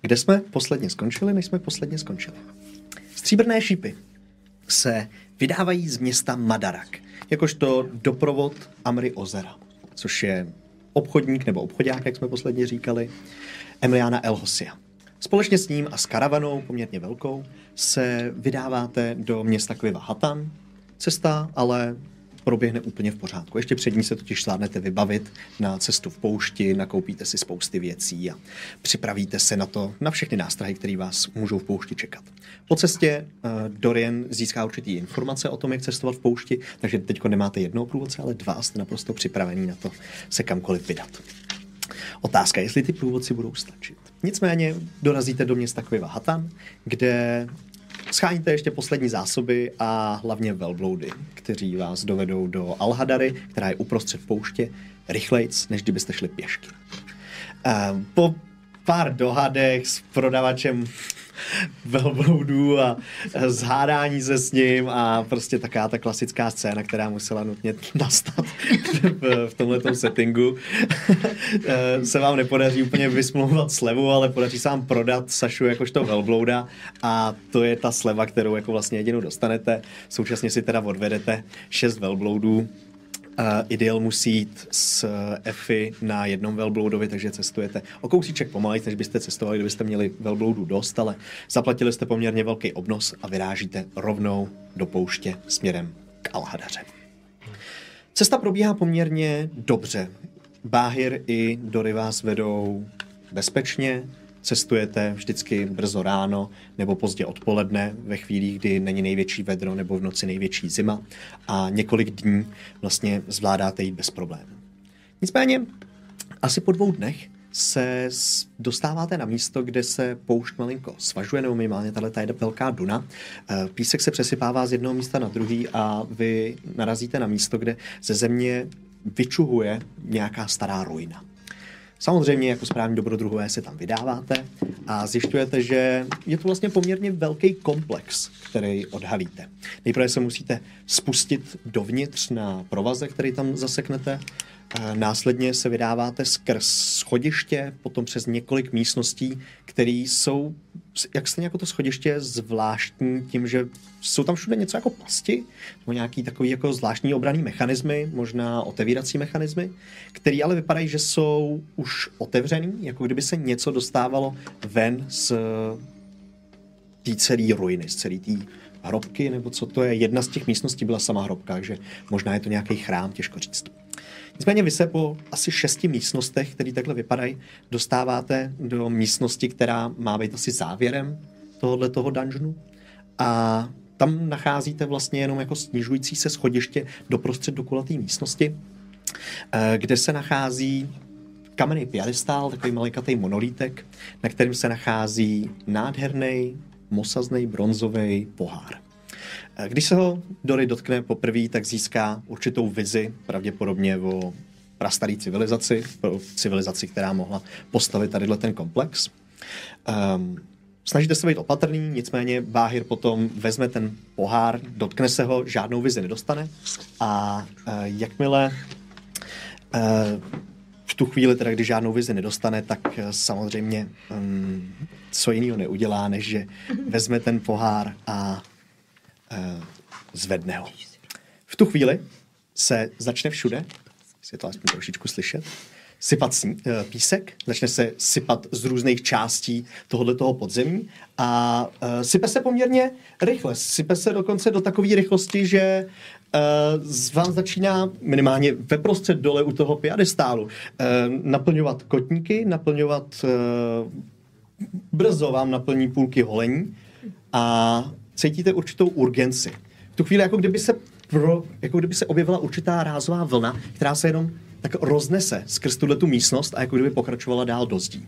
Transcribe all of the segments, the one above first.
Kde jsme posledně skončili, než jsme posledně skončili? Stříbrné šípy se vydávají z města Madarak, jakožto doprovod Amry Ozera, což je obchodník nebo obchodák, jak jsme posledně říkali, Emiliana Elhosia. Společně s ním a s karavanou, poměrně velkou, se vydáváte do města Kviva Hatan. Cesta ale proběhne úplně v pořádku. Ještě před ní se totiž zvládnete vybavit na cestu v poušti, nakoupíte si spousty věcí a připravíte se na to, na všechny nástrahy, které vás můžou v poušti čekat. Po cestě Dorian získá určitý informace o tom, jak cestovat v poušti, takže teďko nemáte jednoho průvodce, ale dva, jste naprosto připravení na to se kamkoliv vydat. Otázka, jestli ty průvodci budou stačit. Nicméně dorazíte do města Kviva Hatan, kde scháníte ještě poslední zásoby a hlavně velbloudy, kteří vás dovedou do Alhadary, která je uprostřed pouště, rychlejc, než kdybyste šli pěšky. Po pár dohadech s prodavačem velbloudů a zhádání se s ním a prostě taková ta klasická scéna, která musela nutně nastat v tomhletom settingu. Se vám nepodaří úplně vysmlouvat slevu, ale podaří se vám prodat Sašu jakožto velblouda a to je ta sleva, kterou jako vlastně jedinou dostanete. Současně si teda odvedete 6 velbloudů. Ideal musí jít s Effy na jednom velbloudovi, takže cestujete o kousíček pomalej, než byste cestovali, kdybyste měli velbloudů dost, ale zaplatili jste poměrně velký obnos a vyrážíte rovnou do pouště směrem k Alhadaře. Cesta probíhá poměrně dobře. Báhir i Dory vás vedou bezpečně, cestujete vždycky brzo ráno nebo pozdě odpoledne ve chvílích, kdy není největší vedro nebo v noci největší zima a několik dní vlastně zvládáte jít bez problémů. Nicméně asi po 2 dnech se dostáváte na místo, kde se poušť malinko svažuje, nebo minimálně tato je velká duna. Písek se přesypává z jednoho místa na druhý a vy narazíte na místo, kde ze země vyčuhuje nějaká stará ruina. Samozřejmě jako správní dobrodruhové se tam vydáváte a zjišťujete, že je to vlastně poměrně velký komplex, který odhalíte. Nejprve se musíte spustit dovnitř na provaze, který tam zaseknete. Následně se vydáváte skrz schodiště, potom přes několik místností, které jsou, jak stejně jako to schodiště, zvláštní tím, že jsou tam všude něco jako pasti, nebo nějaký takový jako zvláštní obranný mechanismy, možná otevírací mechanismy, které ale vypadají, že jsou už otevřený, jako kdyby se něco dostávalo ven z té celé ruiny, z celé té hrobky, nebo co to je. Jedna z těch místností byla sama hrobka, takže možná je to nějaký chrám, těžko říct. Nicméně vy se po asi 6 místnostech, které takhle vypadají, dostáváte do místnosti, která má být asi závěrem toho dungeonu. A tam nacházíte vlastně jenom jako snižující se schodiště doprostřed do kulaté místnosti, kde se nachází kamenný piedestál, takový malikatý monolítek, na kterém se nachází nádherný, mosazný bronzový pohár. Když se ho Dory dotkne poprvé, tak získá určitou vizi, pravděpodobně o prastarý civilizaci, která mohla postavit tadyhle ten komplex. Snažíte se být opatrný, nicméně Báhir potom vezme ten pohár, dotkne se ho, žádnou vizi nedostane a jakmile v tu chvíli, teda, když žádnou vizi nedostane, tak samozřejmě co jiného neudělá, než že vezme ten pohár a zvedne ho. V tu chvíli se začne všude, jestli je to aspoň trošičku slyšet, sypat písek, začne se sypat z různých částí tohoto podzemí a sype se poměrně rychle. Sype se dokonce do takové rychlosti, že vám začíná minimálně veprostřed dole u toho piedestálu naplňovat kotníky, brzo vám naplní půlky holení a cítíte určitou urgenci. V tu chvíli, jako kdyby se objevila určitá rázová vlna, která se jenom tak roznese skrz tu místnost a jako kdyby pokračovala dál do zdí.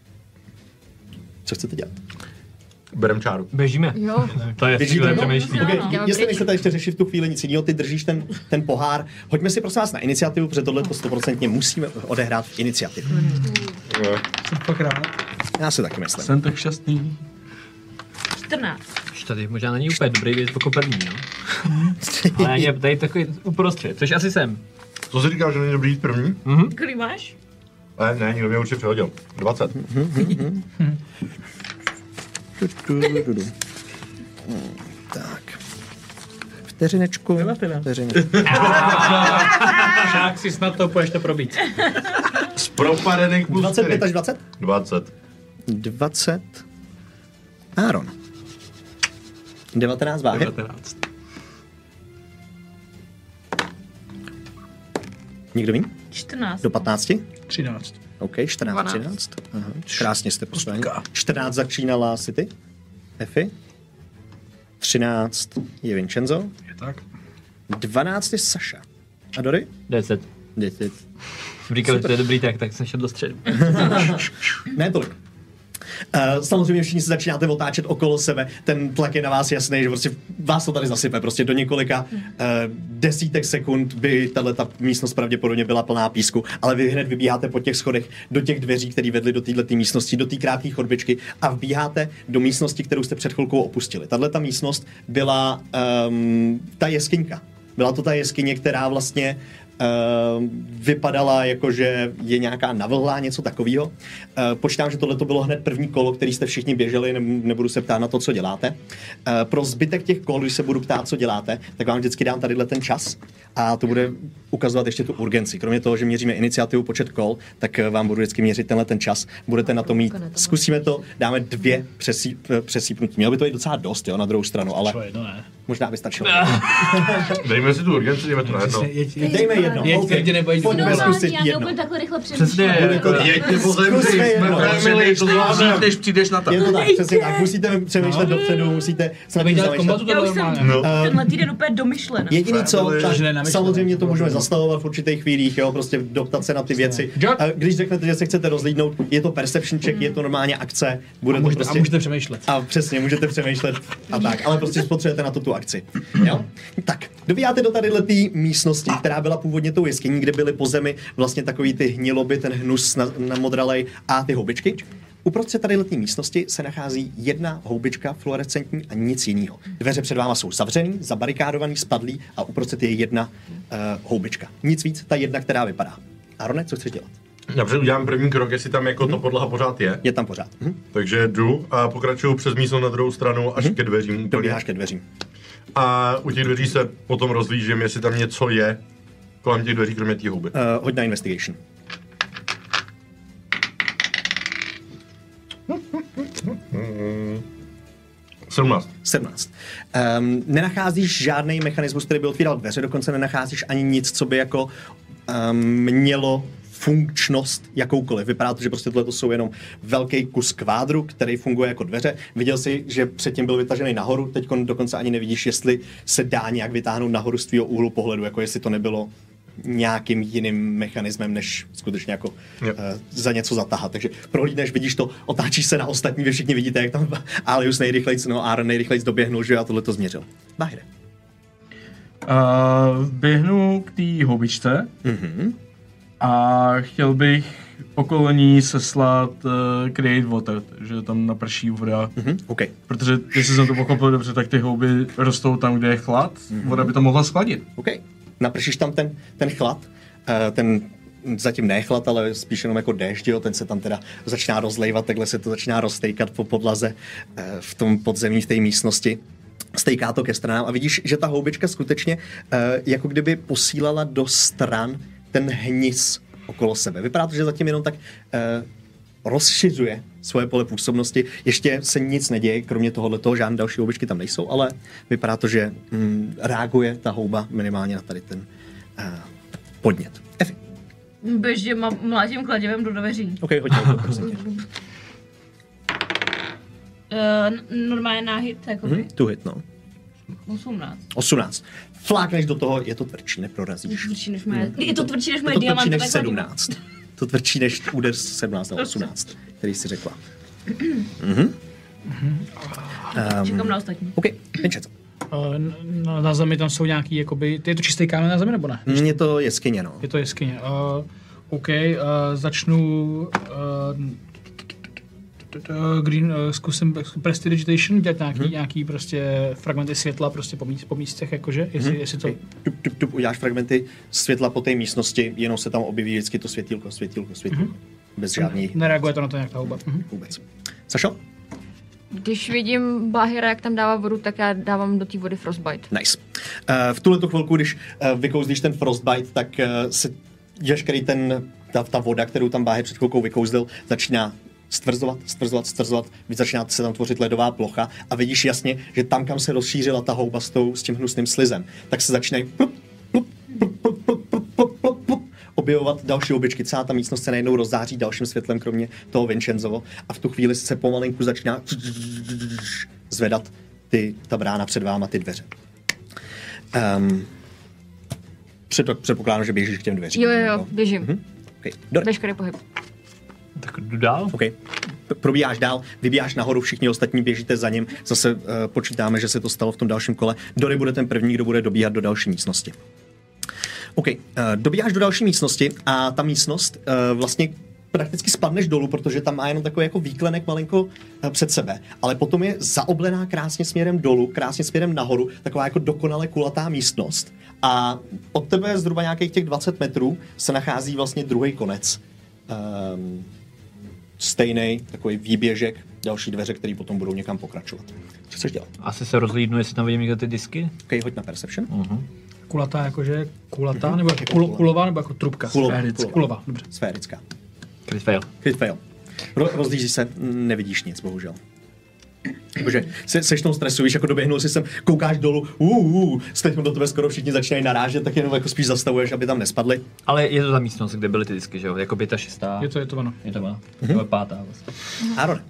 Co chcete dělat? Berem čáru. Běžíme. Jo. To je chvíle přemýšlí. Okay. Jestli nechcete ještě řešit v tu chvíli nic jiného, ty držíš ten pohár. Hoďme si prosím vás na iniciativu, protože tohle 100% musíme odehrát v iniciativu. Jsem fakt rád. Já si taky myslím. Jsem tak šťastný. 14. Už tady možná není úplně dobrý věc jako první, no. Ale je tady takový uprostřed, což asi jsem. Co jsi říkal, že není dobrý jít první? Kolik máš? Ale ne, někdo mě určitě přehodil. 20. Tak. Vteřinečku. Šák si snad to půjdeš to probít. Z propadených plus 25 až 20? 20. 20. Aaron. 19 váhy. 19. Nikdo ví? 14. Do 15? 13. OK, 14, 12. 13. Aha. Krásně jste poslali. 14 začínala City. Efi. 13 je Vincenzo. Je tak. 12 je Saša. A Dory? 10. 10. Říkali, že to je dobrý tak jsem šel do středu. Ne tolik. Samozřejmě všichni se začínáte otáčet okolo sebe, ten tlak je na vás jasný, že prostě vás to tady zasype, prostě do několika desítek sekund by tato místnost pravděpodobně byla plná písku, ale vy hned vybíháte po těch schodech do těch dveří, které vedly do této místnosti, do té krátké chodbičky a vbíháte do místnosti, kterou jste před chvilkou opustili. Tato místnost byla ta jeskyňka. Byla to ta jeskyně, která vlastně vypadala jako, že je nějaká navlhlá, něco takového. Počítám, že tohle to bylo hned první kolo, který jste všichni běželi, nebudu se ptát na to, co děláte. Pro zbytek těch kol, když se budu ptát, co děláte, tak vám vždycky dám tadyhle ten čas a to bude ukazovat ještě tu urgenci. Kromě toho, že měříme iniciativu, počet kol, tak vám budu vždycky měřit tenhle ten čas. Budete na to mít, zkusíme to, dáme 2 přesípnutí. Mělo by to být docela dost, jo, na druhou stranu, ale možná by stačilo. Dejme si tu urgenci, dejme to na jedno. Dejme jedno. Pojďme zkusit já jedno. nebudu takhle rychle Přesně. Jeďte po zemři, Dřív, než přijdeš na to. Je to tak, přesně tak. Musíte přemýšlet dopředu, musíte se na tím zamýšlet. Já už jsem tenhle týden úplně domyšlen. Jediný co, tak samozřejmě to můžeme zastavovat v určitých chvílích, jo, prostě doptat se na ty věci. A když řeknete, že se chcete rozlídnout, je to perception check, je to normálně akce, bude to prostě... A můžete přemýšlet. A přesně, můžete přemýšlet a tak, ale prostě spotřebujete na to tu akci. Jo? Tak, dobíháte do tadyhle té místnosti, která byla původně tou jeskyní, kde byly po zemi vlastně takový ty hniloby, ten hnus namodralej a ty houbičky. Uprostřed tadyhle té místnosti se nachází jedna houbička fluorescentní a nic jiného. Dveře před váma jsou zavřený, zabarikádovaný, spadlý a uprostřed je jedna houbička. Nic víc, ta jedna, která vypadá. Arone, co chceš dělat? Dobře, udělám první krok, jestli tam jako to podlaha pořád je. Je tam pořád. Takže jdu a pokračuju přes místnost na druhou stranu až ke dveřím úplně. Dobíháš ke dveřím. A u těch dveří se potom rozlížím, jestli tam něco je kolem těch dveří, kromě té houby. Hoď na investigation. Hmm. 17. Nenacházíš žádný mechanismus, který by otvíral dveře, dokonce nenacházíš ani nic, co by jako mělo funkčnost jakoukoliv. Vypadá to, že prostě tohle jsou jenom velký kus kvádru, který funguje jako dveře. Viděl jsi, že předtím byl vytažený nahoru, teď dokonce ani nevidíš, jestli se dá nějak vytáhnout nahoru z tvýho úhlu pohledu, jako jestli to nebylo nějakým jiným mechanismem, než skutečně jako za něco zatahat. Takže prohlídneš, vidíš to, otáčíš se na ostatní, vy všichni vidíte, jak tam Alius nejrychlejc, Aaron nejrychlejc doběhnul, že já tohle to změřil. Bahire. Běhnu k té houbičce a chtěl bych okolo ní seslat create water, že tam naprší voda. Okay. Protože, jestli jsem to pochopil dobře, tak ty houby rostou tam, kde je chlad. Voda by to mohla schladit. Okay. Napršíš tam ten chlad, ten zatím ne chlad, ale spíš jenom jako déšť, jo, ten se tam teda začíná rozlejvat, takhle se to začíná roztejkat po podlaze v tom podzemí, v té místnosti. Stejká to ke stranám a vidíš, že ta houbička skutečně jako kdyby posílala do stran ten hnis okolo sebe. Vypadá to, že zatím jenom tak rozšiřuje svoje pole působnosti. Ještě se nic neděje, kromě tohoto, žádné další houbičky tam nejsou, ale vypadá to, že reaguje ta houba minimálně na tady ten podnět. Efi. Běžně mlátím kladivem do dveří. OK, hoď to, prosím tě. Normálně náhyt, jako Tu hit, no. 18. Flákneš do toho, je to tvrdší, neprorazíš. Je to tvrdší než moje diamanty. diamanty. Je to tvrdší než 17. To tvrdší než úder 17 nebo 18, který jsi řekla. Čekám na ostatní. OK, Vincenzo. Na zemi tam jsou nějaký, jakoby, je to čistý kámen na zemi, nebo ne? Je to jeskyně, no. Je to jeskyně. OK, začnu Green, zkusím prestidigitation, dělat nějaký prostě fragmenty světla prostě po místech, jakože, jestli to... Tup, uděláš fragmenty světla po té místnosti, jenom se tam objeví vždycky to světýlko. Bez žádný... Nereaguje to na to nějak ta houba. Vůbec. Sašo? Když vidím Báhira, jak tam dává vodu, tak já dávám do té vody Frostbite. Nice. V tuhletu chvilku, když vykouzdíš ten Frostbite, tak se veškerý ta voda, kterou tam Báhir před chvilkou vykouzdil, začíná stvrzovat, začíná se tam tvořit ledová plocha a vidíš jasně, že tam, kam se rozšířila ta houba s tím hnusným slizem, tak se začínají objevovat další houbičky. Celá ta místnost se najednou rozzáří dalším světlem, kromě toho Vincenzovo, a v tu chvíli se pomalinku začíná zvedat ta brána před váma, ty dveře. Předpokládám, že běžíš k těm dveřím. Jo, běžím. Okay. Veškerý pohyb. Tak jdu dál? Okay. Probíháš dál, vybíháš nahoru, všichni ostatní běžíte za ním. Zase počítáme, že se to stalo v tom dalším kole. Dory bude ten první, kdo bude dobíhat do další místnosti. OK, dobíháš do další místnosti a ta místnost vlastně prakticky spadneš dolů, protože tam má jenom takový jako výklenek malinko před sebe, ale potom je zaoblená krásně směrem dolů, krásně směrem nahoru, taková jako dokonale kulatá místnost a od tebe zhruba nějakých těch 20 metrů se nachází vlastně druhý konec. Stejný takový výběžek, další dveře, které potom budou někam pokračovat. Co chceš dělat? Asi se rozhlídnu, jestli tam vidím někde ty disky. OK, hoď na Perception. Kulatá jakože kulatá, nebo jako kulová, nebo jako trubka? Kulová, dobře. Sférická. Crit fail. Rozlížíš se, nevidíš nic, bohužel. Jakože seš tom stresu, víš, jako doběhnul si sem, koukáš dolů, teď do tebe skoro všichni začínají narážet, tak jenom jako spíš zastavuješ, aby tam nespadli. Ale je to ta místnost, kde byly ty disky, že jo? Jako 5. 6. Je to ono. Je to ono. To je 5. vlastně. Aaron.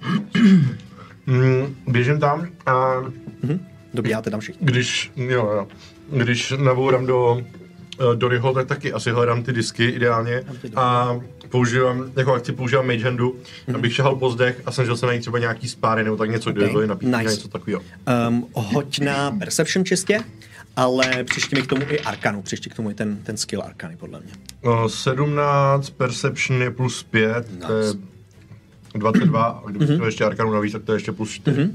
Běžím tam a... Dobíháte tam všichni. Když nabourám do Doryho, tak taky asi hledám ty disky ideálně a jako akci používám Mage Handu, abych šahal po zdech a snažil se najít třeba nějaký spáry nebo tak něco, kde byly napíky, něco takového. Hoď na Perception čistě, ale přišti mi k tomu i Arkanu, přišti k tomu i ten skill Arkany, podle mě. 17, Perception je plus 5, to je 22, a kdybych to ještě Arkanu navíc, tak to je ještě plus 4.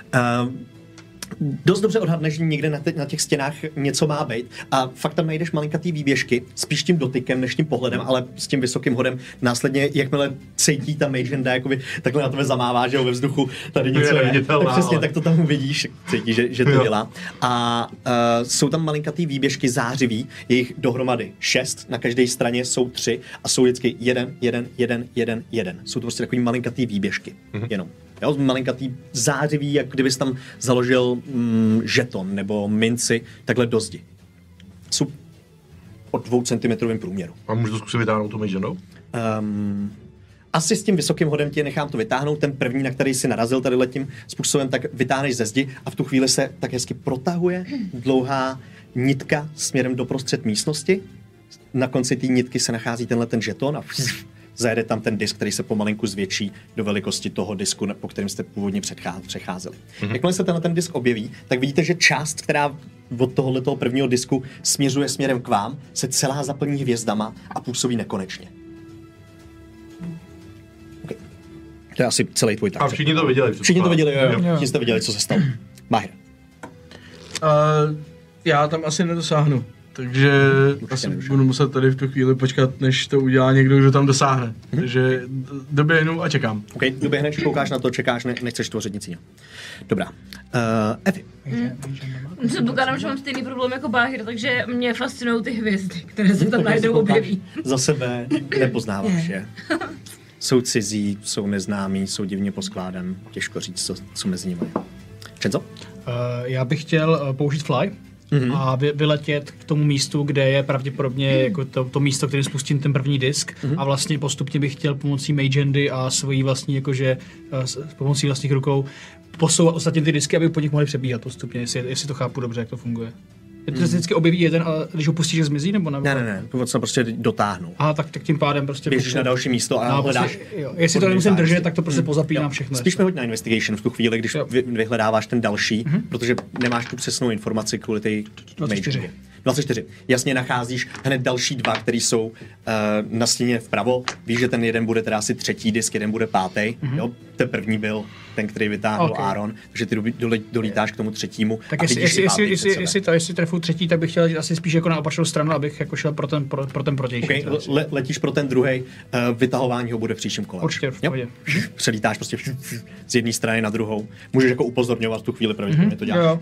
Dost dobře odhadneš, že někde na těch stěnách něco má být a fakt tam najdeš malinkatý výběžky, spíš tím dotykem než tím pohledem, ale s tím vysokým hodem. Následně, jakmile cítí ta Mage Handa, jakoby takhle na tebe zamává, že jo, ve vzduchu tady něco je, tak přesně, tak to tam uvidíš, cítíš, že to dělá. A jsou tam malinkatý výběžky zářivý, je jich dohromady 6, na každé straně jsou 3 a jsou vždycky 1. Jsou to prostě takový malinkatý výběžky, jenom. Jo, malinkatý zářivý, jak kdybys tam založil žeton nebo minci, takhle do zdi. Jsou o 2 cm průměru. A můžu to zkusit vytáhnout tu Mage Handou? Asi s tím vysokým hodem tě nechám to vytáhnout. Ten první, na který si narazil tady tím způsobem, tak vytáhneš ze zdi a v tu chvíli se tak hezky protahuje dlouhá nitka směrem do prostřed místnosti. Na konci té nitky se nachází tenhle ten žeton a zajede tam ten disk, který se pomalinku zvětší do velikosti toho disku, po kterém jste původně přecházeli. Jakmile se ten disk objeví, tak vidíte, že část, která od tohoto prvního disku směřuje směrem k vám, se celá zaplní hvězdama a působí nekonečně. Okay. To je asi celý tvůj trak. A všichni to viděli. Všichni to viděli, jo. Všichni jste viděli, co se stalo. Báhir. Já tam asi nedosáhnu. Takže asi budu muset tady v tu chvíli počkat, než to udělá někdo, kdo tam dosáhne. Takže doběhnu a čekám. OK, doběhneš, koukáš na to, čekáš, nechceš tvořit nic jiného. Dobrá. Evi. Předpokládám, že mám stejný problém jako Báhir, takže mě fascinují ty hvězdy, které se tam najednou objeví. Za sebe nepoznáváš je. Jsou cizí, jsou neznámí, jsou divně poskládaný. Těžko říct, co mezi nimi je. Čenzo? Já bych chtěl použít fly. A vyletět k tomu místu, kde je pravděpodobně jako to místo, kterým spustím ten první disk a vlastně postupně bych chtěl pomocí Mage Handy a svojí vlastní, jakože pomocí vlastních rukou posouvat ostatně ty disky, aby po nich mohli přebíhat postupně, jestli to chápu dobře, jak to funguje. To se vždycky objeví jeden, a když ho pustíš, že zmizí, nebo ne, původ se prostě dotáhnou. A tak tím pádem prostě běžíš na další místo a hledáš. Jestli to nemusím držet, tak to prostě pozapínám všechno. Spíš mi hoď na investigation v tu chvíli, když vyhledáváš ten další, protože nemáš tu přesnou informaci kvůli té 24. 24. Jasně nacházíš hned další dva, který jsou na stěně vpravo. Víš, že ten jeden bude teda asi třetí disk, jeden bude pátý. Jo? Ten první byl ten, který vytáhl Aaron, takže ty dolítáš k tomu třetímu. Tak jestli trefu třetí, tak bych chtěl jít asi spíš jako na opačnou stranu, abych jako šel pro ten protější. Okay, letíš pro ten druhý, vytahování ho bude v příštím kole. Určitě, v pohodě. Přelítáš prostě z jedné strany na druhou. Můžeš jako upozorňovat v tu chvíli, pravděpodobně to děláš.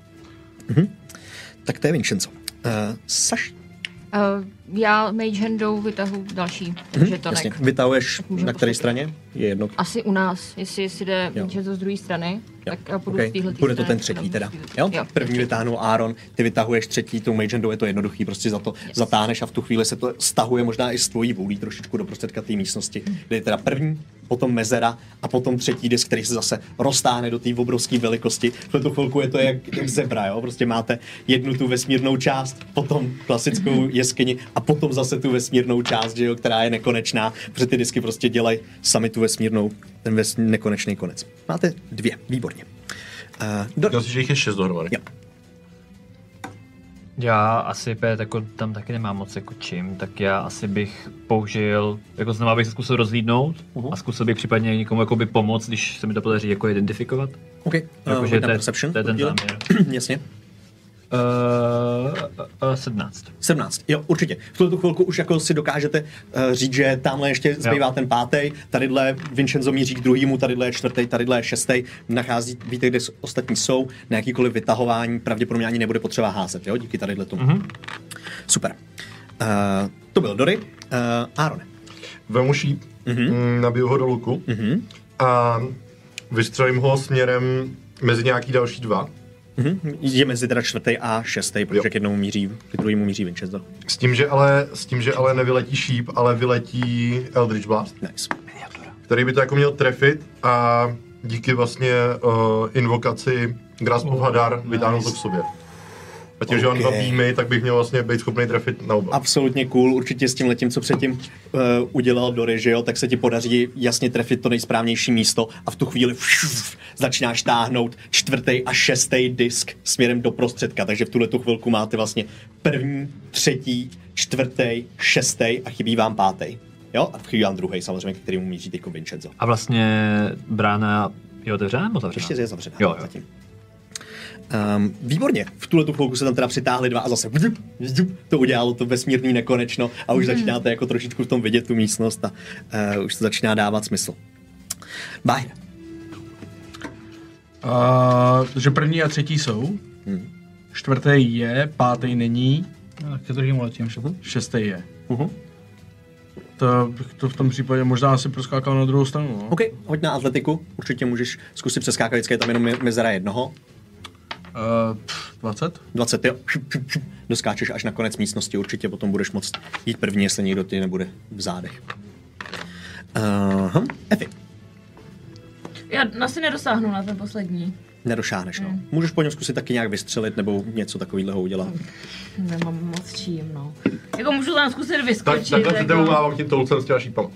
Tak to je Vincenzo. Saš? Já Mage Handou vytahu další žetonek. Jasně. Vytahuješ na které straně? Je jedno. Asi u nás, jestli jde Vincenzo z druhé strany, tak půjdu z téhle. Bude to ten třetí teda. Jo? První vytáhnul Aaron, ty vytahuješ třetí, tou Mage Handou je to jednoduchý, prostě za to zatáhneš a v tu chvíli se to stahuje možná i s tvojí vůlí trošičku do prostředka té místnosti, kde je teda první, potom mezera a potom třetí disk, který se zase roztáhne do té obrovské velikosti. V tu chvilku je to jak zebra, jo? Prostě máte jednu tu vesmírnou část, potom klasickou jeskyni a potom zase tu vesmírnou část, že jo, která je nekonečná, protože ty disky prostě dělají sami tu vesmírnou, ten nekonečný konec. Máte 2, výborně. Říkal jsi, že jich je 6 dohromady. Jo. Já asi jako tam taky nemám moc jako čím, tak já asi bych použil, jako znovu bych se zkusil rozhlídnout a zkusil bych případně někomu jakoby pomoct, když se mi to podaří jako identifikovat. OK, jakože to je ten záměr. Jasně. 17. 17, jo, určitě. V tuto chvilku už jako si dokážete říct, že tamhle ještě zbývá ten pátý, tadyhle Vincenzo míří k druhému, tadyhle je čtvrtý, tadyhle je šestý, nachází, víte, kde ostatní jsou, na jakýkoliv vytahování pravděpodobně ani nebude potřeba házet, jo, díky tadyhle tomu. Super. To byl Dory. Aarone. Vemu šíp, nabiju ho do luku a vystřelím ho směrem mezi nějaký další dva. Je mezi teda čtvrtý a šestý, protože k jednomu míří, k druhému míří Vincenzo. S tím, že ale nevyletí šíp, ale vyletí Eldritch Blast. Nice. Který by to jako měl trefit a díky vlastně invokaci Grasp of Hadar vytáhnout to k sobě. A tím, že mám 2 býmy, tak bych měl vlastně být schopný trefit na oba. Absolutně cool, určitě s tímhletím, co předtím udělal Dory, že jo, tak se ti podaří jasně trefit to nejsprávnější místo a v tu chvíli začínáš táhnout 4. a 6. disk směrem do prostředka, takže v tuhletu chvilku máte vlastně 1., 3., 4., 6. a chybí vám 5. Jo, a chybí vám 2. samozřejmě, k kterému míří jako Vincenzo. A vlastně brána je otevřená nebo zavřená? Ještě je zavřená. Jo. Zatím. Výborně, v tuhletu chvilku se tam teda přitáhli 2 a zase to udělalo to vesmírný nekonečno a už začínáte jako trošičku v tom vidět tu místnost a už to začíná dávat smysl. Báhir. Takže 1. a 3. jsou, 4. je, 5. není, Tak ke druhému letím. 6. je. To bych to v tom případě možná asi proskákal na druhou stranu. No. OK, hoď na atletiku, určitě můžeš zkusit přeskákat, vždycky je tam jenom mezera jednoho. 20? 20, jo. Doskáčeš až na konec místnosti, určitě potom budeš moct jít první, jestli někdo ti nebude v zádech. Efi. Já asi nedosáhnu na ten poslední. Nedošáhneš, no. Můžeš po něm zkusit taky nějak vystřelit nebo něco takového udělat. Nemám moc čím, no. Jako můžu tam zkusit vyskočit. Tak tebou mávám tím toucem s těma šípama.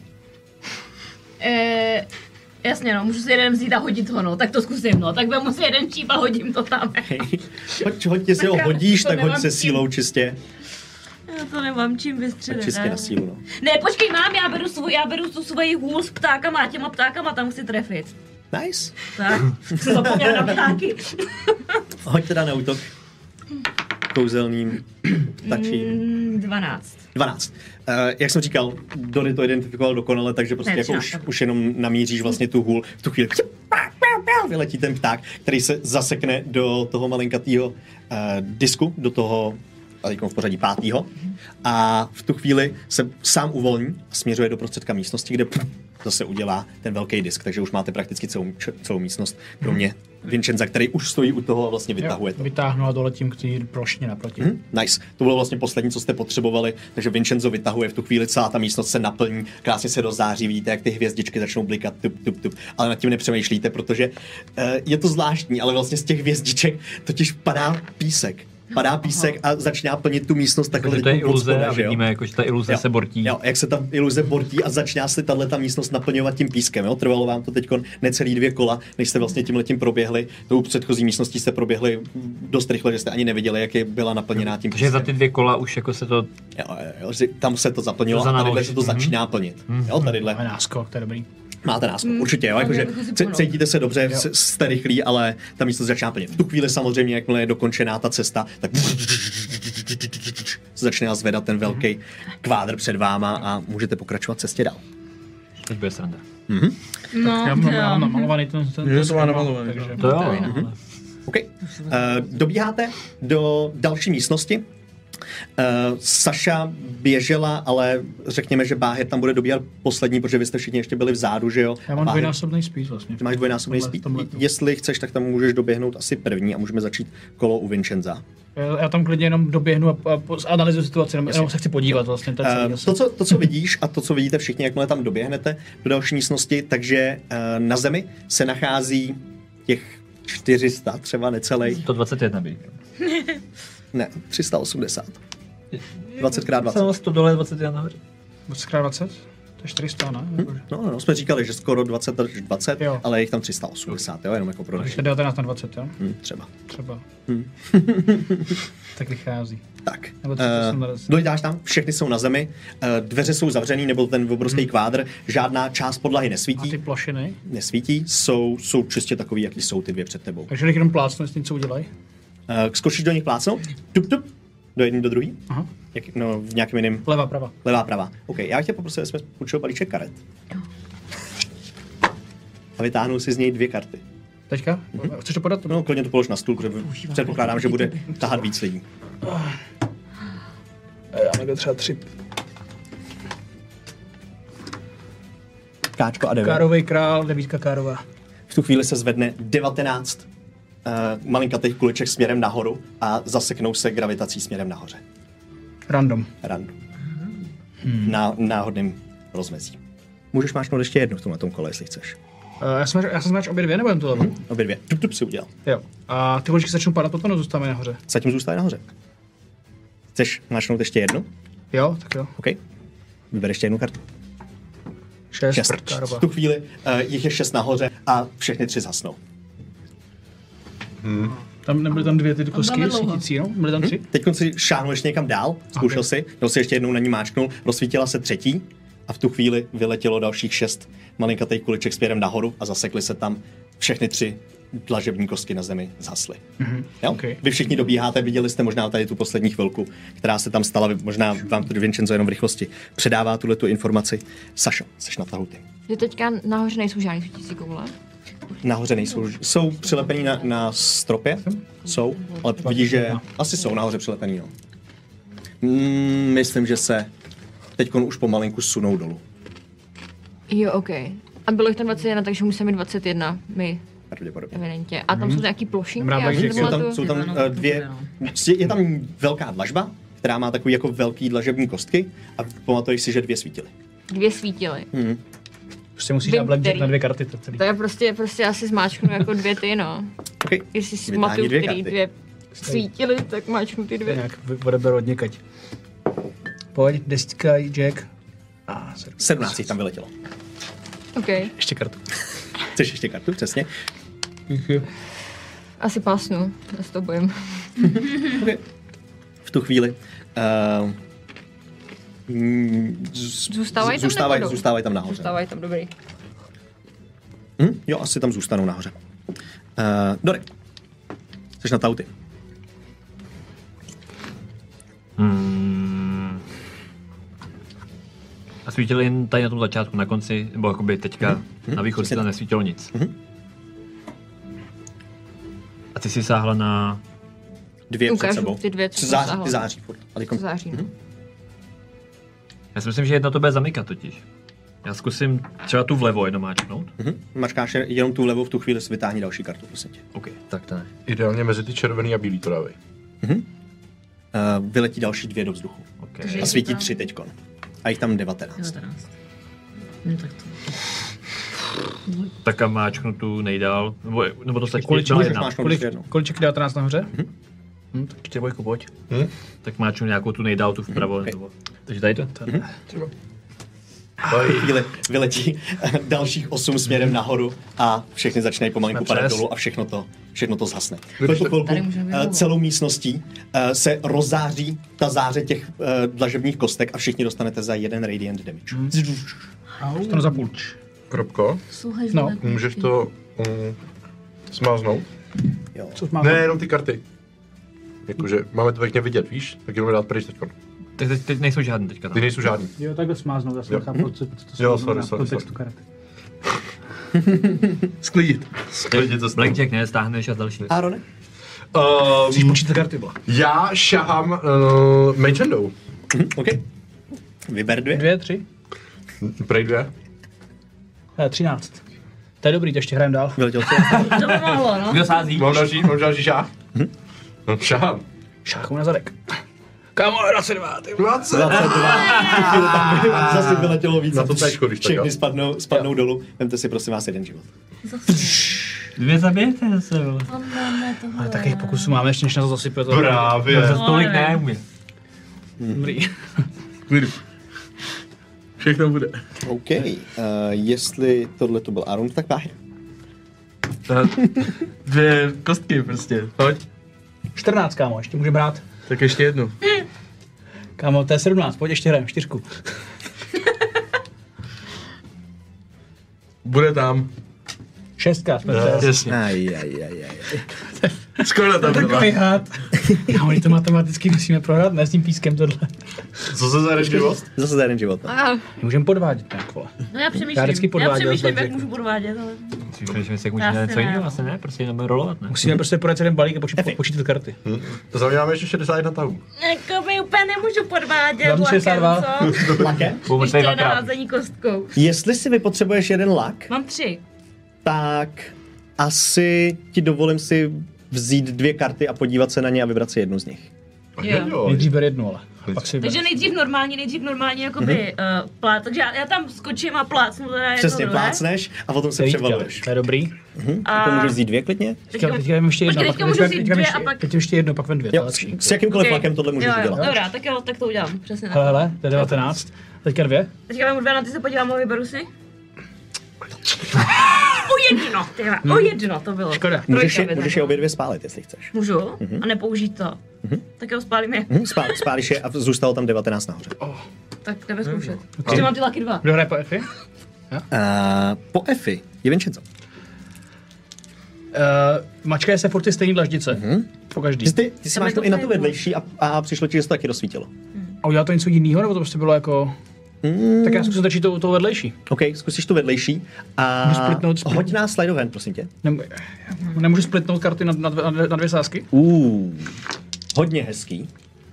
Jasně, no, můžu si jeden vzít a hodit ho, no, tak to zkusím, no, tak vemu si jeden číp a hodím to tam. Hoď, jestli ho hodíš, tak hoď se sílou čistě. Já to nemám čím vystřelit. Tak čistě na sílu, no. Ne, počkej, já beru tu svoji hůl s ptákama a těma ptákama tam chci trefit. Nice. Tak, jsem zapomněla na ptáky. Hoď teda na útok. Kouzelným ptačím. 12. 12. Jak jsem říkal, Dory to identifikoval dokonale, takže prostě jako už jenom namíříš vlastně tu hůl. V tu chvíli vyletí ten pták, který se zasekne do toho malinkatýho disku, do toho v pořadí 5. A v tu chvíli se sám uvolní a směřuje do prostředka místnosti, kde zase udělá ten velký disk, takže už máte prakticky celou místnost, kromě Vincenza, který už stojí u toho a vlastně vytahuje to. Vytáhnu a doletím k té plošně naproti. Nice. To bylo vlastně poslední, co jste potřebovali, takže Vincenzo vytahuje, v tu chvíli celá ta místnost se naplní, krásně se dozáří, vidíte, jak ty hvězdičky začnou blikat, tup, ale nad tím nepřemýšlíte, protože je to zvláštní, ale vlastně z těch hvězdiček totiž padá písek. padá písek a začíná plnit tu místnost takhle. Takže to je iluze a vidíme, jako, že ta iluze se bortí. Jo, jak se ta iluze bortí a začíná se tato místnost naplňovat tím pískem. Jo? Trvalo vám to teď necelý 2 kola, než jste vlastně tímhletím proběhli. Tou předchozí místností jste proběhli dost rychle, že jste ani neviděli, jak je byla naplněná tím pískem. Takže za ty 2 kola už jako se to... Jo, tam se to zaplnilo a tadyhle se to začíná plnit. Jo, tadyhle. Máme náskok, to je dobrý. Máte náskok, určitě, jo, jakože cítíte se dobře, jste rychlí, ale ta místnost začíná plnit. V tu chvíli samozřejmě, jakmile je dokončená ta cesta, tak začne zvedat ten velký kvádr před váma a můžete pokračovat cestě dál. Teď bude sranda. No, Já mám namalovaný ten Je to má namalovaný. takže... To jo, no. OK. Dobíháte do další místnosti. Saša běžela, ale řekněme, že Báhir tam bude dobíhat poslední, protože vy jste všichni ještě byli vzadu, že jo? Já mám dvojnásobný speed vlastně. Ty máš dvojnásobný speed. tomhletom. Jestli chceš, tak tam můžeš doběhnout asi první a můžeme začít kolo u Vincenza. Já tam klidně jenom doběhnu a analyzuji situaci, jenom se chci podívat vlastně. To, co vidíš a to, co vidíte všichni, jakmile tam doběhnete do další místnosti, takže na zemi se nachází těch 400, třeba necelých. 121 by. Ne, 380. 20x20. Samo 100 dole, 21 nahoře. 20x20? To je 400, ne? No, jsme říkali, že skoro 20 až 20, Jo. ale je jich tam 380, jo, jenom jako pro Takže 19 na 20, jo? třeba. Třeba. Tak vychází. Tak, Nebo 38. dojídáš tam, všechny jsou na zemi, dveře jsou zavřený, nebo ten obrovský kvádr, žádná část podlahy A ty nesvítí, plošiny? jsou čistě takový, jaký jsou ty 2 před tebou. Takže jenom plácnu, jestli něco udělají. Skočíš do nich plácnout, tup, do jedný do druhý, Aha. no, v nějakém jiném, Levá, prava. levá, pravá. OK, já tě poprosil, jsme půjčil balíček karet. A vytáhnul si z něj 2 karty. Teďka? Chceš to podat? No, klidně to polož na stůl, protože předpokládám, že bude tahat víc lidí. Já mám třeba 3. Káčko a 9. Károvej král, 9 kárová. V tu chvíli se zvedne 19 malinkatých kuliček směrem nahoru a zaseknou se gravitací směrem nahoře. Random. Randu. Na náhodným rozmezí. Můžeš máčknout ještě jednu v tomhle kole, jestli chceš. Já jsem máč obě 2, nebo jen tu levou? Obě 2. Tup si udělal. Jo. A ty kuličky začnou padat, potom zůstávají nahoře. Zatím zůstávají nahoře. Chceš máčknout ještě jednu? Jo, tak jo. OK. Vyber ještě jednu kartu. 6. 6. Kárová. V tu chvíli jich je 6 nahoře a všechny 3 zhasnou. Tam nebyly tam 2 ty tam kostky je dlouho. svítící, no? Byly tam 3? Teď si šáhnul ještě někam dál, zkoušel si, dal si ještě jednou na ní máčknul, rozsvítila se 3. a v tu chvíli vyletělo dalších 6 malinkatých kuliček směrem nahoru a zasekly se tam všechny 3 dlažební kostky na zemi zhasly. Jo? Okay. Vy všichni dobíháte, viděli jste možná tady tu poslední chvilku, která se tam stala, možná vám to Vincenzo jenom v rychlosti předává tu informaci. Sašo, jsi na tahu ty. Že teďka nahoře nejsou žádný svítící koule. Nahoře nejsou, jsou přilepený na stropě, jsou, ale vidíš, že asi jsou nahoře přilepený, no. Myslím, že se teďkon už pomalinku sunou dolů. Jo, OK. A bylo jich tam 21, takže musíme mít 21, my, Pravděpodobně. evidentně. A tam jsou nějaký plošinky, Dobrá, já takže si Jsou tam, pamatuju. jsou tam No, 2, je tam velká dlažba, která má takový jako velký dlažební kostky a pamatuješ si, že 2 svítily. 2 svítily. Prostě musíš Vím, dát blackjack který. na 2 karty, to celý. To je prostě asi zmáčknu jako 2 ty, no. Okay. Jestli si Vytáhni pamatuju, 2 který karty. 2 svítily, tak máčknu ty 2. Nějak odeberu od někať. Pojď, 10 jack. 17 jich tam vyletělo. OK. Ještě kartu. Chceš ještě kartu? Přesně. Asi pásnu, já se to bojím. Okay. V tu chvíli Zůstávají tam nebo jdou? zůstávají tam nahoře. Zůstávají tam, dobrý. Jo, asi tam zůstanou nahoře. Dory, jsi na tauty. A svítili jen tady na tom začátku, na konci, nebo jakoby teďka na východ se tam nesvítilo nic. A ty si sáhla na... 2 před Ukážu sebou. ty 2, co září, sáhla. ty září furt. A teďkom- Co září, no. Já si myslím, že jedna to bude zamykat totiž. Já zkusím třeba tu vlevo jenom máčknout. Mačkáš jenom tu levou, v tu chvíli si vytáhni další kartu, prosím tě. OK, tak to ne. Ideálně mezi ty červený a bílý to dávej. Vyletí další 2 do vzduchu. Okay. A svítí 3 teďkon. A jich tam 19. 19. No tak to. Tak a máčknu tu nejdál, nebo to stačí Kolik byla můžeš jedna. máčknout ještě jednou. Kolik 19 nahoře? Tak 4 pojď. Tak máču nějakou tu nejdál tu vpravo. Okay. Takže tady to? V chvíli vyletí dalších 8 směrem nahoru a všechny začínají pomalinku padat dolů a všechno to zhasne. Po chvilku celou místností se rozzáří ta záře těch dlažebních kostek a všichni dostanete za 1 radiant damage. Dostanu za půl. Kropko, No. můžeš to smáznout? Jo. Co mám? Ne, jenom ty karty. Jakože máme to pěkně vidět, víš? Tak jenom dát pryč teďko. Teď nejsou žádný teďka. Ty nejsou žádný. Jo, takhle smáznout, já jsem nechápal, co to Jo, smáznout sorry. na kontextu karty. Sklidit. Sklidně to stalo. Blackjack ne, stáhneš a další. Arone? Musíš počítat karty, byla. Já šahám Mage Handou. OK. Vyber 2. 2, 3. Prej 2. 13. To je dobrý, to ještě hrajeme dál. Vyletěl To by mohlo, no. Kdo sází? Mám další šah? No, šahám. Šáchu na zadek. Kámo, 22, ty. 22. Zase vyletělo víc. Na to téčko, když tak, všechny jo. spadnou dolů. Vemte si prosím vás 1 život. 2 zabijete zase, vole. Ale takových pokusů máme ještě, než na to zasype. To Právě. Zase tolik ne, umí. Dobrý. Klidu. Všechno bude. OK. Jestli tohle to byl Aron, tak Báhir. 2 kostky prostě. Pojď. 14, kámo, ještě můžeme brát. Tak ještě jednu. Kámo, to je 17, pojď ještě hrajeme 4. Bude tam. 6, jsme to Jasně. Aj. Skoro tam byla. takový hád. Kámo, to matematicky musíme prohrát, ne s tím pískem tohle. Co se za život? Zase za 1 život. No. Můžeme podvádět nějak, vole. No já přemýšlím. Já vždycky podváděl jak Blackjacku. můžu podvádět, ale... Přemýšlím si, jak můžeme Asi něco ne. jiného, asi ne? Prostě jenom rolovat, ne? Musíme prostě projet jeden balík a počítat karty. To znamená, máme ještě 61 tahů. Jako by úplně nemůžu podvádět. Hlavně 62. lakem, co? Lakem? Budeme Ještě tady na dvakrát. házení kostkou. Jestli si vypotřebuješ 1 lak, Mám 3. tak asi ti dovolím si vzít 2 karty a podívat se na ně a vybrat si jednu z nich. Jo. Nejdřív ber jednu, ale. A pak si vyber. Takže nejdřív normálně jakoby plát. Takže já tam skočím a plácnu teda jedno Přesně, dole. plácneš a potom se To je převaluješ. To je dobrý. A to můžeš vzít 2 klidně? Teďka vem ještě jedno, Počkej, teďka můžu vzít 2 a pak... Teď ještě jedno, pak ven 2. Jo, s jakýmkoliv lakem tohle můžeš jo, udělat. dobrá, tak jo, tak to udělám. Přesně tak. Hele, to je 19. Teďka 2. Teďka mám 2, na ty se podívám a vyberu si. O jedno to bylo. Škoda. Můžeš Trojka je vyzerá. obě 2 spálit, jestli chceš. Můžu? A nepoužít to. Tak jo, spálím je. Spálíš je a zůstalo tam 19 nahoře. Tak jdeme zkoušet. Ještě mám ty laky 2. Kdo hraje po F? Po Efi je Vincenzo. Mačka je se furt ty stejný dlaždice. Po každý. Ty si Tam máš je to to i na tu jedno. vedlejší a přišlo ti, že se to taky rozsvítilo. A udělal to něco jiného, nebo to prostě bylo jako... Tak já zkusím začít tou vedlejší. OK, zkusíš tu vedlejší a Můžu splitnout spolu? hoď na slide of hand, prosím tě. Nemůžu splitnout karty na 2 sázky? Hodně hezký.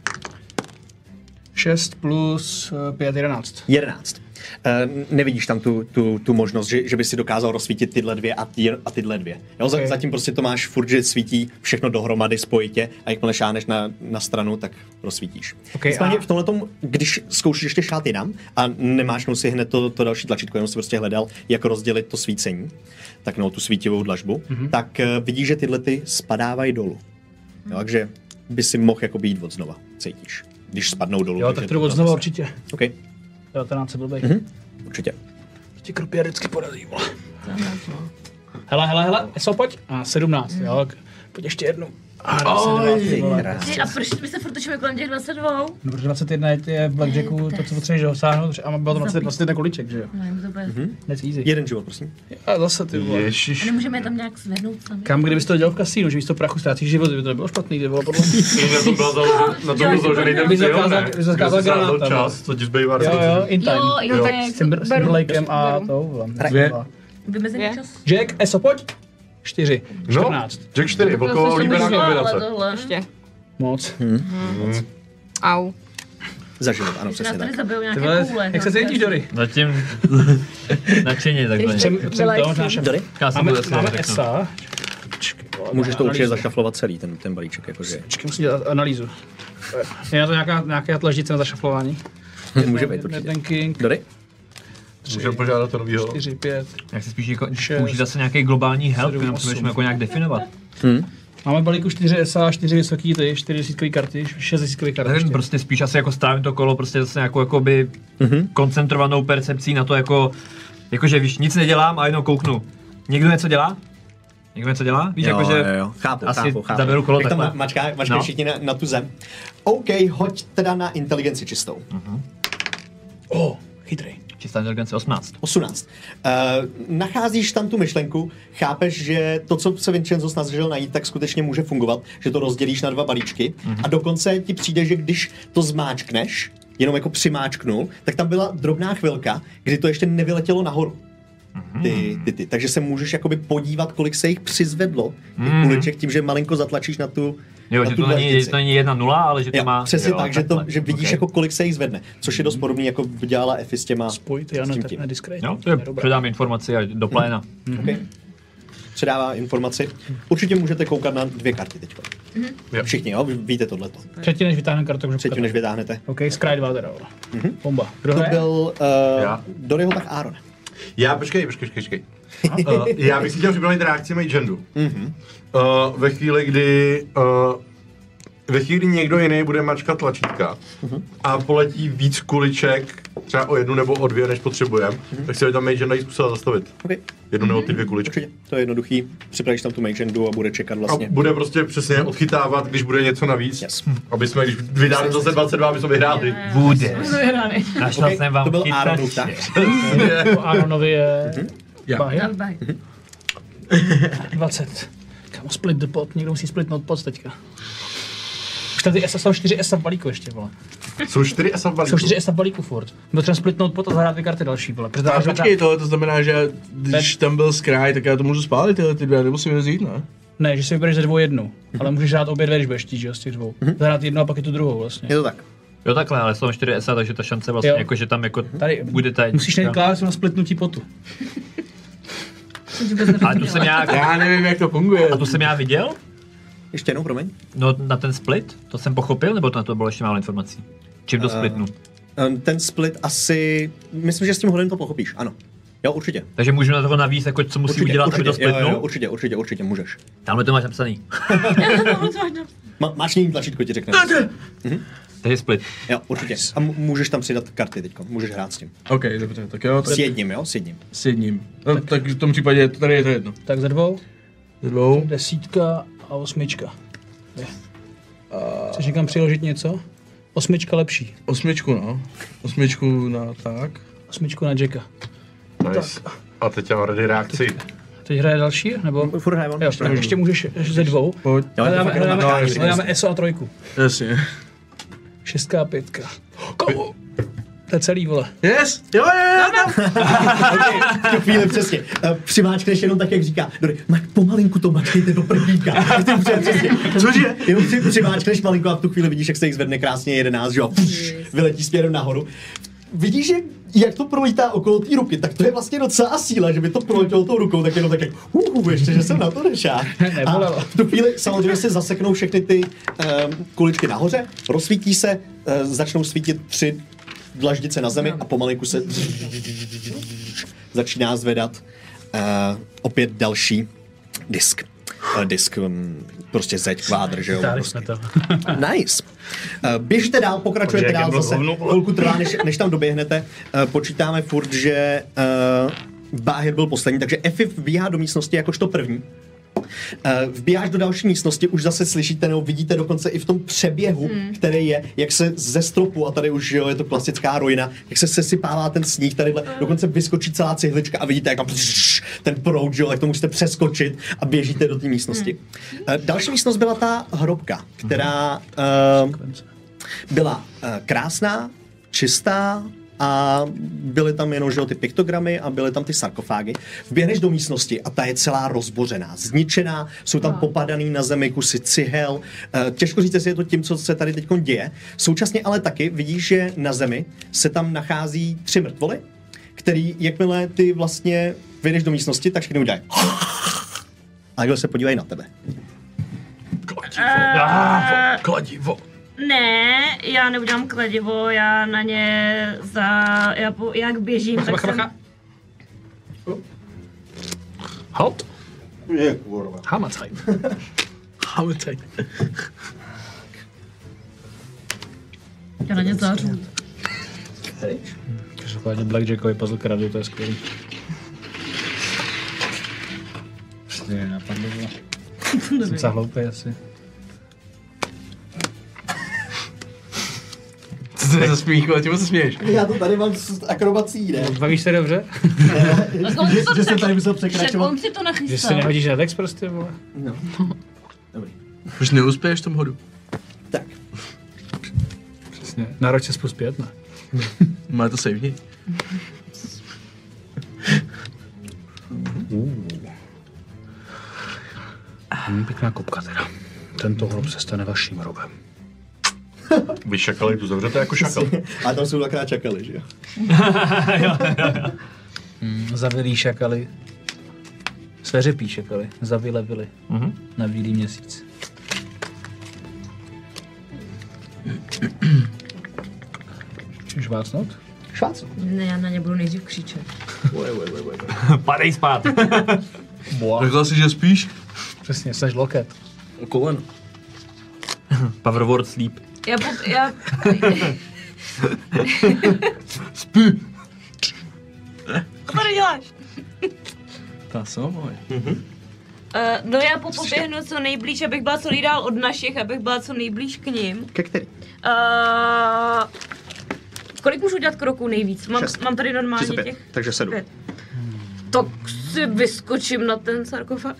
6 plus 5, 11. 11. Nevidíš tam tu možnost, že by si dokázal rozsvítit tyhle 2 a tyhle 2. Jo, Okay. Zatím prostě to máš furt, že svítí všechno dohromady spojitě a jakmile šáneš na stranu, tak rozsvítíš. Okay, Nicméně v tomhletom, když zkoušíš ještě šát jinam a nemáš si hned to další tlačítko, jenom si prostě hledal, jak rozdělit to svícení, tak tu svítivou dlažbu, tak vidíš, že tyhle ty spadávají dolů. Jo, takže by si mohl jako být od znova, cítíš, když spadnou dolů. Jo, takže tak to od znova zase- určitě. OK, 19 blbej. určitě. Ti krupě vždycky porazí, vole. Hele, Eso, pojď. A 17, jo. Pojď ještě jednu. A 22, A proč by se furt točíme kolem těch 22? No, protože 21 je v Blackjacku to, co potřebuješ dosáhnout, a bylo to 21 kolíček, že jo? Nevím, to bude. That's easy. 1 život, prosím. A zase ty vole. Ježiš. A nemůžeme je tam nějak zvednout sami. Kam, kdybys to dělal v kasínu, že místo prachu ztrácíš život, by to nebylo špatný, to bylo podle mě. Na tom byl založený ten By film, zakázal- ne? by zakázal Že jsi granát, sázal čas, co ti zbývá. Jo, in time. Jo, tak S tím Timberlakem a beru. to, vole. Dvě. Vymezený Dvě. čas. Jack, Eso, pojď. 4, No, 14. Jack 4, Vlková oblíbená kombinace. Ještě. Moc. Au. Za život, ano, Když nás přesně tady tak. zabijou Ty nějaké vole, koule. jak se cítíš, Dory? Zatím nadšeně takhle. Třem to, náš Dory? Já jsem Máme, to asi máme neřeknu. Esa. Můžeš to určitě zašaflovat celý, ten balíček, jakože. Počkej, musím dělat analýzu. Je na to nějaká tlaždice na zašaflování? Může být určitě. Jeden king, Dory? Můžeme požádat o novýho. 4, 5. Jak se spíš jako Šest, použít zase nějaký globální help, 7, jenom 8. přemýšlím jako nějak definovat. Máme v balíku 4 SA, 4 vysoký, tady 4 desítkový karty, 6 desítkových karty. Nevím, prostě spíš asi jako strávím to kolo prostě zase nějakou jakoby koncentrovanou percepcí na to jakože víš, nic nedělám a jenom kouknu. Někdo něco dělá? Někdo něco dělá? Víš, jakože Chápu, asi chápu. zaberu kolo Jak tam takhle. mačkáme No. všichni na tu zem. OK, hoď teda na inteligenci čistou. Chytrý. Čistá inteligence 18. 18. Nacházíš tam tu myšlenku, chápeš, že to, co se Vincenzo snažil najít, tak skutečně může fungovat, že to rozdělíš na 2 balíčky a dokonce ti přijde, že když to zmáčkneš, jenom jako přimáčknul, tak tam byla drobná chvilka, kdy to ještě nevyletělo nahoru. Ty. Takže se můžeš jakoby podívat, kolik se jich přizvedlo, těch kuliček, tím, že malinko zatlačíš na tu Jo, na že tu to není dlaždici. 1-0, ale že to Jo, má... přesně jo, tak, že vidíš okay. jako kolik se jich zvedne, což je dost podobný, jako dělala Effie s těma... Spojit, já s tím na tím. nediskrétní. Jo, to je, předám informaci a do pléna. Okay. Předává informaci. Určitě můžete koukat na 2 karty teď. Všichni, jo? Vy víte tohleto. Předtím, než vytáhneme kartu, můžu Předtím, než vytáhnete. OK, Scry 2 teda. Bomba. Kdo To hraje? byl Já. Doryho, tak Aaron. Já, počkej. Já bych si chtěl připravit reakci Magendu. Ve chvíli, kdy někdo jiný bude mačkat tlačítka a poletí víc kuliček, třeba o 1 nebo o 2, než potřebujeme, tak si tam Magenda jí zkusila zastavit. Okay. 1 nebo ty 2 kuličky. Určitě. To je jednoduchý. Připravíš tam tu Magendu a bude čekat A vlastně. bude prostě přesně odchytávat, když bude něco navíc. Yes. Aby jsme, když vydáme zase 22, aby jsme vyhráli. Bude. Vyhrány. Našel Okay, jsem vám to byl chytače. Aaronův tak. Po Aaronovi je... Já. Bahir? 20. 20. Kámo, split the pot, někdo musí splitnout pot teďka. Už tady jsou 4 ESA v balíku ještě, vole. Jsou 4 ESA v balíku. Jsou 4 ESA v balíku furt. Byl třeba splitnout pot a zahrát 2 karty další, vole. A počkej, to znamená, že když tam byl Scry, tak já to můžu spálit tyhle ty 2, nemusím je vzít, ne? Ne, že si vybereš ze 2 jednu, ale můžeš hrát obě 2, když budeš chtít, že jo, z těch 2. Zahrát jednu a pak i tu druhou vlastně. Je to tak. Jo takhle, ale jsou 4 SA, takže ta šance vlastně Jo. jako, že tam jako Tady bude teď. musíš najít klávesu na splitnutí potu. Ale tu jsem Já nevím, jak to funguje. a tu jsem já viděl? Ještě jednou, promiň. No na ten split, to jsem pochopil, nebo to na to bylo ještě málo informací? Čím to splitnu? Ten split asi... Myslím, že s tím hodem to pochopíš, ano. Jo, určitě. Takže můžu na toho navíc, jako co musí udělat, aby to splitnul? Jo, určitě, můžeš. Tamhle to máš napsaný. Máš jiný tlačítko, ti řekne. Takže split. Jo, určitě. A můžeš tam přidat karty teďko, můžeš hrát s tím. OK, dobře, tak jo, S jedním, jo, s jedním. s jedním. No, tak v tom případě tady je to jedno. Tak ze 2, Ze 2. 10 a 8. Chceš někam přiložit něco? 8 lepší. 8, no. 8 na tak. 8 na Jacka. Nice. A teď já mám ready reakci. Teď hraje další, nebo? Furt hraje on. Jo, tak ještě můžeš ze 2. Pojď. Hledáme ESO a 3. Jasně. 6 a 5. Komu? To je celý, vole. Yes! Jo, V tu chvíli přesně. Přimáčkneš jenom tak, jak říká. Dory, pomalinku to mačkejte do prvníka. Přesně. Cože? Jenom přimáčkneš malinko a v tu chvíli vidíš, jak se jich zvedne krásně 11, že jo? Vyletí směrem nahoru. Vidíš, že jak to prolítá okolo té ruky, tak to je vlastně docela síla, že by to proletělo tou rukou, tak jenom tak jak ještě, že jsem na to nešel. A v tu chvíli samozřejmě se zaseknou všechny ty kuličky nahoře, rozsvítí se, začnou svítit 3 dlaždice na zemi a pomalinku se začíná zvedat opět další disk. Prostě zeď, kvádr, že jo? Prostě. Nice. Běžte dál, pokračujete dál zase. Chvilku trvá, než tam doběhnete. Počítáme furt, že Bahir byl poslední, takže Effie vbíhá do místnosti jakožto první. Vbíháš do další místnosti, už zase slyšíte nebo vidíte dokonce i v tom přeběhu, který je, jak se ze stropu, a tady už jo, je to klasická ruina, jak se sesypává ten sníh, tadyhle dokonce vyskočí celá cihlička a vidíte, jak tam ten proud, jo, jak to musíte přeskočit a běžíte do té místnosti. Další místnost byla ta hrobka, která byla krásná, čistá, a byly tam jenom, že, ty piktogramy a byly tam ty sarkofágy. Vběhneš do místnosti a ta je celá rozbořená, zničená, jsou tam popadaný na zemi kusy cihel. Těžko říct, jestli je to tím, co se tady teď děje. Současně ale taky vidíš, že na zemi se tam nachází 3 mrtvoly, který, jakmile ty vlastně vyjdeš do místnosti, tak všechny udělají. A takhle se podívají na tebe. Kladivo. Ne, já neudělám kladivo, já na ně jak běžím, tak jsem... Halt. Je kurva. Hammerzeit. Máme teď. Já na ně zářu. Každopádně Blackjackovi puzzle kradu, to je skvělý. Prostě napadlo. Jsem se hloupý asi. Co se zasmíš, ale čemu se směješ? Já to tady mám s akrobací, ne? Bavíš se dobře? Že jsem tady musel překračovat. On si to Že si nachystal. nehodíš na text prostě, vole? No. Dobrý. Už neuspěješ v tom hodu. Tak. Přesně. Naroč se spust 5, ne? Má to savey. Pěkná kopka teda. Tento hrob se stane vaším hrobem. Vy šakali tu zavřete jako šakal. A tam jsou dvakrát čakali, že jo? Zavilí šakali. Sveřepí šakali. Zavilevili. Na bílý měsíc. Chceš vácnout? Švác. Ne, já na ně budu nejdřív křičet. Padej spát. Řekl jsi, že spíš? Přesně, jsi loket. Koleno. Power word sleep. Já... Spí. Co tady děláš? Ta jsou moje. No já poběhnu co nejblíž, abych byla co nejdál od našich, abych byla co nejblíž k ním. Ke který? Kolik můžu dělat kroků nejvíc? Šest. Mám tady normálně 35, těch... takže 7. 5. Tak si vyskočím na ten sarkofag.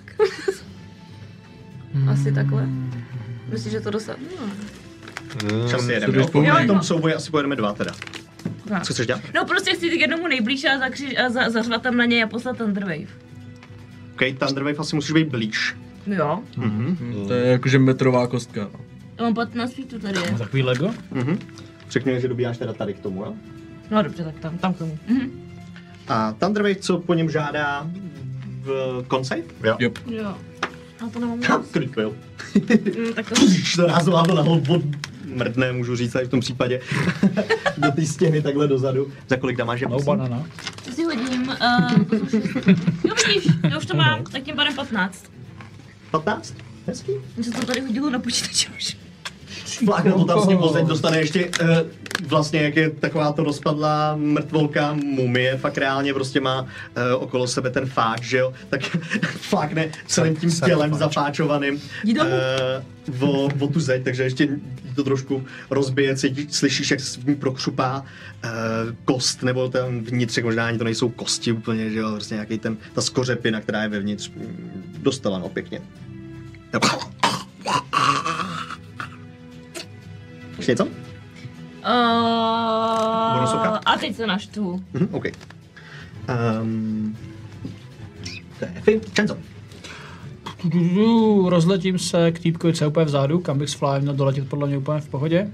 Asi takhle. Myslíš, že to dosáhnu? Čas jedeme, jdeš jo? pomalej. V tom souboji asi pojedeme 2 teda. No. Co chceš dělat? No prostě chci k jednomu nejblíž a zařvat tam na něj a poslat Thunderwave. OK, Thunderwave asi musíš být blíž. Jo. To je jakože metrová kostka. No. Já mám 15 feetů tady je. Takový Lego? Řekni, že dobíháš teda tady k tomu, jo? No dobře, tak tam k tomu. A Thunderwave, co po něm žádá v konsej? Jo. Yep. Jo. A to nemám Krytvěl. tak to... To rázová to na hlavu mrdne, můžu říct tady v tom případě. Do té stěny takhle dozadu. Za kolik damáže? No banana. To si hodím, jo vidíš, já už to mám, tak tím pádem 15. 15? Hezký. Mně se to tady hodilo na počítači už. Flákne to tam s ním vozeň, dostane ještě vlastně, jak je taková to rozpadlá mrtvolka mumie, fakt reálně prostě má okolo sebe ten fáč, že jo, tak flákne celým tím tělem zafáčovaným o tu zeď, takže ještě to trošku rozbije, slyšíš, jak s ní prokřupá kost, nebo ten vnitřek, možná ani to nejsou kosti úplně, že jo, prostě nějaký ta skořepina, která je vevnitř, dostala, no, pěkně. Ještě něco? Bonusoka? A teď se naštvu. OK. To je Effie. Čenzo. Rozletím se k týpkovi, co je úplně vzadu, kam bych s Flyem měl doletět podle mě úplně v pohodě.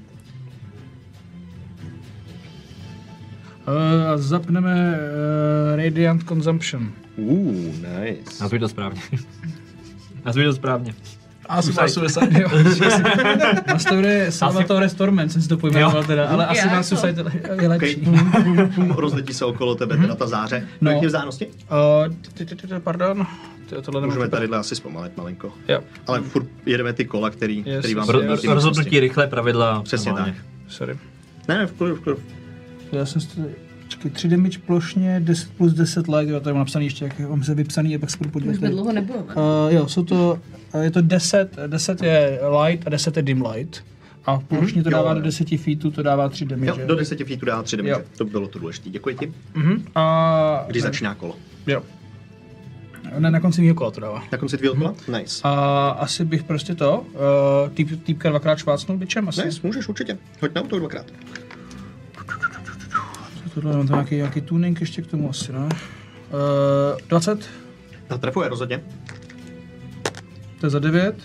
A zapneme Radiant Consumption. Nice. Nazvi to správně. Nazvi to správně. A Suicide, jo. Nastavuje Salvatore Stormen, jsem si to pojmenoval teda, ale asi na Suicide je lepší. Rozletí se okolo tebe, teda ta záře. No jak je vzdálenosti? Pardon. Můžeme tadyhle asi zpomalit malinko. Jo. Ale furt jedeme ty kola, který vám Rozhodnutí rychle pravidla. Přesně tak. Sorry. Ne, v klidu. Já jsem si to... Počkej, 3 damage plošně, 10 plus 10 light, jo, tady mám napsaný ještě, jak mám se vypsaný, a pak se budu podívat. Už by dlouho nebylo, jo, jsou to, je to 10 je light a 10 je dim light. A plošně to dává do 10 feetů, to dává 3 damage. Jo, do 10 feetů dává 3 damage. Jo. To bylo to důležité. Děkuji ti. A... Kdy začíná kolo? Jo. Ne, na konci mýho kola to dává. Na konci tvýho kola? Nice. A asi bych prostě to, týpka dvakrát švácnul bičem asi. Nice, můžeš určitě. Hoď na auto dvakrát. Tohle mám tam nějaký tuning ještě k tomu asi, ne? 20. A trefuje rozhodně. To je za 9.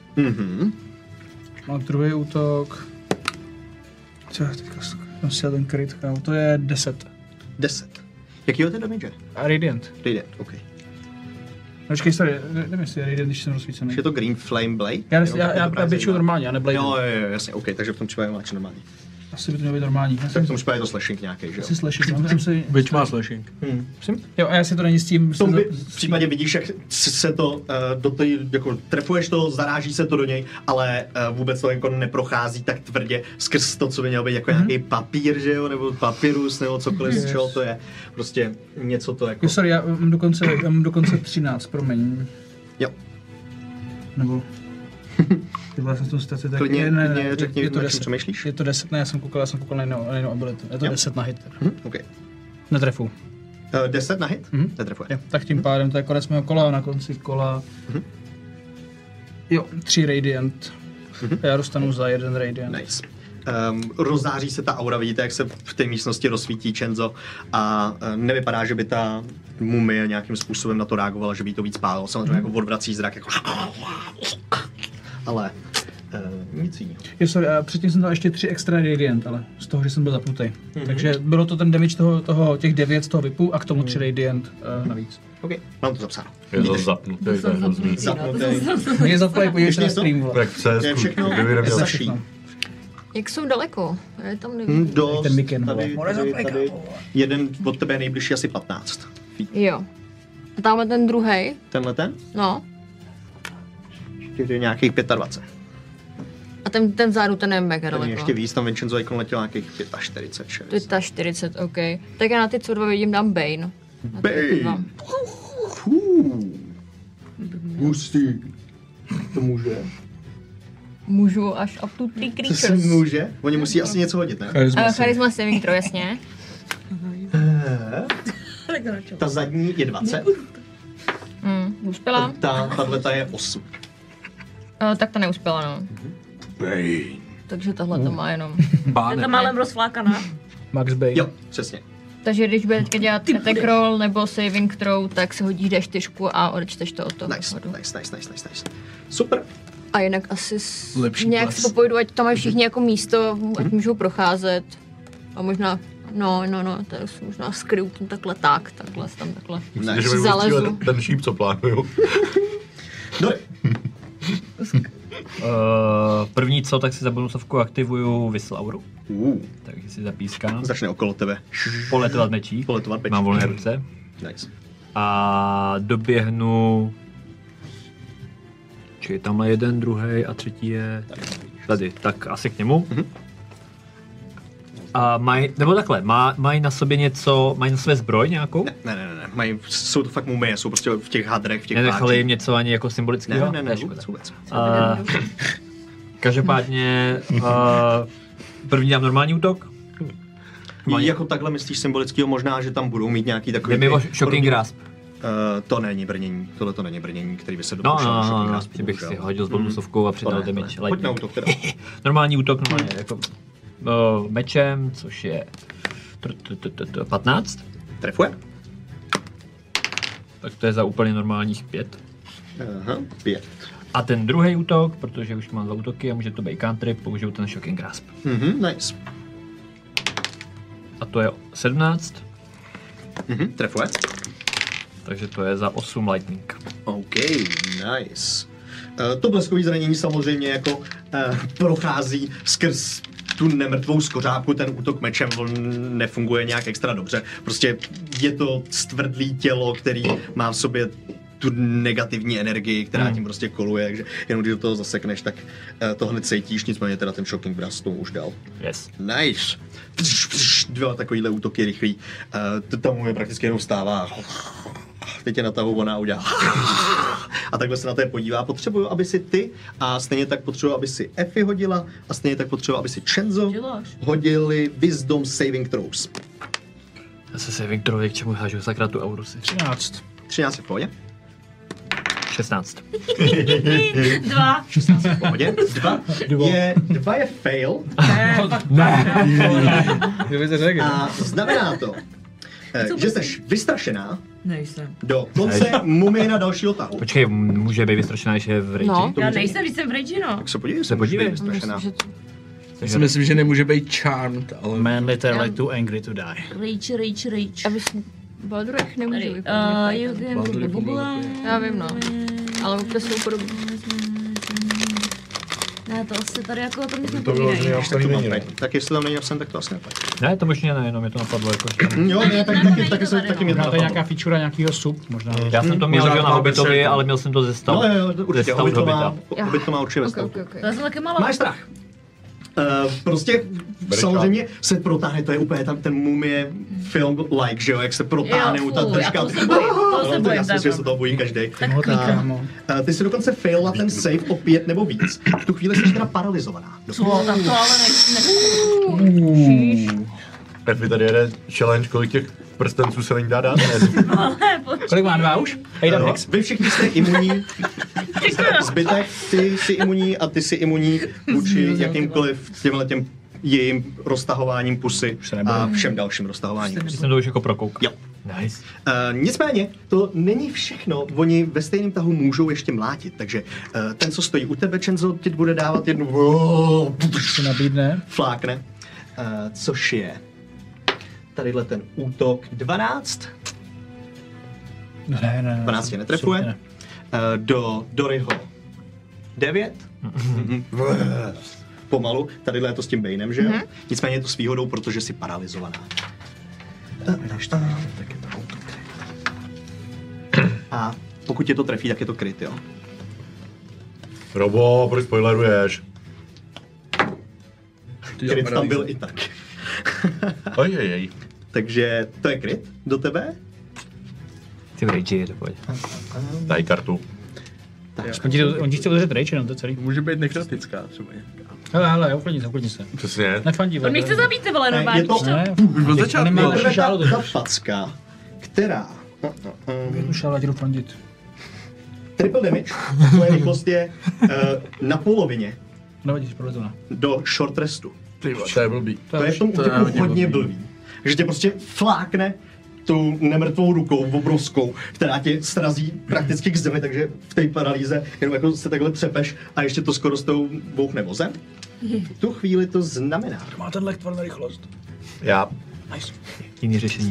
Mám druhý útok. Teďka jsem si ten crit, kámo, to je 10. 10. Jakýho ten damage? A Radiant. Radiant, OK. No, počkej, sorry, nevím, jestli je Radiant, když jsem rozsvícený. Je to Green Flame Blade? Já bičuju normálně, a ne Blade. Jo, jasně, OK, takže v tom případě máš normálně. Asi by to mělo být normální. Tak to musí být to slashing nějaký, že jo? Asi slashing, mám si... Byť má slashing. Jo, a já si to není s tím... V tom v případě vidíš, jak se to do té, jako trefuješ to, zaráží se to do něj, ale vůbec to jako neprochází tak tvrdě skrz to, co by mělo být jako nějaký papír, že jo, nebo papirus, nebo cokoliv, z čeho to je. Prostě něco to jako... Jo, sorry, já mám dokonce 13, promiň. Jo. Nebo... Tyhle, jsem v tom situaci tak... Klidně řekni, je to na čem 10. přemýšlíš? Je to 10, ne, já jsem koukal na jinou abilitu. Je to 10 na hit. OK. Netrefu. 10 na hit? Netrefuje. Jo, tak tím pádem to je konec mého kola a na konci kola... Jo, 3 radiant. Já dostanu za 1 radiant. Nice. Rozzáří se ta aura, vidíte, jak se v té místnosti rozsvítí Chenzo a nevypadá, že by ta mumie nějakým způsobem na to reagovala, že by jí to víc pálilo. Samozřejmě jako odvrací zrak, jako... Ale nic jiného. Jo, sorry, a předtím jsem dal ještě 3 extra radiant, ale z toho, že jsem byl zapnutý. Takže bylo to ten damage těch 9 z toho vypu a k tomu 3 radiant navíc. OK, mám to zapsáno. Je to zapnutý, to je hrozný. Zapnutý. Mě zaplaví, podívej se na Ještě něco? stream, vole. Tak v CS, To je všechno? kdyby neměl... Zaší. Jak jsou daleko? Já je tam nevím. Dost, Ten Miken, tady, vole. tady. Jeden od tebe je nejbližší asi 15. Jo. A tamhle ten druhej, Tenhle ten? no. Těch je nějakých 25. A ten vzadu, ten je mega Ten je daleko. ještě víc, tam Vincenzo Icon letěl nějakých 45. To je ta 40, OK. Tak já na ty co dva vidím dám Bane. Na ty dva. Bane! Hustý. To může. Můžu až up to 3 To se creatures. může? Oni musí asi něco hodit, ne? Charisma saving throw, jasně. Ta zadní je 20. Uspěla. Tato je 8. Tak to neuspěla, no. Bane. Takže tahle to má jenom. Je to málem rozflákaná. Max Bay. Jo, přesně. Takže když bude teďka dělat attack roll nebo saving throw, tak se hodíš D4 a odečteš to od toho. Nice. Super. A jinak asi Lepší nějak klas. se popojdu, ať tam mají všichni jako místo, ať můžou procházet. A možná, no, to je možná skryju ten takhle takhle tam takhle. Myslím, že by Zalezu. byl ten šíp, co plánuju. Dobře. První co, tak si za bonusovku aktivuju Whistle Auru. Takže si zapískám. Začne okolo tebe. Poletovat mečí. Poletovat mečí. Mám volné ruce. Nice. A doběhnu... Čili tamhle jeden, druhý a třetí je tady. Tak asi k němu. A mají, nebo takhle, mají na sobě něco, mají na sobě zbroj nějakou? Ne. Jsou to fakt mumie, jsou prostě v těch hadrech, v těch Nenechali jim něco ani jako symbolického? Ne, To je škoda. vůbec. Každopádně první dám normální útok. Jako takhle myslíš symbolického, možná, že tam budou mít nějaký takový... Jde mi o Shocking Grasp. To není brnění, tohle to není brnění, který by se No, dopoušel Shocking Grasp, že bych si bohužel. hodil s bonusovkou a přidal To ne. damage. Pojď na útok teda. Normální útok, normálně jako mečem, což je 15. Trefuje? Tak to je za úplně normálních 5. Aha, 5. A ten druhý útok, protože už mám 2 útoky a může to být cantrip, použiju ten Shocking Grasp. Nice. A to je 17, Trefuje? takže to je za 8 lightning. OK, nice. To bleskový zranění samozřejmě jako prochází skrz tu nemrtvou skořápku, ten útok mečem on nefunguje nějak extra dobře. Prostě je to stvrdlý tělo, který má v sobě tu negativní energii, která tím prostě koluje, takže jenom když do toho zasekneš, tak to hned cítíš, nicméně teda ten Shocking Blast tomu už dal. Yes. Nice. 2 takovýhle útoky rychlý. Tam je prakticky jenom stává. Teď je na tahu, ona udělá. A takhle se na to podívá. Potřebuju, aby si ty a stejně tak potřebuju, aby si Effie hodila a stejně tak potřebuju, aby si Chenzo hodili Wisdom Saving Throws. Já se saving throw, k čemu hážu sakra tu auru si. 13. 13 je v pohodě. 16. 2. 16 je v pohodě. 2 je fail. Kdyby to řekl. A znamená to, že jsi vystrašená Nejsem. do konce mumie dalšího tahu. Počkej, může být vystrašená, když je v rage. No. Já nejsem, když jsem v rage, no. Tak se podívej, Se podívej. vystrašená. Myslím, že Já si myslím, že nemůže být charmed, ale... Man literally too angry to die. Rage. aby jsem Baldurech nemůže Tady. vypadat. Baldur Já vím, no. Ale úplně jsou podobné. Ne, to asi tady jako o tom nic To bylo nepovídají. vlastně není. Tak jestli tam není napsané, tak to asi neplatí. Ne, to možná ne, jenom mě to napadlo jako, že tam... Jo, ne, taky mě to Možná to je napadlo. nějaká feature nějakého sub, možná. Já jsem to měl Možná že to na má Hobbitovi, Berserku. ale měl jsem to ze stavu. No, určitě, Hobbit Hobbit to má určitě ve stavu. To já jsem taky malá. Máš strach? Prostě samozřejmě se protáhne, to je úplně tam ten mumie film like, že jo, jak se protáhne u ta držka. to se bojím, Jasně, že se toho bojí každý. No, tak kámo. Ty jsi dokonce failila ten save o 5 nebo víc. V tu chvíli jsi teda paralizovaná. Co, tak to ale nechci. Efi tady jede challenge, kolik těch prstenců se není dá dát? Kolik má 2 už? Hejda No, Dex. vy všichni jste imunní, zbytek, ty jsi imunní a ty jsi imunní vůči jakýmkoliv těm jejím roztahováním pusy a všem dalším roztahováním pusy. Jsem to už jako prokouk. Jo. Nice. Nicméně, to není všechno. Oni ve stejném tahu můžou ještě mlátit, takže ten, co stojí u tebe, Čenzo, ti bude dávat jednu Se nabídne. flákne, což je tadyhle ten útok 12. Ne. 12 tě netrefuje. Ne. Do Doryho 9. Pomalu. Tadyhle je to s tím Banem, že jo? Nicméně je to s výhodou, protože jsi paralizovaná. A pokud tě to trefí, tak je to kryt, jo? Robo, proč spoileruješ? Kryt tam byl i tak. Ojejej. Takže to je kryt do tebe. Ty v rage, pojď. Daj kartu. On ti chce udržet rage, jenom to je celý. Může být nekrotická třeba nějaká. Hele, uklidni se. Přesně. Nefandí. On mě chce zabít, ty vole, normálně. Je to- víš to? Už od začátku. Nemá naši Teprve žálu ta to. facka, která... Jednu šálu, ať jdu fandit. Triple damage, tvoje rychlost je na polovině Nevadí, prolezuna. do short restu. Ty vole, to je blbý. To je v tom to je útoku hodně hodně blbý. blbý. Že tě prostě flákne tu nemrtvou rukou obrovskou, která tě srazí prakticky k zemi, takže v té paralýze jenom jako se takhle třepeš a ještě to skoro s tou bouchne vozem. V tu chvíli to znamená. Má ten lechtvar na rychlost. Já. Jiný řešení.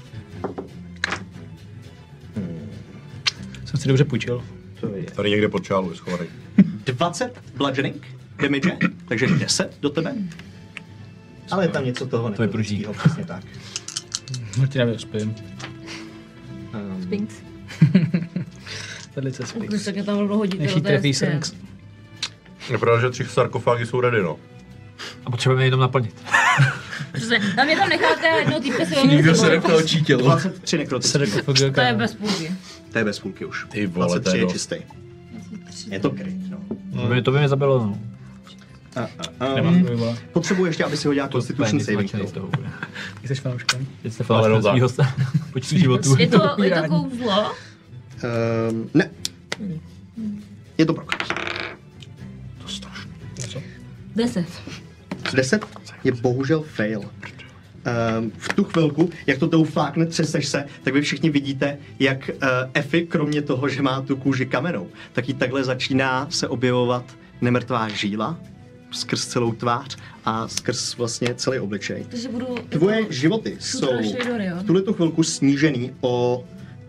Jsem si dobře půjčil. To je Tady někde pod čálu je schovaný. 20 bludgeoning damage, takže 10 do tebe. Ale je tam něco toho To je pruží. nekritického, přesně tak. No ti nevím, spím. Spinks. Tady se spí. Když tak tam rovnou hodíte Než jí do té trefí skříně. Spinks. Je pravda, že 3 sarkofágy jsou ready, no. A potřebujeme jenom naplnit. Přesně. Tam je tam necháte jednou týpka si velmi Nikdo se sebou. neptal čítělo. 23 nekrotický. To je bez půlky. To je bez půlky už. Ty vole, to 23 je je dost. čistý. Je to kryt, no. To by mě zabilo, no. Nemám to vole. Potřebuji ještě, aby si hodila Constitution saving z throw. toho. Jsi fanouškem. Teď jste Ale fanouškem rozá. svýho počtu životů. Je to kouzlo? Ne. Je to prokaz. To strašně. 10. 10 je bohužel fail. V tu chvilku, jak to tou flákne, třeseš se, tak vy všichni vidíte, jak Effie, kromě toho, že má tu kůži kamenou, tak jí takhle začíná se objevovat nemrtvá žíla skrz celou tvář a skrz vlastně celý obličej. Takže budu... Tvoje životy jsou v tuhletu chvilku snížený o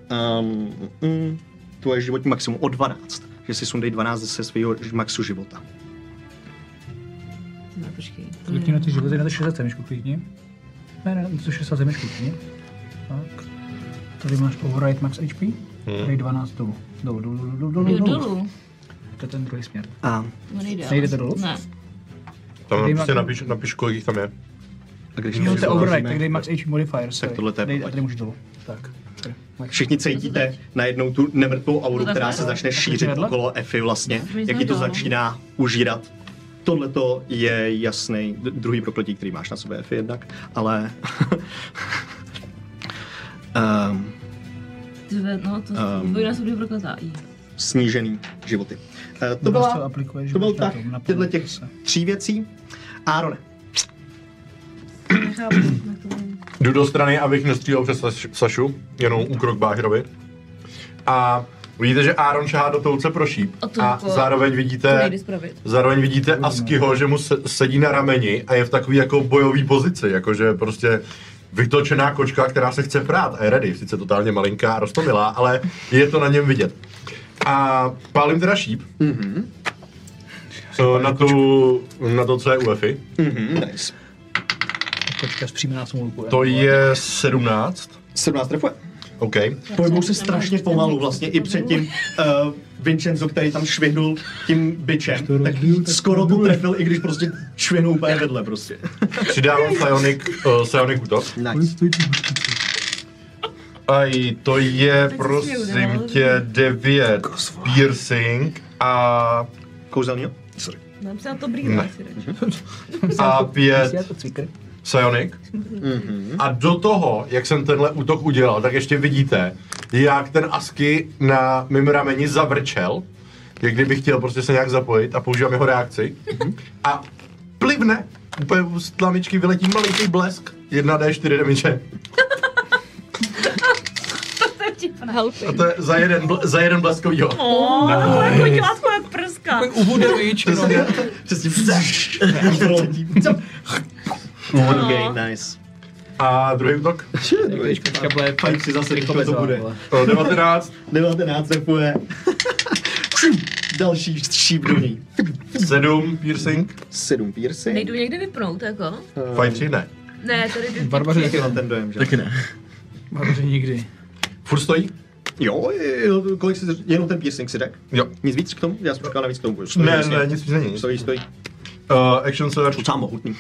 tvoje životní maximum o 12. Že si sundej 12 ze svého maxu života. No, počkej. Klikni na ty životy, na ty 60 zemešků, klikni. Ne, na ty 60 zemešků, klikni. Tak. Tady máš override max HP. Tady 12 dolů. Dolů. To je ten druhý směr. A Nejdete dolů? Ne. Tam Dej prostě ma- napiš, kolik jich tam je. když Jo, to je override, zvážíme- tak dej max HP modifier. sorry. tohle to je Dej, a pohled. tady můžeš dolů. Tak. Sorry. Max. Všichni cítíte najednou tu nemrtvou auru, To která takhle? se začne šířit Vedle? okolo Effie vlastně, My jak jsme ji to dál. začíná užírat. Tohleto je jasný druhý prokletí, který máš na sobě, Effie jednak, ale... No, to dvojnásobně prokletá. snížený životy. To To byla, aplikuješ, to byl máš na tak, to, na těchto těch se. 3 věcí. Árone, Nechápu, jak to bude. Jdu do strany, abych nestřílel přes Sašu, jenom úkrok Báhirovi. A vidíte, že Aaron šahá do touce pro šíp. A zároveň To vidíte, nejde spravit. Askyho, že mu sedí na rameni a je v takový jako bojový pozici, jakože prostě vytočená kočka, která se chce prát a je ready, sice totálně malinká a roztomilá, ale je to na něm vidět. A pálím teda šíp. Na to, co je u Efy. Nice. Kočka zpříjmená smolku. To je 17. 17 trefuje. OK. Pohybují se strašně pomalu, vlastně i předtím Vincenzo, který tam švihnul tím bičem, tak skoro to trefil, i když prostě švihnul úplně vedle prostě. Přidávám psionic útok. Nice. Aj, to je, prosím tě, 9 piercing a... Kouzelný? Sorry. Mám se na to brýle asi a 5 psionic. A do toho, jak jsem tenhle útok udělal, tak ještě vidíte, jak ten Asky na mým rameni zavrčel, jak kdyby chtěl prostě se nějak zapojit a používám jeho reakci. A plivne, úplně z tlamičky vyletí malinký blesk, 1d4 damage. A to je za jeden bleskovýho. Jako dělátko jak prska. Uhu damage. Přesně. Okay, nice. A druhý útok? Fajn si zase rychle to bude. 19. 19 trefuje. Další šíp do ní. 7 piercing. 7 piercing. Nejdu někde vypnout, jako? Fajn 3 ne. Ne, tady jde. Barbaři Taky mám ten dojem, že? Taky ne. Barbaři nikdy. Furt stojí? Jo, kolik si jenom ten piercing si řekl? Jo. Nic víc k tomu? Já jsem čekal navíc k tomu. Ne, nic víc není. Stojí. Action search. To sám mohutný.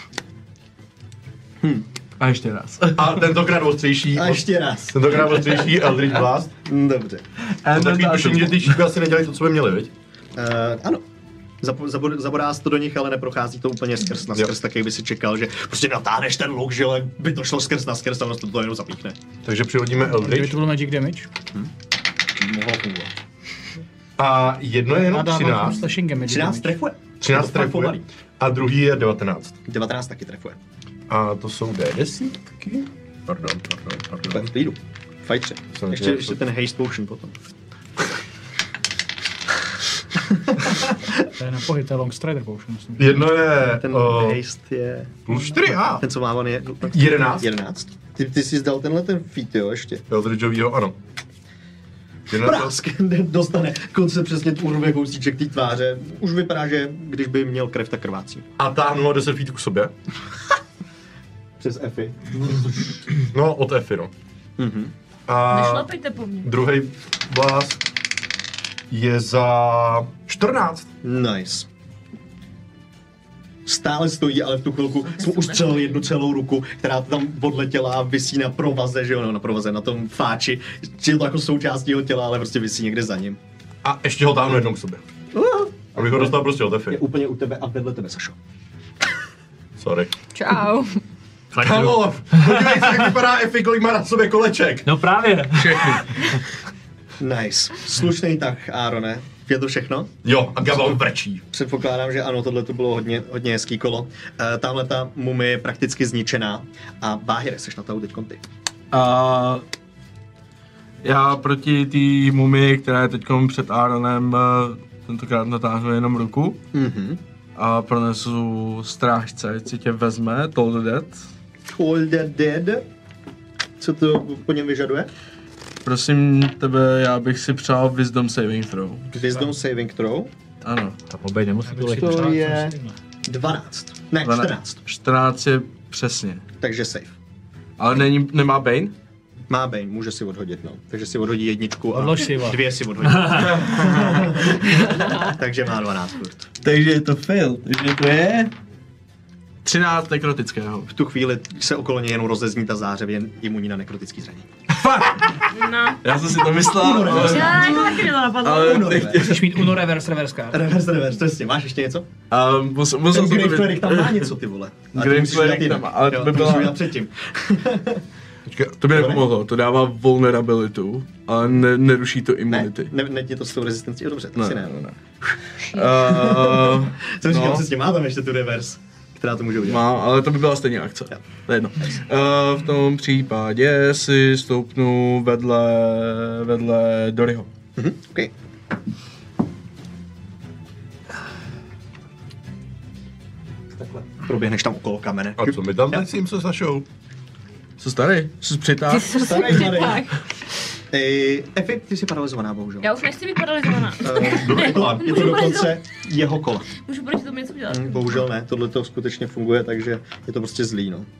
A ještě raz. A tentokrát ostřejší. A ještě raz. Tentokrát ostřejší Eldritch Blast. Dobře. To takový tušení, že ty šípy asi nedělají to, co by měli, viď? Ano. Zabodá se to do nich, ale neprochází to úplně skrz na skrz, tak jak by si čekal, že prostě natáhneš ten luk, že by to šlo skrz na skrz a ono to jenom zapíchne. Takže přihodíme Kdyby Eldritch. to byl magic damage. Mohlo fungovat. A jedno je jenom 13. Slashing damage. 13 trefuje. 13 trefuje. A druhý je 19. 19 taky trefuje. A to jsou D10. Pardon. Úplně v klidu. Fajtře. Jsem Ještě chtěl- ten haste potion potom. To je na pohyb, to je long strider potion. Myslím. Jedno je Ten haste je... plus 4, Ten, co má on je... 11. 11. Ty jsi zdal tenhle ten feat, jo, ještě. Eldritchovýho, ano. Prásk dostane konce přesně úrovně kousíček té tváře. Už vypadá, že když by měl krev, tak krvácí. A táhnu ho 10 feet k sobě. Přes Effy. No, od Effy, no. A Nešlapejte po mně. druhý blast je za 14. Nice. Stále stojí, ale v tu chvilku jsem ustřelil jednu celou ruku, která tam odletěla a visí na provaze, že jo, no, na provaze, na tom fáči. Je to jako součástí jeho těla, ale prostě visí někde za ním. A ještě ho táhnu jednou k sobě. Abych ho dostal prostě od Je Effy. úplně u tebe a vedle tebe, Sašo. Sorry. Čau. Halo, podívej se, jak vypadá Effy, kolik má na sobě koleček. No právě. Nice. Slušný tah, Aarone. Je to všechno? Jo, a Gabon vrčí. Předpokládám, že ano, tohle to bylo hodně hezký kolo. Tamhle ta mumie je prakticky zničená. A Báhire, seš na to teď ty. A já proti té mumii, která je teď před Aaronem, tentokrát natáhnu jenom ruku. A pronesu strážce, ať si tě vezme, Toll the Dead. Toll the Dead. Co to po něm vyžaduje? Prosím tebe, já bych si přál Wisdom Saving Throw. Wisdom saving throw. Ano. Ta obej nemusí to lehčí. To je 12. Ne, 14. 14 je přesně. Takže save. Ale nemá Bane? Má Bane, může si odhodit, no. Takže si odhodí jedničku a Odlož si ho. 2 si odhodí. Takže má 12 furt. Takže je to fail, takže to je 13 nekrotického. V tu chvíli se okolo něj jenom rozezní ta záře, jen imunní na nekrotický zranění. No. Já jsem si to myslel, Já jako taky mě to napadlo. ale nechtěl. Musíš mít Uno reverse card. Reverse, přesně. Máš ještě něco? Musel Ten jsem to Grave Cleric tam má něco, ty vole. Ale to Grave musíš udělat Cleric jinak. tam má, ale to Jo, by byla- musíš udělat předtím. To by nepomohlo, to dává vulnerabilitu, ale neruší to imunity. Ne ti to s tou rezistencí, jo, dobře, tak si ne. Jsem říkal, přesně, má tam ještě tu reverse, která to může udělat. Má, ale to by byla stejně akce. Jo. To je jedno. V tom případě si stoupnu vedle Doryho. Okay. Takhle. Proběhneš tam okolo kamene. A co my tam teď s ním se Sašou? Co starý? Jsi přitáhl? Starý mladý. Efi, ty jsi paralizovaná, bohužel. Já už nechci být paralizovaná. Je to dokonce jeho kola. Můžu proti tomu něco udělat. Bohužel ne, tohle to skutečně funguje, takže je to prostě zlý, no.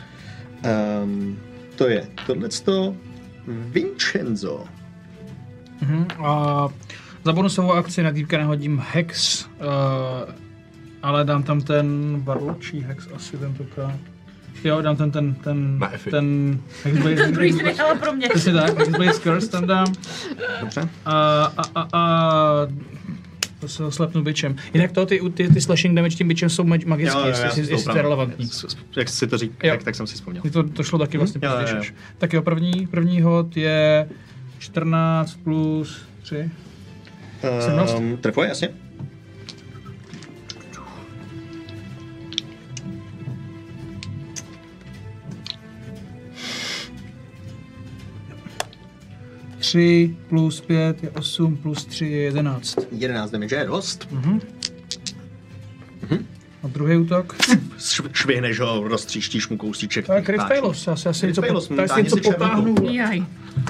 To je tohleto Vincenzo. A za bonusovou akci na týpka nehodím Hex, ale dám tam ten varločí Hex asi tentokrát. Jo, dám ten Na Efi. ten Hexblade. Druhý si nechala pro mě. Přesně tak, Hexblade Curse tam dám. Dobře. To se slepnu bičem. Jinak to, ty slashing damage tím bičem jsou magický, jestli to je relevantní. Jak jsi to říkal, tak jsem si vzpomněl. To šlo taky vlastně Jo. později. Tak jo, první hod je 14 plus 3. 17? Trefuje, jasně. Tři plus 5 je 8, plus 3 je 11. 11 damage je dost. A druhý útok? Švihneš ho, roztříštíš mu kousíček. Tak Crit Failus, asi něco Failus, něco potáhnu. Jaj.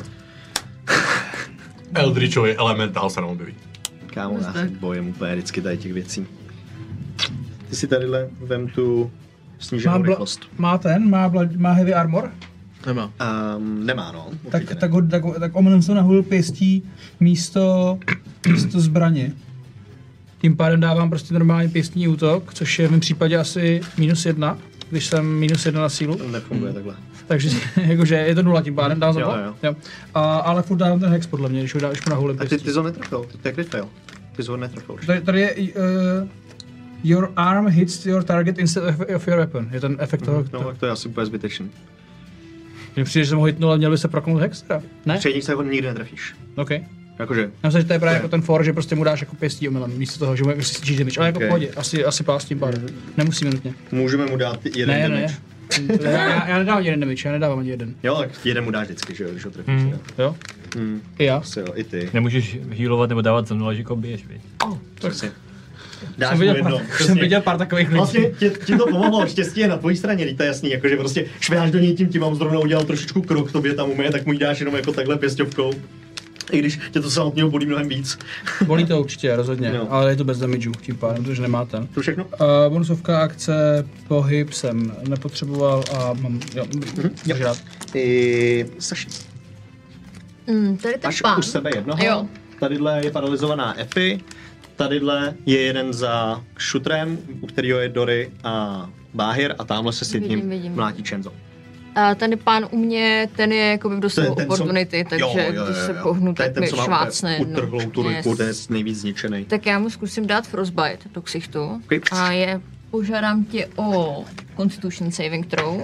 Eldritchovi elementál se nám objeví. Kámo, já se bojím úplně vždycky tady těch věcí. Ty si tadyhle vem tu sníženou rychlost. Má heavy armor? Nemá. Nemá, no. Určitě Tak omenem se nahodil pěstí místo zbraně. Tím pádem dávám prostě normální pěstní útok, což je v mém případě asi -1, když jsem -1 na sílu. To nefunguje takhle. Takže jakože je to 0 tím pádem, dám za to. Jo. Ale furt dávám ten hex podle mě, když mu naholím A pěstí. ty jsi ho netrefil, to je crit fail. Ty jsi ho netrefil. Tady je your arm hits your target instead of your weapon. Je ten efekt toho. No, tak to je asi úplně zbytečný. Mně přijde, že jsem ho hitnul, ale měl by se proknout hex teda? Ne? Přední se ho nikdy netrefíš. OK. Jakože, Já myslím, že to je právě jako ten for, že prostě mu dáš jako pěstí omylem, místo toho, že mu jako si stíží damage. Ale jako v pohodě, asi pás tím pádem. Nemusíme nutně. můžeme mu dát jeden damage. Já nedávám jeden damage, já nedávám ani jeden. Jo, tak jeden mu dáš vždycky, že jo, když ho trefíš. Jo? I já. Asi jo, i ty. Nemůžeš healovat nebo dávat za 0, že jako biješ, viď? Přesně. Dáš mu jedno. Jsem viděl pár takových lidí. Vlastně ti to pomohlo, štěstí je na tvojí straně, to je jasný, jakože prostě šviháš do něj tím on zrovna udělal trošičku krok, tobě tam umije, tak mu ji dáš jenom jako takhle pěsťovkou. I když tě to samotného bolí mnohem víc. Bolí to určitě, rozhodně, Jo. ale je to bez damageu tím pádem, protože nemá ten. To všechno? Bonusovka akce, pohyb jsem nepotřeboval a mám, takže rád. Saši, Tady ten máš pán. u sebe jednoho, Jo. tadyhle je paralizovaná Efi, tadyhle je jeden za šutrem, u kterého je Dory a Báhir a tamhle se s jedním Vidím. mlátí Čenzo. A ten pán u mě, ten je jakoby v To je dostahu ten, co- opportunity, takže když se pohnu, To je tak ten, mi co má švácne. úplně utrhlou tu ruku, Yes. ten je nejvíc zničený. Tak já mu zkusím dát frostbite do ksichtu Okay. a požádám tě o Constitution saving throw.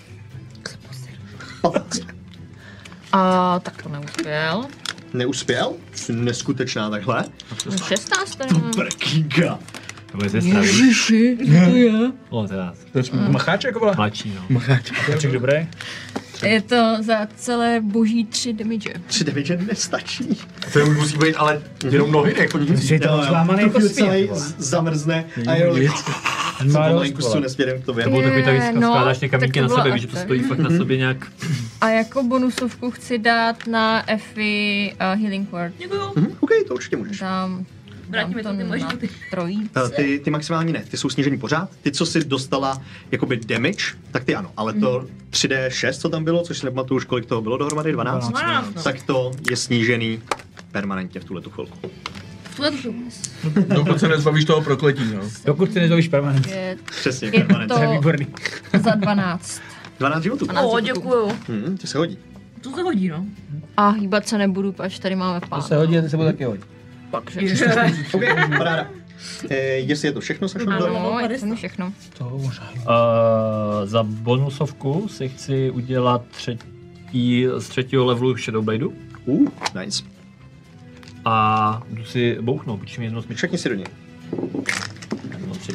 A tak to neuspěl. Neuspěl? Jsi neskutečná takhle. 16 to nemám. Prkínka. To je ze strany. Ježiši, co to je? O, teda. Macháč jako byla? Mladší, no. Macháček dobrý. Je to za celé boží 3 damage. 3 damage nestačí. To už musí být ale jenom nohy, jako nic. Je to zlámaný jako Trochu celý svět. zamrzne a jo, pomalinku se nesměrem k tobě. Nebo kdyby to no, skládáš ty kamínky tak na to sebe, byla víš, že to akce. stojí fakt na sobě nějak. A jako bonusovku chci dát na Effie Healing Word. Děkuju. OK, to určitě můžeš. Dám Vrátíme to ty moje životy. trojíce. Ty maximální ne, ty jsou snížený pořád. Ty, co si dostala jakoby damage, tak ty ano, ale to 3D6, co tam bylo, což si nepamatuju už, kolik toho bylo dohromady, 12? 12, no. Tak to je snížený permanentně v tuhletu chvilku. V tuhle tu Dokud se nezbavíš toho prokletí, no. Dokud ty nezbavíš permanentně. Přesně, Je permanentně. to- To je výborný. Za 12. 12 životů. O, děkuju. Ty se hodí. To se hodí, no. A hýbat se nebudu, až tady máme pána. To se hodí a ty se bude taky hodit. OK, paráda. Jestli je to všechno, Sašo? Ano, je to všechno. To možná. Za bonusovku si chci udělat z 3. levelu Shadowbladeu Nice. a jdu si bouchnout, počím mi jednou smyčku. Všechny si do něj. No, 3.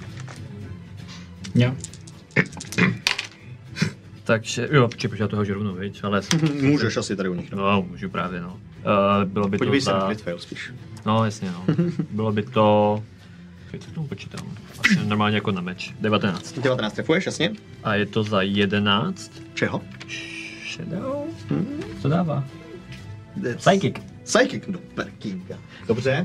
Jo. Takže, jo, počkej, já toho žeru, viď, ale... Můžeš asi tady u nich. No, můžu právě, no. Bylo by Podívej to se na za... crit fail spíš. No, jasně, no. Bylo by to... Jak to k tomu počítám? Asi normálně jako na meč. 19. 19 trefuješ, jasně. A je to za 11. Čeho? Shadow? Co dává? Psychic. Psychic, no perkínka. Dobře.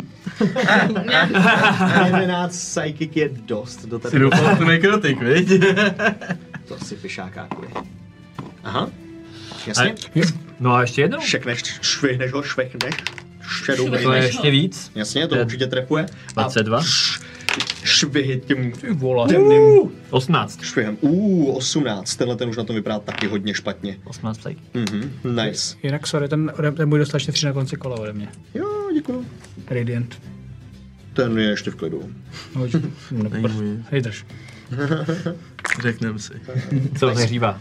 11 psychic je dost do Si tebe. doufal tu nekrotik, viď? To si pišákákuje. Aha. Jasně. No a ještě jednou. Švihneš ho, švechneš. Šedou To je hvězdou. ještě víc. Jasně, to To je určitě trefuje. 22. Švihy tím Vole. temným 18. švihem. 18. Tenhle ten už na tom vypadá taky hodně špatně. 18 psychic. Nice. Jinak sorry, ten můj dostal ještě 3 na konci kola ode mě. Jo, děkuju. Radiant. Ten je ještě v klidu. No, hej, drž. Řekneme si. Co hřívá?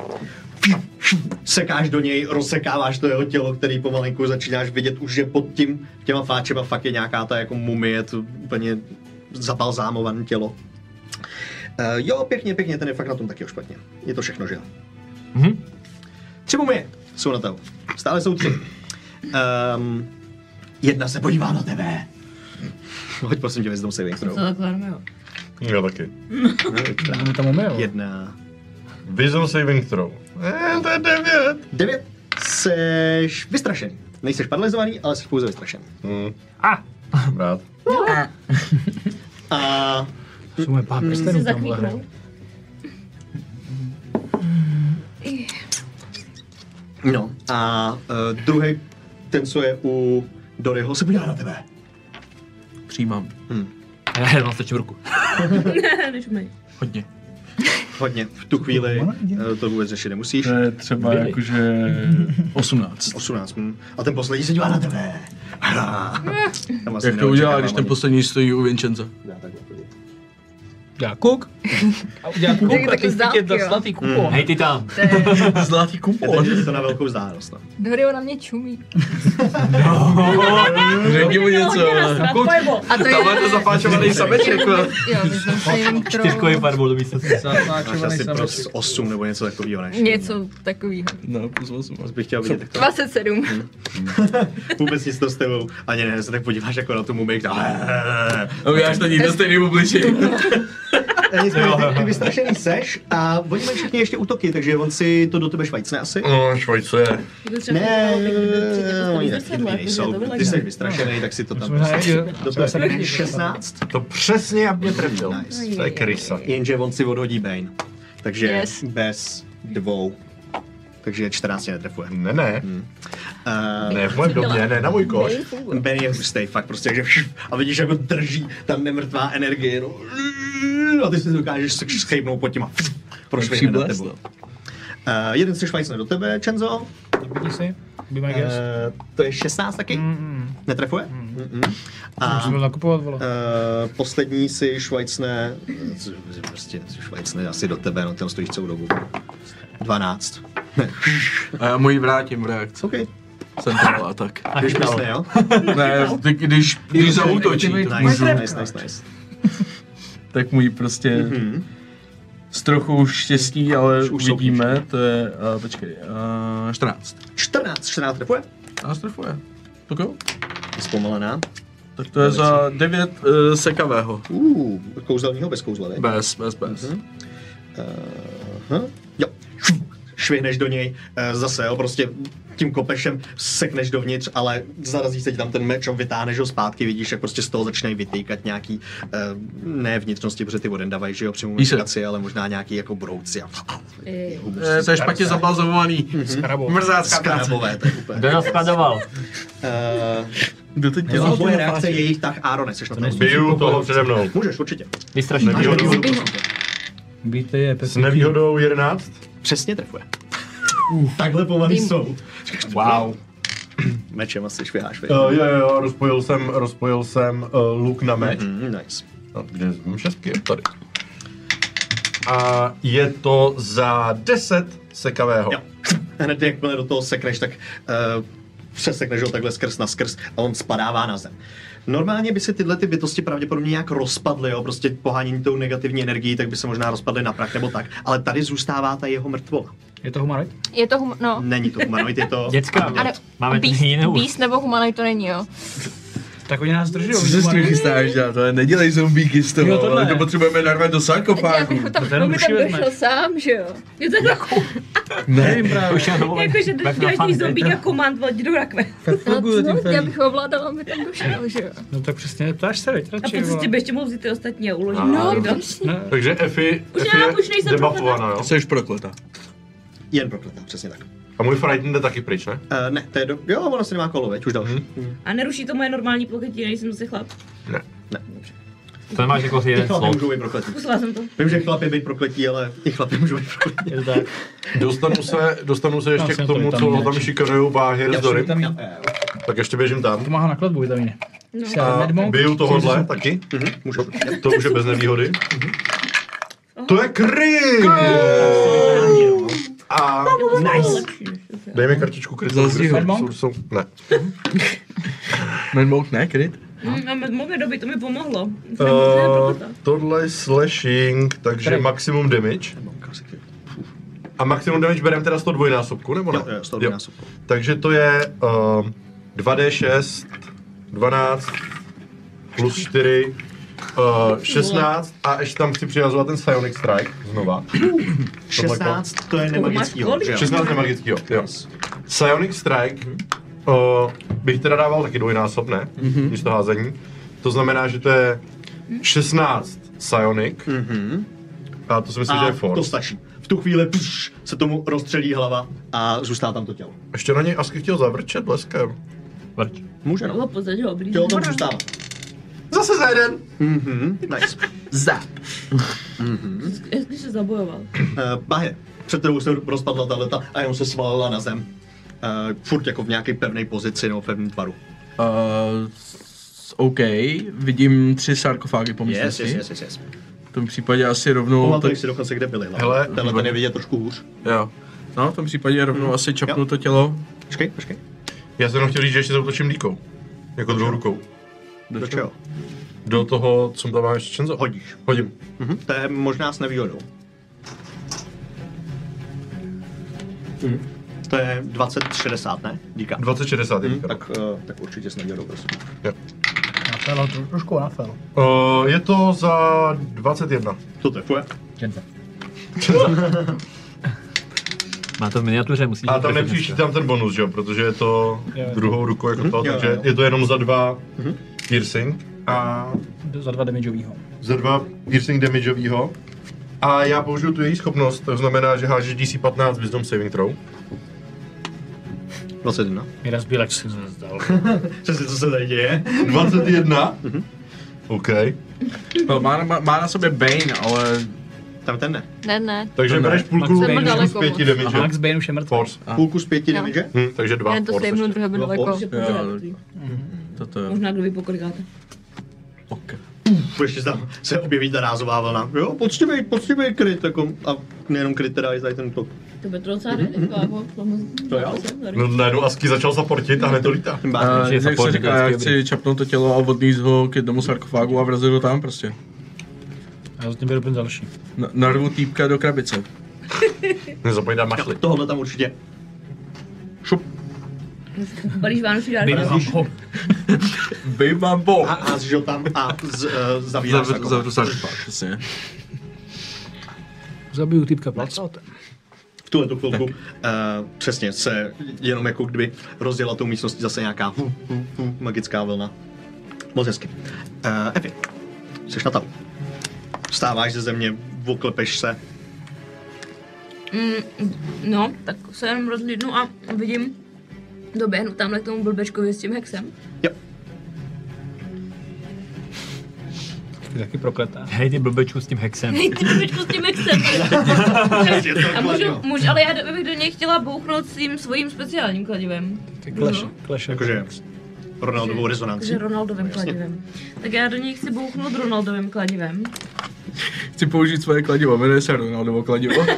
Sekáš do něj, rozsekáváš to jeho tělo, který pomalinku začínáš vidět už, že pod těma fáčema fakt je nějaká ta jako mumie, to úplně zabalzámované tělo. Jo, pěkně, ten je fakt na tom taky špatně. Je to všechno, že jo? 3 mumie jsou na to. Stále jsou 3. Jedna se podívá na tebe. Hoď prosím tě wisdom saving throw. To takhle jo. Já taky. Máme tam umyl. 1. Wisdom saving throw. To je 9. 9. Seš vystrašený. Nejseš paralizovaný, ale jsi pouze vystrašený. Rád. A Jsou moje pár prstenů Se tamhle. zakvíknou. no, a druhý, ten, co je u Doryho, se podívá na tebe. Přijímám. Já mám stačím ruku. Nešumej. Hodně. Hodně. V tu chvíli to vůbec řešit nemusíš. To je třeba jakože 18. 18. A ten poslední se dívá na tebe. Tam asi Jak to udělá, neočekávám když ten ani. poslední stojí u Vincenza? Dá takhle podívat. Dělá kuk. A udělá kuk Tak a ty z dálky, jo. zlatý kupon. Hej ty tam. Zlatý kupon. Je to na velkou vzdálenost. No. Dory na mě čumí. Řekni mu něco. A to je... Tam máte zapáčovaný sameček. Jo, myslím saving throw. Čtyřkový farbou do místa. Máš asi prostě 8 nebo něco takového, než. Něco takového. No, plus 8. Moc bych chtěl vidět, jak to 27. vůbec nic to s tebou. Ani ne, se tak podíváš jako na tu mumii, A uděláš to nikdo stejný obličej. Nicméně ty vystrašený seš a oni mají všichni ještě útoky, takže on si to do tebe švajcne asi. No, Švajce. Ne, oni taky dobrý nejsou. Ty jsi vystrašený, tak si to tam do tebe 16. To přesně jak mě trefil. Nice. To je krysa. Jenže on si odhodí Bane. Takže Yes. bez 2. Takže 14 netrefuje. Ne. Ne, v mém domě, ne na můj koš. Ben je hustý, fakt prostě, takže a vidíš, jak ho drží tam nemrtvá energie, no. A ty si dokážeš schejbnout pod tím a prošvihne na tebu. Jeden se švajcne do tebe, Čenzo. Vidíš si? Be my guest. To je 16 taky? Netrefuje? A Musím byl nakupovat, vole. poslední si švajcne, prostě si švajcne asi do tebe, no ten stojíš celou dobu. 12. A já mu ji vrátím v reakci. OK. Jsem to tak. Když mysli, jo? Ne, když zaútočí, tak můžu. Nice. Tak mu ji prostě s trochu štěstí, ale Už jsou uvidíme, to je, počkej, 14. 14 trefuje? 14 trefuje. Tak jo. Zpomalená. Tak to je za 9 sekavého. Kouzelního bez kouzla, ne? Bez. Jo. Švihneš do něj, zase jo, prostě tím kopešem sekneš dovnitř, ale zarazí se ti tam ten meč, vytáhneš ho zpátky, vidíš, jak prostě z toho začínají vytýkat nějaký, ne vnitřnosti, protože ty voden dávají, že jo, při mumifikaci, ale možná nějaký jako brouci a To je špatně zabalzovaný. Mrzácká práce. skrabové, to je úplně. Kdo to skladoval? Kdo to To dělal? tvoje reakce je jejich tak, Árone, seš na to. Biju toho přede mnou. Můžeš, určitě. Vystrašený. Býte je, S nevýhodou 11. Přesně trefuje. Takhle pomalý jsou. Wow. Mečem asi šviháš, vy. Jo, rozpojil jsem luk na meč. Nice. No, kde mám 6, tady. A je to za 10 sekavého. Jo. Hned jakmile do toho sekneš, tak přesekneš ho takhle skrz na skrz a on spadává na zem. Normálně by se tyhle ty bytosti pravděpodobně nějak rozpadly, jo, prostě pohánění tou negativní energií, tak by se možná rozpadly na prach nebo tak, ale tady zůstává ta jeho mrtvola. Je to humanoid? Je to no. Není to humanoid, je to... Děcka, Ale máme beast, jinou. beast nebo humanoid to není, jo? Tak oni nás drží. Co se s tím chystáš dělat? To nedělej zombíky z toho, Jo, tohle ale ne. to potřebujeme narvat do sarkofágu. Já bych To jenom by duši tam vezme. došel sám, že jo? Je to Nevím právě. Už já to Jakože děláš ty zombíka komand vodit do rakve. Já bych ho ovládala, aby tam došel, že jo? No tak přesně, ptáš se, veď, A radši. po cestě by ještě mohl vzít ty ostatní a uložit. No, do- přesně. Takže Effie už nejsem debuffovaná, jo? Jsi prokletá. Jen prokletá, přesně tak. A můj Frighten jde taky pryč, ne? Ne, to je jo, ono se nemá kolo, veď, už další. A neruší to moje normální ploketí, nejsem zase chlap. Ne. Ne, dobře. To nemáš jako I jeden chlapy slot. můžou být prokletí. Zkusila jsem to. Vím, že chlapy být prokletí, ale i chlapy můžou být prokletí. Je to tak. Dostanu se ještě Vlastně k to tomu, je tam co jinak. tam šikanujou Báhir s Dory. Vitamin. Tak ještě běžím tam. Pomáhá na kladbu vitamíny. No. A biju tohohle taky. Můžu. To už je bez nevýhody. To je kryt! A Nice. dej mi kartičku kryt. Zazdí ho. Ne. Manmouth ne, kryt? A med moje doby, to mi pomohlo. Jsem hrozně prokleta. Tohle je slashing, takže Který? maximum damage. A maximum damage bereme teda 100 dvojnásobku, nebo ne? Jo, 100 dvojnásobku. Takže to je 2d6, 12, plus 4, 16 a ještě tam chci přihazovat ten Psionic Strike znova. 16, to je nemagickýho, kolik? že jo? 16 nemagickýho, jo. Psionic Strike bych teda dával taky dvojnásob, ne? Místo házení. To znamená, že to je 16 Psionic. A to si myslím, že A je to force. stačí. V tu chvíli se tomu rozstřelí hlava a zůstává tam to tělo. Ještě na něj Asky chtěl zavrčet bleskem. Vrť. Může, Bylo pozdě, že oblížím. Tělo tam zůstává. Zase za jeden! Nice. Jestli se zabojoval. Bahe, před kterou se rozpadla ta leta a jenom se svalila na zem. Furt jako v nějaké pevné pozici nebo pevném tvaru. OK, vidím 3 sarkofágy po místnosti. Yes. V tom případě asi rovnou... Pamatuji si dokonce, kde byly. Hele, tenhle ten je vidět trošku hůř. Jo. No, v tom případě rovnou asi čapnu to tělo. Počkej. Já jsem jenom chtěl říct, že ještě zautočím líkou. Jako druhou rukou. Do čeho? Do toho, co tam máš Čenzo? Hodíš. Hodím. To je možná s nevýhodou. To je 20-60, ne? Díka. 2060 je. Tak určitě s nevýhodou, prosím. Jo. Na fel, trošku na fel. Je to za 21. To trefuje. Má to v miniatuře, musíš... A tam nepřičítám ten bonus, že jo? Protože je to Jo. druhou rukou jako to, Jo, takže jo. je to jenom za 2 piercing. A Za 2 damageovýho. za 2 piercing damageovýho. A já použiju tu její schopnost, to znamená, že hážeš DC 15 Wisdom Saving Throw. 21. Míra zbílek si zdal. Přesně, co se tady děje. 21? OK. No, má na sobě Bane, ale... Tam ten ne. Ne. Takže To ne. bereš půlku Max Bane z daleko 5 moc. damage. Max Bane už je mrtvý. Force. Půlku z 5 Jo. damage? Takže 2 Já to force sejmnu, ještě. druhé by daleko. Takže pořád. Toto jo. Možná kdo ví, pokolikáte. OK. Ještě tam se objeví ta rázová vlna. Jo, poctivý kryt, jako, a nejenom kryt, teda i tady ten tok. To by to docela riziko, jako. To jo. No najednou Asky začal zaportit a hned to lítá. je Jak se support říká, já vždycky chci čapnout to tělo a odníst ho k jednomu sarkofágu a vrazit ho tam prostě. Já zatím beru ten další. Narvu týpka do krabice. Nezapomeň dát mašli. Tohle tam určitě. Šup. Balíš vánoční dárky. Bejbám bo. A házíš ho tam a zavíráš Zavřu sarkofág, přesně. Zabiju týpka placátem. v tuhle tu chvilku přesně se jenom jako kdyby rozděla tou místností zase nějaká magická vlna. Moc hezky. Evi, jsi na tahu. Vstáváš ze země, oklepeš se. No, tak se jenom rozhlídnu a vidím, doběhnu tamhle k tomu blbečkovi s tím hexem. Jo. Ty taky prokletá. Hej, ty blbečku s tím hexem. Hej, ty blbečku s tím hexem. A můžu, ale já bych do něj chtěla bouchnout svým svým speciálním kladivem. Ty kleš. Jakože Ronaldovou rezonanci. Takže Ronaldovým kladivem. Tak já do něj chci bouchnout Ronaldovým kladivem. Chci použít svoje kladivo, jmenuje se Ronaldovo kladivo.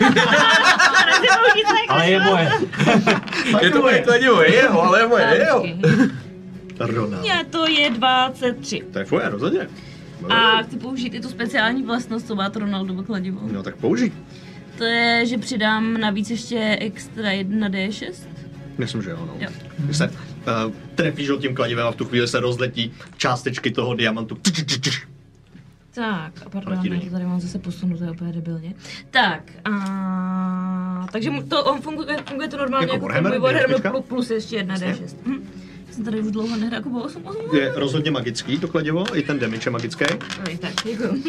Ale je moje. Je to moje kladivo, je jeho, ale je moje, je jeho. Ronald. Já to je 23. To je tvoje, rozhodně. A chci použít i tu speciální vlastnost, co má to Ronaldovo kladivo. No tak použij. To je, že přidám navíc ještě extra 1d6. Myslím, že jo, no. Jo. Když se trefíš ho tím kladivem a v tu chvíli se rozletí částečky toho diamantu. Tak, a pardon, já to tady mám zase posunuté úplně debilně. Tak, takže funguje to normálně jako můj Warhammer plus ještě 1d6. Jsem tady už dlouho nehrál jako 8. Je rozhodně magický to kladivo, i ten damage je magický. Tak, děkuju.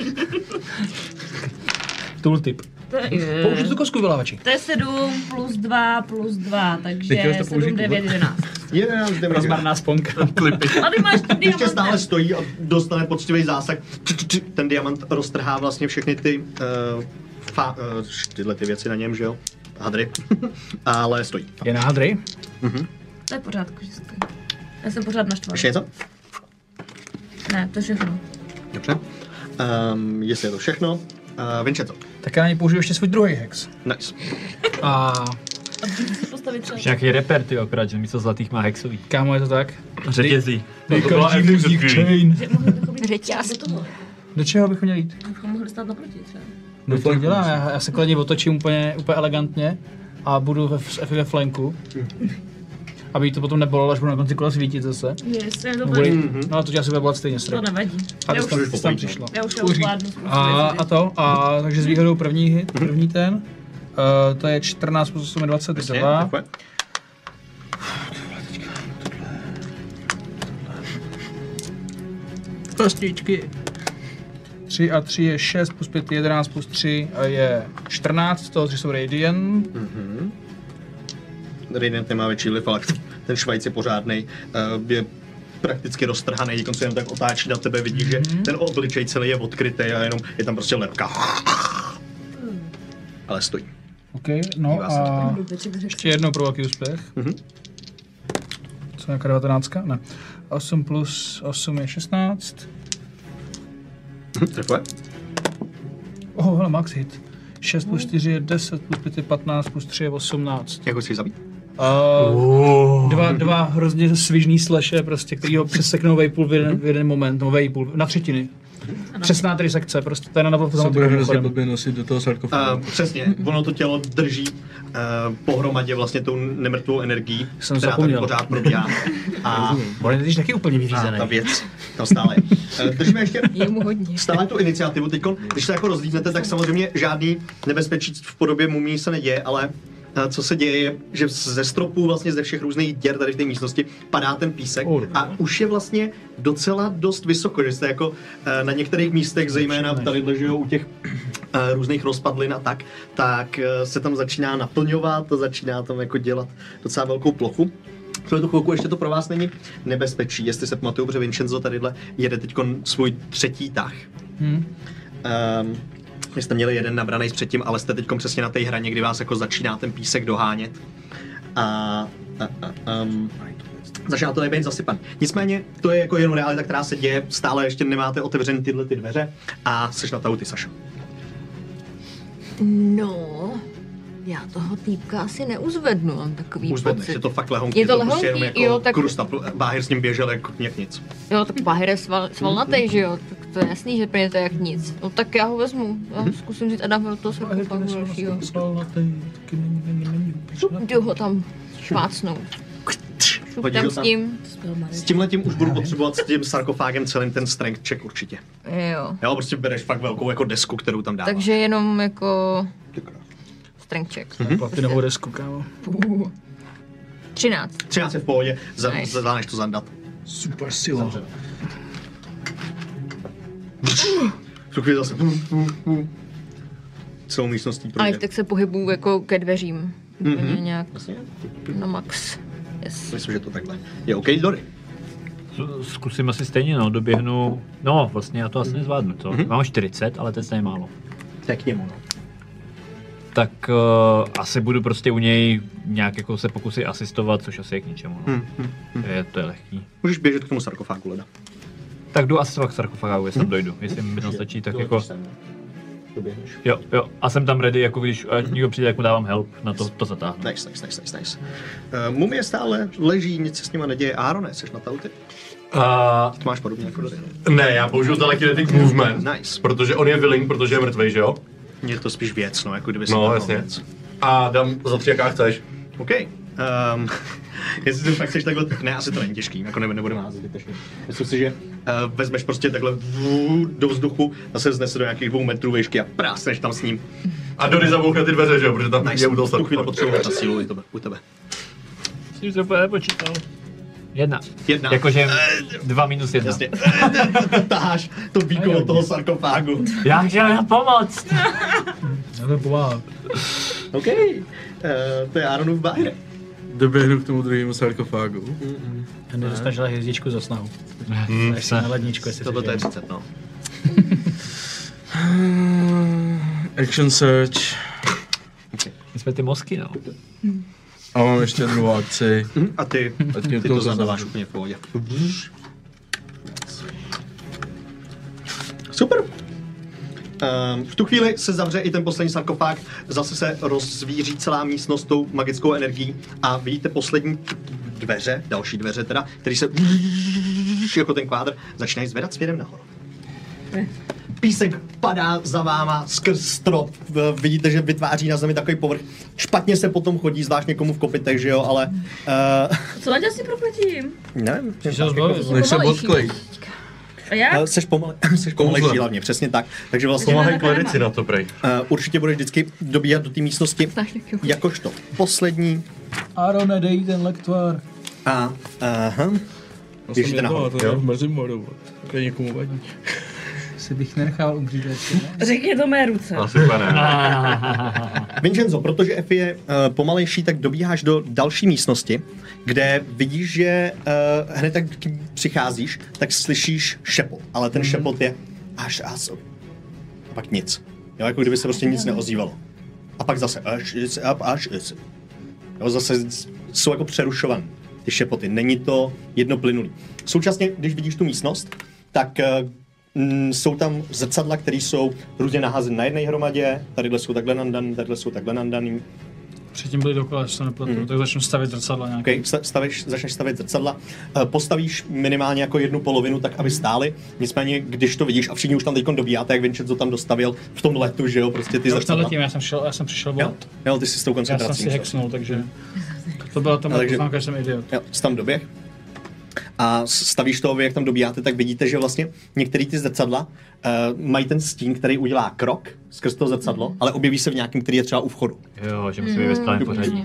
Tooltip. Použij tu kostku vylávači. To je 7 plus 2, takže 7, 9, 11. 11, 9. Rozmarná sponka. A ty máš Ještě diamant. stále stojí a dostane poctivý zásah. Ten diamant roztrhá vlastně všechny ty tyhle ty věci na něm, že jo? Hadry. Ale stojí. Je na hadry? To je pořádku, že stojí. Já jsem pořád naštvaná. Ještě něco? Ne, to je všechno. Dobře. Jestli je to všechno. Vincenzo. Tak já na ně použiju ještě svůj druhý hex. Nice. A A můžu si postavit třeba. Už nějaký reper, ty akorát, že místo zlatých má hexový. kámo, je to tak? Řetězí. To byla chain. Že mohli bychom jít Řetěz. do toho. Do čeho bychom měli jít? Bychom mohli stát naproti třeba. No to dělám, já se kladně otočím úplně elegantně a budu ve flanku. Aby to potom nebolelo, až budu na konci kola svítit zase. Jestli je to Bude, bude. no a to já si bude bolat stejně To strop. nevadí. A Já to už- tam přišlo. Já už zvládnu. Takže s výhodou první ten. To je 14 plus 8 je 22. Takhle. Kostičky. 3 a 3 je 6, plus 5 je 11, plus 3 je 14, toho 3 jsou Radiant. Radiant nemá větší vliv, ale ten Švajc je pořádnej. Je prakticky roztrhaný, když se jenom tak otáčí na tebe, vidíš, že ten obličej celý je odkrytý a jenom je tam prostě lepka. Ale stojí. OK, no Dívá se a ještě jednou pro velký úspěch. Co nějaká 19? Ne. 8 plus 8 je 16. Takhle. Hele, max hit. 6 plus 4 je 10, plus 5 je 15, plus 3 je 18. Jak ho chceš zabít? Dva hrozně svižný slashe, prostě, který ho přeseknou vejpůl v jeden moment, no vejpůl, na třetiny. Přesná trisekce, prostě to je na Se bude hrozně blbě nosit do toho sarkofágu. Přesně, ono to tělo drží pohromadě vlastně tou nemrtvou energií, Jsem která zapomněl. tady pořád probíhá. A On je teď taky úplně ta vyřízený. věc tam stále je. Držíme ještě Je mu hodně. stále tu iniciativu. Teď, když se jako rozlídnete, tak samozřejmě žádný nebezpečí v podobě mumí se neděje, ale co se děje je, že ze stropů, vlastně ze všech různých děr tady v té místnosti padá ten písek a už je vlastně docela dost vysoko, že jste jako na některých místech, zejména tady že jo, u těch různých rozpadlin a tak se tam začíná naplňovat a začíná tam jako dělat docela velkou plochu. V tuto chvilku ještě to pro vás není nebezpečí, jestli se pamatuju, protože Vincenzo tadyhle jede teď svůj třetí tah. Vy jste měli jeden nabraný předtím, ale jste teď přesně na té hraně, kdy vás jako začíná ten písek dohánět. Začíná to nebejt zasypan. Nicméně to je jako jenom realita, která se děje, stále ještě nemáte otevřený tyhle ty dveře a seš na tahu ty, Sašo. No, já toho týpka asi neuzvednu, mám takový Uzvedneš, pocit. je to fakt lehonký, Je to prostě jenom lehonký, jako jo, tak- Krust a Báhir s ním běžel jako jak nic. Jo, tak Báhir je svalnatej, že jo, tak to je jasný, že plně to je jak nic. No tak já ho vezmu, já zkusím vzít a dám ho do toho sarkofágu dalšího. Jdu ho tam švácnout. Šup Hodíš tam ho s tam? tím. S tímhletím už budu potřebovat s tím sarkofágem celým ten strength check určitě. Jo. Jo, prostě bereš fakt velkou jako desku, kterou tam dáváš. Takže jenom jako strength check. Platinovou desku, kámo. 13. 13 je v pohodě, Nice. zvládneš to zandat. Super sila. V tu chvíli zase celou místností A projde. tak se pohybuju jako ke dveřím. Úplně nějak na max. Yes. Myslím, že to takhle je OK, Dory. Zkusím asi stejně, no, doběhnu, no, vlastně já to asi nezvládnu, to. Mám 40, ale to je stejně málo. To je k němu, no. Tak asi budu prostě u něj nějak jako se pokusit asistovat, což asi je k ničemu, no. To je lehký. Můžeš běžet k tomu sarkofágu, leda. Tak jdu asistovat k sarkofágu, jestli tam dojdu, jestli mi tam stačí, tak jako, Doběhneš. jo, a jsem tam ready, jako když někdo přijde, jak mu dávám help na to zatáhnu. Nice. Mumie stále leží, nic se s nima neděje. Árone, seš na tauty? To máš podobně jako Dory. Ne, já použiju telekinetic movement, Nice. protože on je willing, protože je mrtvej, že jo? Je to spíš věc, no, jako kdyby si No, dal jasně. věc. A dám za 3, jaká chceš. OK. Jestli to fakt chceš takhle, ne, asi to není těžký, jako nebudeme házet zbytečně. Myslím si, že vezmeš prostě takhle do vzduchu, zase znese do nějakých 2 metrů výšky a prásneš tam s ním. A Dory zabouchne ty dveře, že jo, protože tam Nice, je u toho v tu chvíli sarkofágu. potřebujeme ta sílu u tebe. Jsem to úplně nepočítal. 1. Jedna. Jakože 2 minus 1. Jasně. Taháš to víko od toho sarkofágu. Já chtěl na pomoc. Já to pomáhám. OK, to je Aaronův báje. Doběhnu k tomu druhému sarkofágu. Já nedostaneš ale hvězdičku za snahu. Ještě na ledničku, jestli Tohle to je si 30, no. Action search. My jsme ty mozky, no. A mám ještě druhou akci. A ty to zadáváš úplně v pohodě. Super. V tu chvíli se zavře i ten poslední sarkofág, zase se rozvíří celá místnost tou magickou energií a vidíte poslední dveře, další dveře teda, který se jako ten kvádr začínají zvedat směrem nahoru. Písek padá za váma skrz strop, vidíte, že vytváří na zemi takový povrch. Špatně se potom chodí, zvlášť někomu v kopitech, že jo, ale... Co ať asi propletím? Nevím, Než se bodklej. A jak? Seš pomalejší hlavně, přesně tak. Takže vlastně Pomáhají klerici na to, prej. určitě budeš vždycky dobíhat do té místnosti jakožto poslední. Arone, dej ten lektvár. Aha. Běžíte nahoru. To je v Mrzimoru. To je někomu vadí. Si bych nenechal umřít. Řekni to mé ruce. Asi ne. Vincenzo, protože Efi je pomalejší, tak dobíháš do další místnosti, kde vidíš, že hned tak přicházíš, tak slyšíš šepot, ale ten šepot je až a pak nic. Jo, jako kdyby se prostě nic neozývalo. A pak zase až. Jo, zase jsou jako přerušované ty šepoty, není to jednoplynulý. Současně, když vidíš tu místnost, tak jsou tam zrcadla, které jsou různě naházeny na jedné hromadě, tadyhle jsou takhle nandaný, tadyhle jsou takhle nandaný. Předtím byli dokola, že se nepletu, tak začnu stavět zrcadla nějaké. Okay, začneš stavět zrcadla, postavíš minimálně jako jednu polovinu, tak aby stály. Nicméně, když to vidíš a všichni už tam teďkon dobíjáte, jak Vincenzo tam dostavil v tom letu, že jo, prostě ty zrcadla. Já jsem přišel volat. Jo, ty jsi s tou Já koncentrací. jsem si hexnul, takže to byla tam poznámka, že jsem idiot. Jo, jsi tam doběh. A stavíš to, vy jak tam dobíjáte, tak vidíte, že vlastně některé ty zrcadla mají ten stín, který udělá krok skrz to zrcadlo, ale objeví se v nějakém, který je třeba u vchodu. Jo, že musí být ve správném pořadí.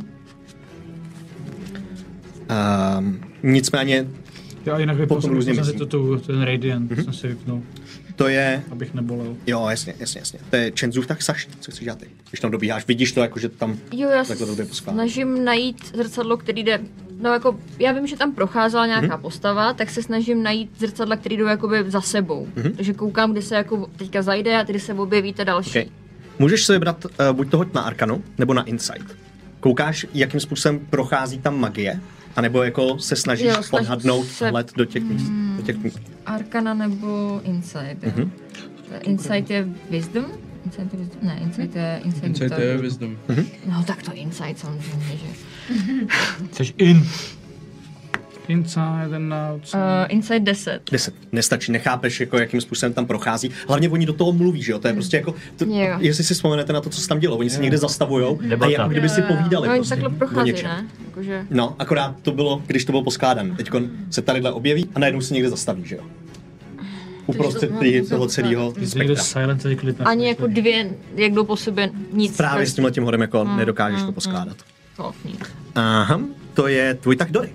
Nicméně Já jinak potom různě jsem si myslím. ten Radiant, jsem si vypnul, To je... abych nebolel. Jo, jasně. To je Chenzův tak Saši, co chceš dělat ty? Když tam dobíháš, vidíš to jako, že tam Jo, já takhle době poskládáš. snažím najít zrcadlo, který jde, no jako, já vím, že tam procházela nějaká postava, tak se snažím najít zrcadla, který jdou jakoby za sebou. Takže koukám, kde se jako teďka zajde a tady se objeví ta další. Okay. Můžeš si vybrat buď to hoď na Arkanu, nebo na Insight. Koukáš, jakým způsobem prochází tam magie, anebo jako se snažíš odhadnout vhled do těch míst. Arkana nebo Insight, jo? Insight je Wisdom? Ne, Insight je Wisdom. No tak to Insight samozřejmě, že. Jsi in. Inside and outside. Insight 10. 10. Nestačí, nechápeš, jako, jakým způsobem tam prochází. Hlavně oni do toho mluví, že jo? To je prostě jako, jestli si vzpomenete na to, co se tam dělo, oni se někde zastavujou a jako kdyby si povídali. No, oni prostě, takhle prochází, ne? Jakože... No, akorát to bylo, když to bylo poskládané. Teďko se tadyhle objeví a najednou se někde zastaví, že jo? Uprostřed toho celého spektra. Ani jako dvě, jak jdou po sobě, nic. Právě s tímhletím hodem jako nedokážeš to poskládat. Aha, to je tvůj tak Dory.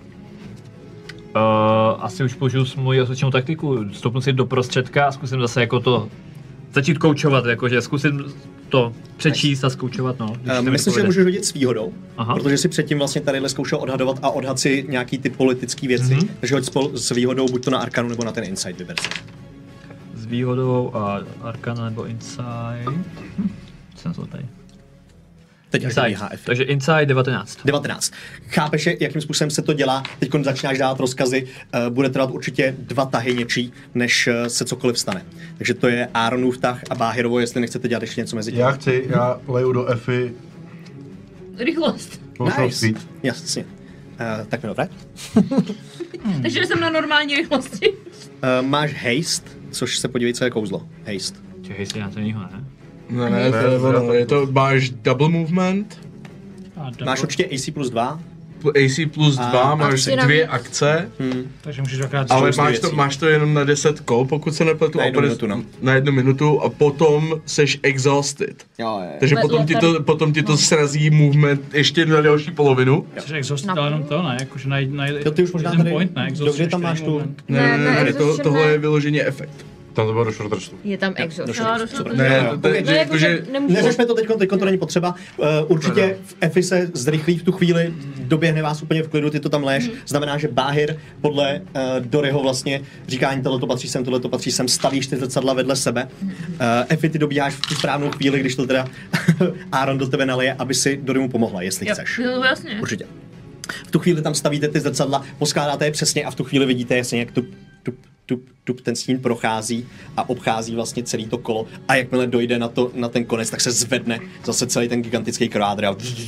Asi už použiju moji osvědčenou taktiku, stoupnu si do prostředka a zkusím zase jako to začít koučovat, jakože zkusím to přečíst a zkoučovat, no. Myslím, že můžeš hodit s výhodou, protože si předtím vlastně tadyhle zkoušel odhadovat a odhad si nějaký ty politické věci, takže hoď s výhodou buď to na Arkanu nebo na ten Insight, vyber si. S výhodou a Arkana nebo Insight. Co jsem to tady? Teď Insight. Takže Insight 19. 19. Chápeš, jakým způsobem se to dělá, teď začínáš dát rozkazy, bude trvat určitě 2 tahy něčí, než se cokoliv stane. Takže to je Aaronův tah a Báhirovo, jestli nechcete dělat ještě něco mezi tím. Já leju do Efy Rychlost. Nice. Jasně. Tak mi dobré. Takže jsem na normální rychlosti. Máš haste, což se podívej, co je kouzlo. Haste. Haste je něco jiného, ne? Ne, to je to, máš double movement. Máš určitě AC+2, AC plus 2, máš Akci 2 akce, Takže můžeš dvakrát ale věcí. máš to jenom na 10 kol, pokud se nepletu. Na 1 minutu, no. Na 1 minutu a potom seš exhausted. Jo. Takže potom ti to srazí movement ještě na další polovinu. Jsi exhausted, ale jenom to, ne? Jakože na Ty už možná jeden tady, point, ne? Exhausted dobře, ještě tam máš není tu, moment. Ne, exhaustion tohle ne. je vyloženě efekt. Tam to bylo do short restu. Je tam exhaust. Ne, Jakože nemůžu... Neřešme to teď to není potřeba. Určitě v Efi se zrychlí v tu chvíli, doběhne vás úplně v klidu, ty to tam léž. Znamená, že Báhir podle Doryho vlastně říká, tohle to patří sem, stavíš ty zrcadla vedle sebe. Efi, ty dobíháš v tu správnou chvíli, když to teda Aaron do tebe naleje, aby si Dorymu pomohla, jestli chceš. Jo, jasně. Určitě. V tu chvíli tam stavíte ty zrcadla, poskládáte je přesně a v tu chvíli vidíte jasně, jak tup ten stín prochází a obchází vlastně celý to kolo a jakmile dojde na ten konec, tak se zvedne zase celý ten gigantický krádr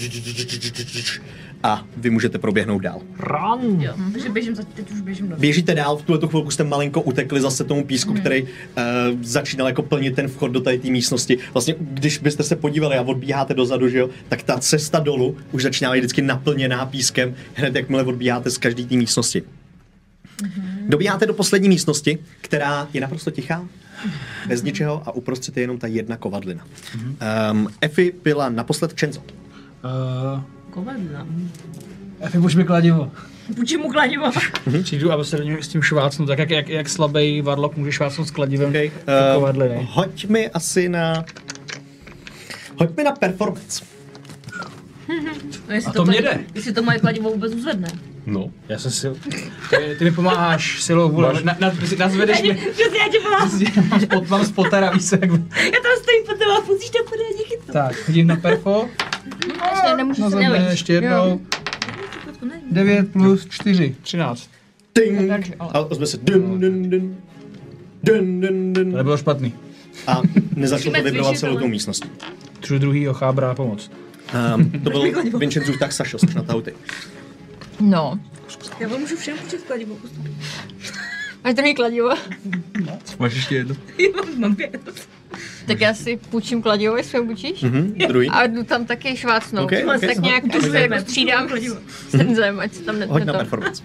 a vy můžete proběhnout dál. Run! Jo, takže teď už běžím do. Běžíte dál, v tuhletu chvilku jste malinko utekli zase tomu písku, který začínal jako plnit ten vchod do té místnosti. Vlastně, když byste se podívali a odbíháte dozadu, že jo, tak ta cesta dolů už začíná být vždycky naplněná pískem, hned jakmile odbíháte z každé té místnosti. Dobíháte do poslední místnosti, která je naprosto tichá, bez ničeho a uprostřed je jenom ta jedna kovadlina. Efi byla naposled Čenzo. Kovadla. Efi, půjč mi kladivo. Půjčím mu kladivo. Přijdu a se do něj s tím švácnu, tak jak slabý varlock může švácnout s kladivem Okay. kovadliny. Hoď mi na performance. No, A to mě jde. Jestli to moje kladivo vůbec uzvedne. No. Já jsem si... Ty mi pomáháš silou vůle. Nazvedeš mi... Přesně, já tě volám. Mám spotera, víš se jak... Já tam stojím po tebe a musíš to pořádně chytnout. Tak, hodím na perfo. Ještě nemůžu se Nazvedne nevíš. ještě jednou. 9 plus 4. 13. Ding! Takže, ale- A ozve se dun, dun, dun. Dun, dun, dun. To nebylo špatný. A nezačalo to Musíme vibrovat cvičit, celou ale- tou místností. Třu druhýho chábra pomoc. To byl Vincenzův tak, Sašo, jsi na tahu ty. No. Já vám můžu všem půjčit kladivo. Máš druhý kladivo? Máš ještě jedno? Mám 5. Tak já si půjčím kladivo, jestli ho půjčíš. Druhý. A jdu tam taky švácnout. Okay, okay. Tak nějak až se jako střídám s Tenzem, ať se tam Hoď na to. performance.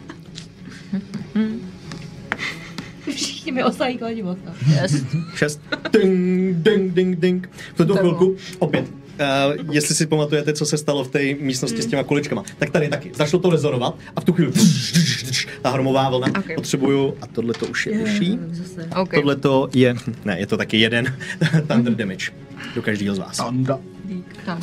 Všichni mi osají kladivo. Yes. 6. Ding, ding, ding, ding. V tuto chvilku opět. Jestli si pamatujete, co se stalo v té místnosti s těma kuličkama, tak tady taky. Začalo to rezonovat a v tu chvíli ta hromová vlna. Okay. Potřebuju, a tohle to už je vyšší. Okay. Tohle to je, ne, je to taky jeden thunder damage do každého z vás. Tanda. Tak.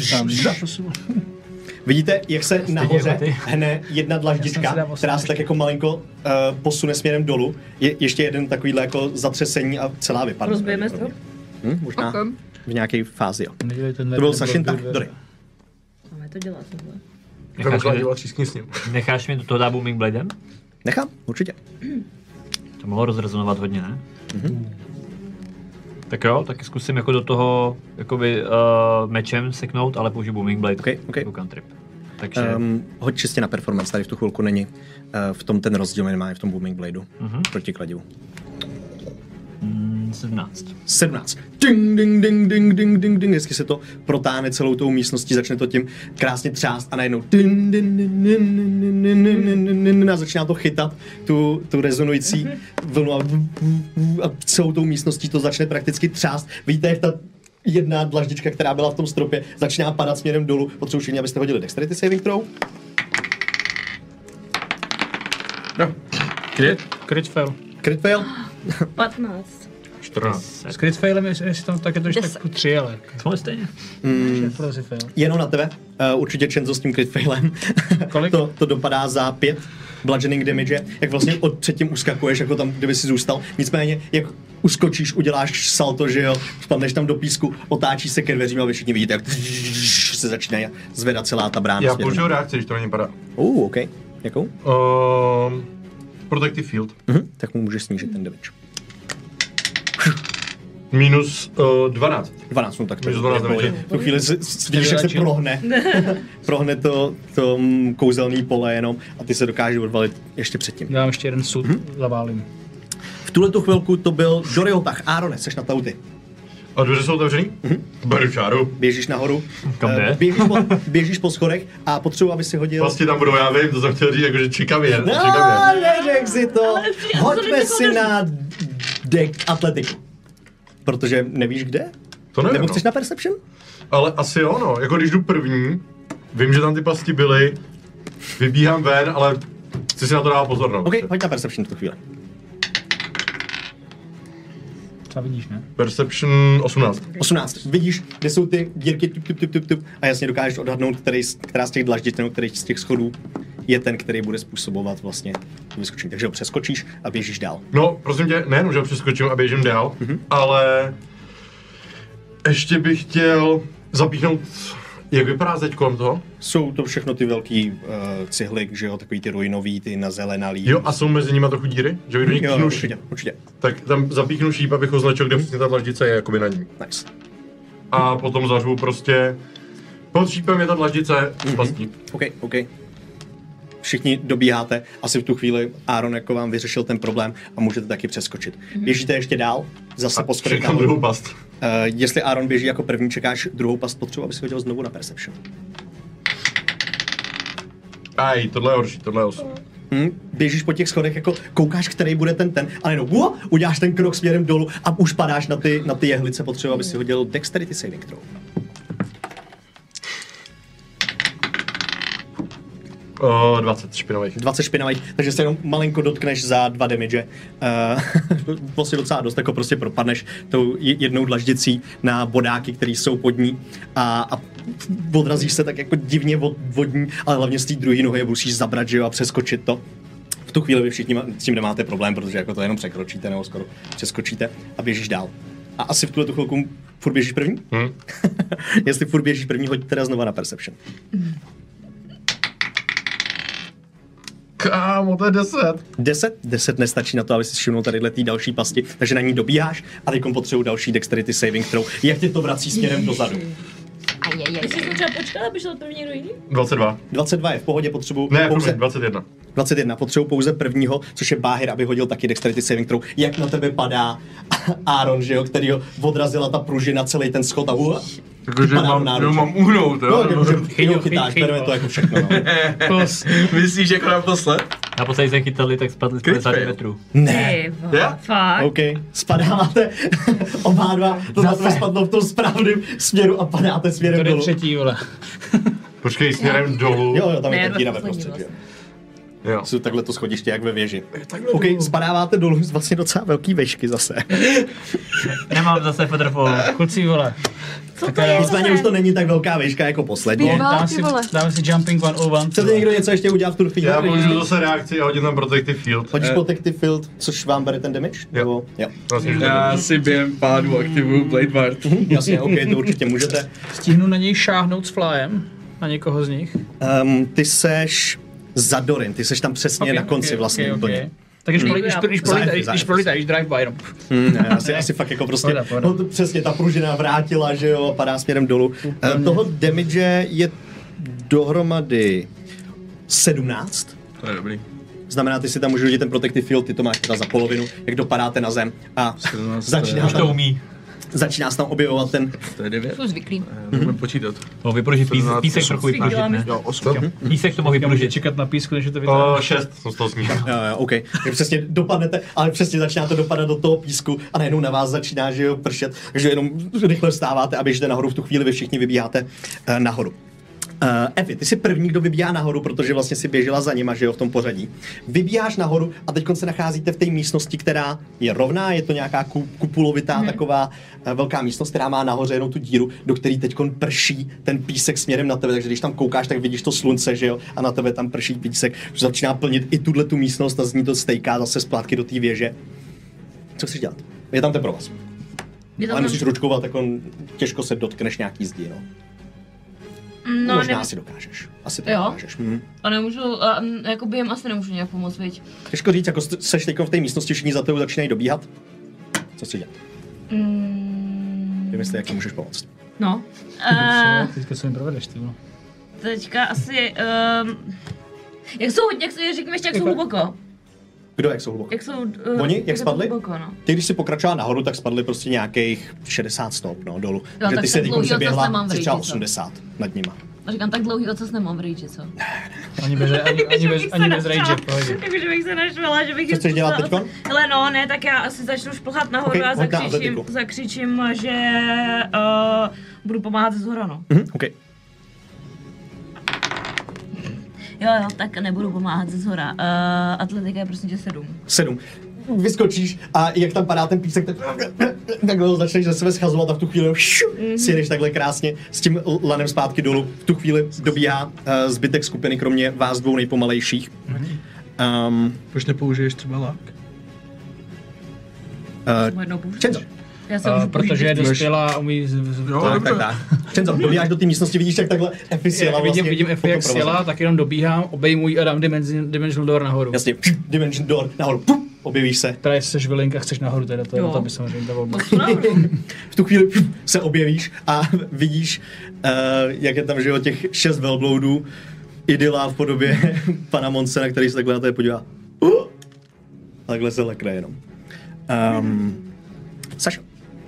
Vidíte, jak se nahoře jako ty. hne jedna Já jsem dlaždička, si dával která se tak jako malinko posune směrem dolů. Je ještě jeden takovýhle jako zatřesení a celá vypadne. Rozbijeme strop? Možná Okay. v nějaké fázi, jo. Nedělej ten To byl Sašin, tak Dory. Máme to dělat tohle. Necháš dělat třískni s ním. Necháš mi do toho dát Booming Bladem? Nechám, určitě. To mohlo rozrezonovat hodně, ne? Tak jo, taky zkusím jako do toho jakoby mečem seknout, ale použiju Booming Blade Okay. jako cantrip. Takže Hoď čistě na performance, tady v tu chvilku není v tom ten rozdíl minimálně v tom Booming Bladeu proti kladivu. 17. 17. Ding, ding, ding, ding, ding, ding, ding. Hezky se to protáhne celou tou místností, začne to tím krásně třást a najednou ding, ding, ding, ding, ding, ding, ding, ding, a začíná to chytat tu rezonující vlnu a celou tou místností to začne prakticky třást. Víte, jak ta jedna dlaždička, která byla v tom stropě, začíná padat směrem dolů. Potřebuji všichni, abyste hodili dexterity saving throw. No. Crit fail. Crit fail. 15. 14. S crit failem, jestli tam tak je to ještě tak 3, ale... Jsme stejně. Prosím fail. Jenom na tebe. Určitě Čenzo s tím crit failem. Kolik? to dopadá za 5 bludgeoning damage, jak vlastně předtím uskakuješ, jako tam, kdyby si zůstal. Nicméně, jak uskočíš, uděláš salto, že jo, spadneš tam do písku, otáčíš se ke dveřím a vy všichni vidíte, jak se začíná zvedat celá ta brána. Já použiju reakci, když to na ně padá. OK. Jakou? Protective Field. Tak mu můžeš snížit ten damage. Minus 12. 12, no tak to je Minus 12 damage. v tu chvíli vidíš, jak se prohne to kouzelný pole jenom a ty se dokážeš odvalit ještě předtím. Dám ještě jeden sud, zaválím. V tuhletu chvilku to byl Doryho tah. Aarone, seš na tauty. A dveře jsou otevřený? Beru čáru. Běžíš nahoru. Kam jde? Běžíš po schodech a potřebuji, aby si hodil... Vlastně tam budou, já vím, to jsem chtěl říct, jakože čekám je. No, neřek si to. Hoďme si na atletiku. Protože nevíš kde? To nevím, Nebo chceš na perception? Ale asi jo, no. Jako když jdu první, vím, že tam ty pasti byly, vybíhám ven, ale chci si na to dát pozor, no. OK, hoď na perception v tu chvíli. Co vidíš, ne? Perception 18. 18. Vidíš, kde jsou ty dírky tup, a jasně dokážeš odhadnout, která z těch dlaždic nebo který z těch schodů je ten, který bude způsobovat vlastně vyskočení. Takže ho přeskočíš a běžíš dál. No, prosím tě, nejenom, že ho přeskočím a běžím dál, ale ještě bych chtěl zapíchnout, jak vypadá zeď kolem toho? Jsou to všechno ty velký cihly, že jo, takový ty ruinový, ty nazelenalý. Jo, a jsou mezi nimi trochu díry? Že bych do nich píchnu šíp? Určitě. Tak tam zapíchnu šíp, abych označil, kde přesně ta dlaždice je, jakoby na ní. Nice. A potom zařvu prostě, pod šípem je ta dlaždice z pastí. OK. Všichni dobíháte, asi v tu chvíli Aaron jako vám vyřešil ten problém a můžete taky přeskočit. Běžíte ještě dál, zase po schodech Čekám druhou past. Jestli Aaron běží jako první, čekáš druhou past, potřebuji, aby si hodil znovu na perception. Aj, tohle je horší, tohle je 8. Běžíš po těch schodech, jako koukáš, který bude ten, ale jenom uděláš ten krok směrem dolů a už padáš na ty jehlice, potřebuji, aby si hodil dexterity saving throw. 20 špinavých. 20 špinavých, takže se jenom malinko dotkneš za 2 damage. Vlastně docela dost, jako prostě propadneš tou jednou dlaždicí na bodáky, které jsou pod ní a odrazíš se tak jako divně od ní, ale hlavně z té druhé nohy musíš zabrat, že jo, a přeskočit to. V tu chvíli vy všichni s tím nemáte problém, protože jako to jenom překročíte nebo skoro přeskočíte a běžíš dál. A asi v tuhle tu chvilku furt běžíš první? Jestli furt běžíš první, hoď teda znova na perception. Kámo, to je 10. 10 nestačí na to, aby si všimnul tadyhle tý další pasti, takže na ní dobíháš a teď potřebuji další dexterity saving throw. Jak tě to vrací směrem dozadu? Jestli jsem třeba počkat, aby šel první do jiný? 22. 22 je v pohodě, potřebuji pouze... 21. 21, potřebuji pouze prvního, což je Báhir, aby hodil taky dexterity saving throw. Jak na tebe padá Aaron, že jo, který ho odrazila ta pružina celý ten schod a takže mám uhnout, jo? No, že chytáš, bereme to jako všechno, no. Myslíš jako naposled? Naposledy se chytali, tak spadli z 50 metrů. Ne. Fakt. OK, spadáváte oba dva, to na to spadlo v tom správném směru a padáte směrem dolů. To je třetí, vole. Počkej, směrem dolů. Jo, tam je ta díra ve prostředí. Jo. Jsou takhle to schodiště, jak ve věži. OK, spadáváte dolů z vlastně docela velký vešky zase. Nemám zase Featherfall. Kluci, vole. Co to je? Nicméně už to není tak velká výška jako poslední. Dáme si jumping 101. Chcete někdo něco ještě udělat v tu chvíli? Já použiju zase reakci a hodím tam Protective Field. Hodíš Protective Field, což vám bere ten damage? Jo. Já si během pádu aktivuju Blade Ward. Jasně, OK, to určitě můžete. Stihnu na něj šáhnout s flyem? Na někoho z nich? Ty seš za Dorin, ty seš tam přesně na konci vlastně úplně. Tak když prolítáš drive-by jenom. Ne, asi fakt jako prostě, no to přesně ta pružina vrátila, že jo, a padá směrem dolů. Toho damage je dohromady 17. To je dobrý. Znamená, ty si tam můžeš hodit ten Protective Field, ty to máš teda za polovinu, jak dopadáte na zem a začíná se tam objevovat ten... To je 9. Jsou zvyklý. Můžeme počítat. Mohl vypružit písek trochu vypružit, ne? Jo, 8. Písek to mohl vypružit. Čekat na písku, než to vytáhne. 6, jsem z toho smíšel. OK. Tak přesně dopadnete, ale přesně začínáte dopadat do toho písku a najednou na vás začíná, že jo, pršet, takže jenom rychle vstáváte a běžíte nahoru, v tu chvíli vy všichni vybíháte nahoru. Evi, ty jsi první, kdo vybíhá nahoru, protože vlastně si běžela za nima, že jo, v tom pořadí. Vybíháš nahoru a teď se nacházíte v té místnosti, která je rovná, je to nějaká kupulovitá taková velká místnost, která má nahoře jenom tu díru, do které teď prší ten písek směrem na tebe, takže když tam koukáš, tak vidíš to slunce, že jo, a na tebe tam prší písek, že začíná plnit i tuhle tu místnost a z ní to stejká zase zpátky do té věže. Co chceš dělat? Je tam ten provaz. Ale musíš ručkovat, jako těžko se dotkneš nějaký zdi, no. No, možná asi dokážeš. Asi to dokážeš. A nemůžu, jako během asi nemůžu nějak pomoct, viď? Těžko říct, jako seš teď v té místnosti, všichni za tebou začínají dobíhat. Co si dělat? Vymysli, jak můžeš pomoct. No. Teďka se mi provedeš, ty. Teďka asi, jak jsou, řekněme ještě, jak jsou hluboko. Kdo, jak jsou hluboko? Jak jsou... Oni, jak spadli? Hluboko, no. Ty, když si pokračovala nahoru, tak spadly prostě nějakých 60 stop, no, dolů. Jo, Takže tak ty se tak teď dlouhý se ocas nemám běhla v třeba rage, co? 80 nad nima. A říkám, tak dlouhý ocas nemám v rage, co? Ani bez rage, pohodě. Jakože bych se naštvala, že bych... Co chceš dělat teďkon? Hele no, ne, tak já asi začnu šplhat nahoru Okay, a hoď na atletiku. zakřičím, že budu pomáhat ze zhora, no. Okay. Jo, tak nebudu pomáhat ze zhora. Atletika je prostě 7. Vyskočíš a jak tam padá ten písek, takhle začneš ze sebe schazovat a v tu chvíli si jedeš takhle krásně s tím lanem zpátky dolů. V tu chvíli dobíhá zbytek skupiny, kromě vás dvou nejpomalejších. Proč nepoužiješ třeba lák? Čenzo. Já se můžu protože je dospělá a umí... Tak. Čenzo, dobíháš do té místnosti, vidíš, jak takhle Effie sjela vlastně. Vidím Effie, jak sjela, tak jenom dobíhám, obejmuji a dám Dimensional Door nahoru. Jasně, Dimension Door nahoru, objevíš se. Teda jestli jsi vilinka, chceš nahoru, teda to je to by samozřejmě ta volba. V tu chvíli se objevíš a vidíš, jak je tam, že jo, těch 6 velbloudů, idyla v podobě pana Monsena, který se takhle na to podívá. Takhle se lekne jenom. Sašo.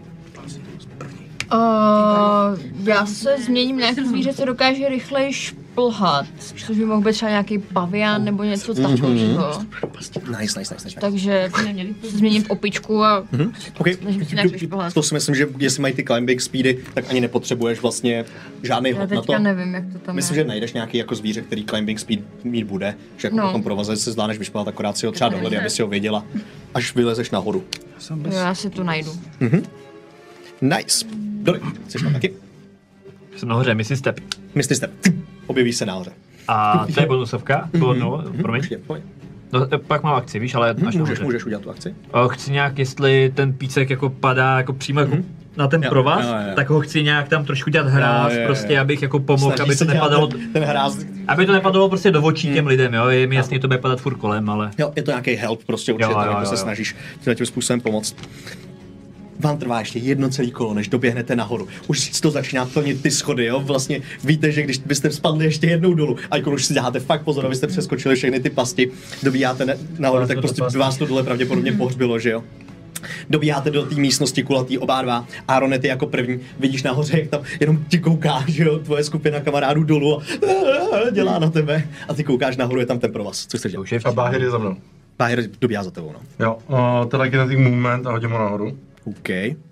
Já se změním na nějaký zvíře, co dokáže rychleji šplhat, což by mohl být třeba nějaký pavian nebo něco takového. Nice. Takže se změním v opičku a Okay. snažím se nějak šplhat. To si myslím, že jestli mají ty climbing speedy, tak ani nepotřebuješ vlastně žádný Já hod na to. teďka nevím, jak to tam Myslím, je. že najdeš nějaký jako zvíře, který climbing speed mít bude, že jako potom provazec se zvládneš vyšplhat, akorát si ho třeba dohledy, aby si ho věděla, až vylezeš nahoru. Jo, já si to najdu. Nice. Dory, jsi tam taky? Jsem nahoře, Misty Step. Misty Step. Objevíš se nahoře. A to je bonusovka? Promiň. No, pak mám akci, víš, ale až Můžeš udělat tu akci. Chci nějak, jestli ten písek jako padá jako přímo jako na ten provaz, tak ho chci nějak tam trošku dělat hráz, prostě, abych jako pomohl, aby to nepadalo. Ten hráz. Aby to nepadalo prostě do očí těm lidem, jo, je mi jasný, to bude padat furt kolem, ale... Jo, je to nějaký help, prostě určitě, jako se snažíš tím způsobem pomoct. Vám trvá ještě jedno celé kolo, než doběhnete nahoru. Už to začíná plnit ty schody, jo? Vlastně víte, že když byste spadli ještě jednou dolů, a jako už si dáte fakt pozor, abyste přeskočili všechny ty pasti, dobíháte nahoru, tak prostě by vás to dole pravděpodobně pohřbilo, že jo? Dobíháte do té místnosti kulatý oba dva. Aaron, ty jako první vidíš nahoře, jak tam jenom ti kouká, že jo, tvoje skupina kamarádů dolů a dělá na tebe. A ty koukáš nahoru, je tam ten provaz. Co chceš dělat? A Báhir je za mnou. Báhir dobíhá za tebou, no. Jo, to je kinetic movement a hodím ho nahoru. OK.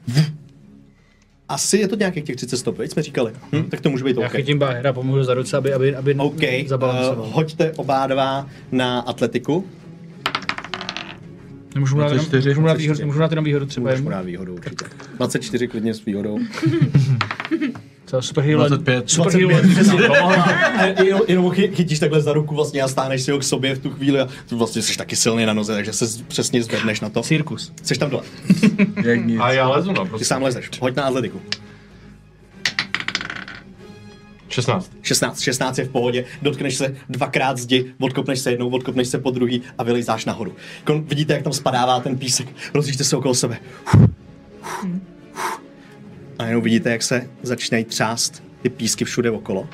Asi je to nějakých těch 30 stop, jsme říkali. Tak to může být OK. Já chytím Báhira, pomůžu za ruce, aby OK, hoďte oba dva na atletiku. Nemůžu dát jenom výhodu třeba. Můžeš mu dát výhodu určitě. 24 klidně s výhodou. Co, superhero 25. Jenom chytíš takhle za ruku vlastně a stáneš si ho k sobě v tu chvíli a ty vlastně jsi taky silný na noze, takže se přesně zvedneš na to. Cirkus. Jsi tam dole. Jak nic. A já lezu, no, Ty prostě. sám lezeš. Hoď na atletiku. 16 je v pohodě, dotkneš se dvakrát zdi, odkopneš se jednou, odkopneš se po druhý a vylejzáš nahoru. Vidíte, jak tam spadává ten písek, rozjížďte se okolo sebe. A jenom vidíte, jak se začínají třást ty písky všude okolo.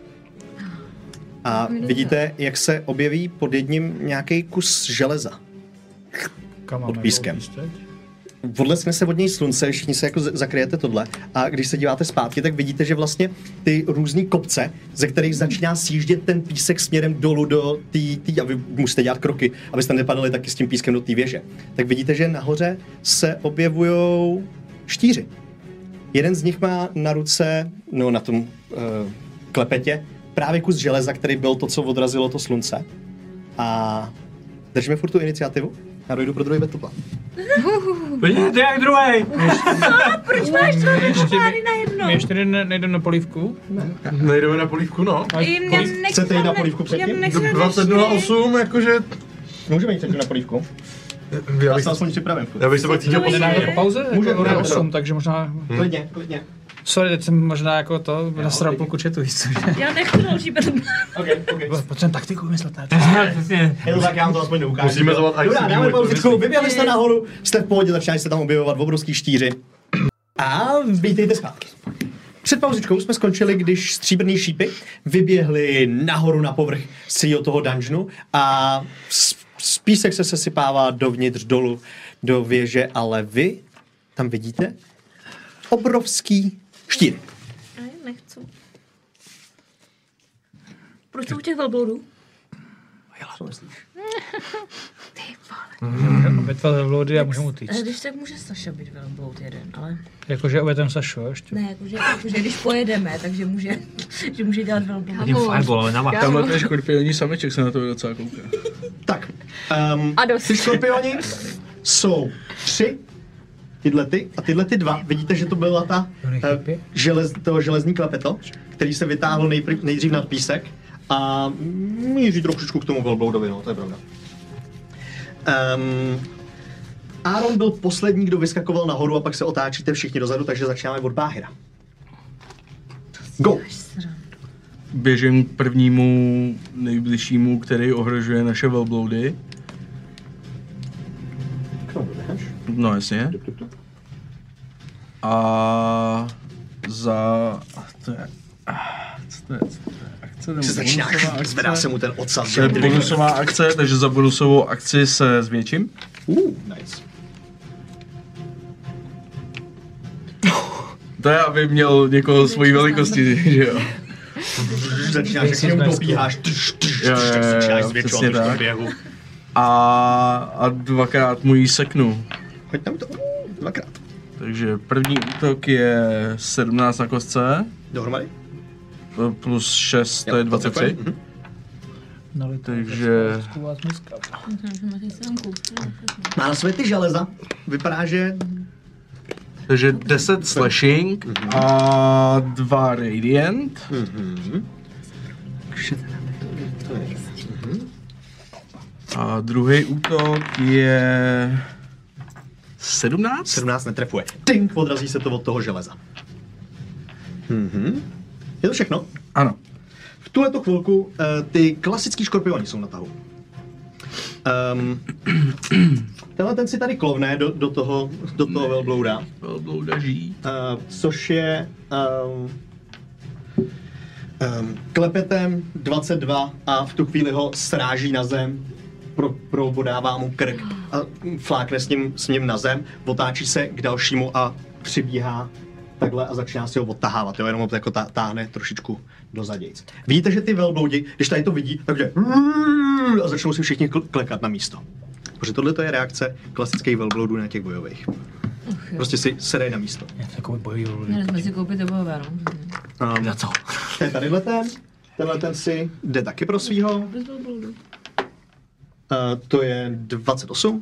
A vidíte, jak se objeví pod jedním nějaký kus železa. Pod pískem. Odleskne se od něj slunce, všichni se jako zakryjete tohle a když se díváte zpátky, tak vidíte, že vlastně ty různý kopce, ze kterých začíná sjíždět ten písek směrem dolů do a vy musíte dělat kroky, abyste nepadali taky s tím pískem do té věže, tak vidíte, že nahoře se objevujou štíři. Jeden z nich má na ruce, no na tom klepetě, právě kus železa, který byl to, co odrazilo to slunce. A držíme furt tu iniciativu. Já dojdu pro druhý battle plan. Podívejte, jak druhej! Proč máš dva plány na jedno? My ještě nejdeme na polívku. Nejdeme na polívku, no. Chcete jít na polívku předtím? 20:08, jakože... Můžeme jít předtím na polívku. Já bych se aspoň připravím. Já bych se pak cítil Nedáme po pauze? Můžeme, Jako můžeme. 8, takže možná... Klidně. Sorry, teď jsem možná jako to nasral půlku chatu, víš co? Já nechci další battle. Okay. Potřebujeme taktiku vymyslet. Přesně. Je to tak, já vám to aspoň neukážu. Musíme zavolat ICB. Dobrá, dáme pauzičku, vyběhli jste nahoru, jste v pohodě, začínají se tam objevovat obrovský štíři. A vítejte zpátky. Před pauzičkou jsme skončili, když stříbrný šípy vyběhli nahoru na povrch z celého toho dungeonu a Písek se sesypává dovnitř dolů do věže, ale vy tam vidíte obrovský štír. A já nechci. Proč jsou u těch velbloudů? Co myslíš? Ty vole. Můžeme obětvat velbloudy a můžeme utíct. Když tak může Saša být velbloud jeden, ale... Jakože obětem Sašu, ještě. Ne, jakože když pojedeme, takže může dělat velbloud. Hodím fireball, ale na Tamhle ten škorpioní sameček se na to docela kouká. Tak, A dost. ty škorpioni jsou 3, tyhle ty 2. Vidíte, že to byla ta to železný klepeto, který se vytáhl nejdřív nad písek a míří trošičku k tomu velbloudovi, no, to je pravda. Aaron byl poslední, kdo vyskakoval nahoru a pak se otáčíte všichni dozadu, takže začínáme od Báhira. Go! Běžím k prvnímu nejbližšímu, který ohrožuje naše velbloudy. No jasně. A za... Co to je? Akce nebo bonusová akce? Zvedá se mu ten odsaz. To je bonusová akce, takže za bonusovou akci se zvětším. Nice. To je, aby měl někoho svojí velikosti, že jo? Začínáš, jak s ním dobíháš, začínáš zvětšovat trošku běhu. A dvakrát mu jí seknu. Hoď tam to, dvakrát. Takže první útok je 17 na kostce. Dohromady? Plus 6, to je 23. Takže... Má na sobě ty železa. Vypadá, že... Takže 10 slashing a 2 radiant. A druhý útok je 17? 17 netrefuje. Tink, odrazí se to od toho železa. Je to všechno? Ano. V tuhleto chvilku ty klasický škorpioni jsou na tahu. Tenhle ten si tady klovne do toho velblouda. Velblouda žijí. Což je klepetem 22 a v tu chvíli ho sráží na zem, probodává mu krk a flákne s ním na zem, otáčí se k dalšímu a přibíhá takhle a začíná si ho odtahávat, jo, jenom ho jako táhne trošičku dozadějc. Vidíte, že ty velbloudi, když tady to vidí, takže a začnou si všichni klekat na místo. Protože tohle je reakce klasických velbloudů na těch bojových. Prostě si sedej na místo. Je to takový bojový. Měli jsme si koupit bojové, no. Za co? To je tadyhle tenhle ten si jde taky pro svýho. To je 28.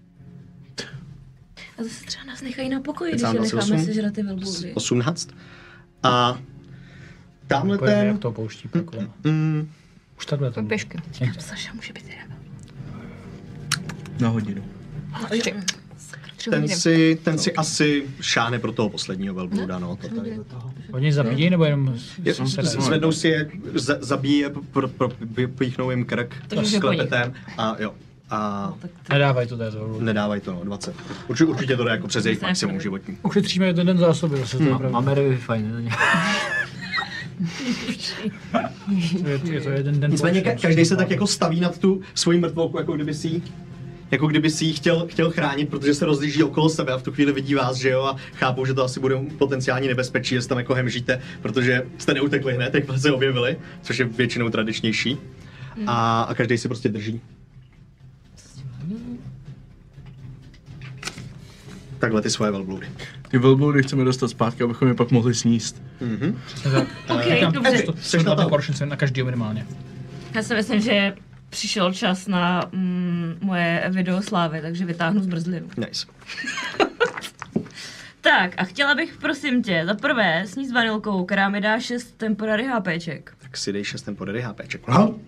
A zase třeba nás nechají na pokoji, když je necháme sežrat ty velbloudy. 18. A tamhle Jak ten... to pouští takhle. Už takhle to. Pěšky. Tam Saša může být jeden. Na hodinu. Ten si asi šáhne pro toho posledního velblouda, no. To tady do toho. Oni zabíjí nebo jenom... Zvednou si je, zabijí je, píchnou jim krk s klepetem a jo. A Nedávají to této velbloudy. nedávají to, no, 20. Určitě to jde jako přes jejich maximum životní. Ušetříme jeden zásoby, zase to je pravda. Máme revivify, ne? Je to jeden den. Nicméně každý se tak jako staví nad tu svoji mrtvolku, jako kdyby si ji chtěl chránit, protože se rozlíží okolo sebe a v tu chvíli vidí vás, že jo, a chápou, že to asi bude potenciální nebezpečí, že se tam jako hemžíte, protože jste neutekli hned, jak se objevili, což je většinou tradičnější. A každý si prostě drží. Takhle ty svoje velbloudy. Ty velbloudy chceme dostat zpátky, abychom je pak mohli sníst. Okay, dobře. Jsem na portion na každý minimálně. Já si myslím, že přišel čas na moje video slávy, takže vytáhnu zmrzlinu. Nice. Tak a chtěla bych, prosím tě, za prvé sníst vanilkou, která mi dá 6 temporary HPček. Tak si dej 6 temporary HPček.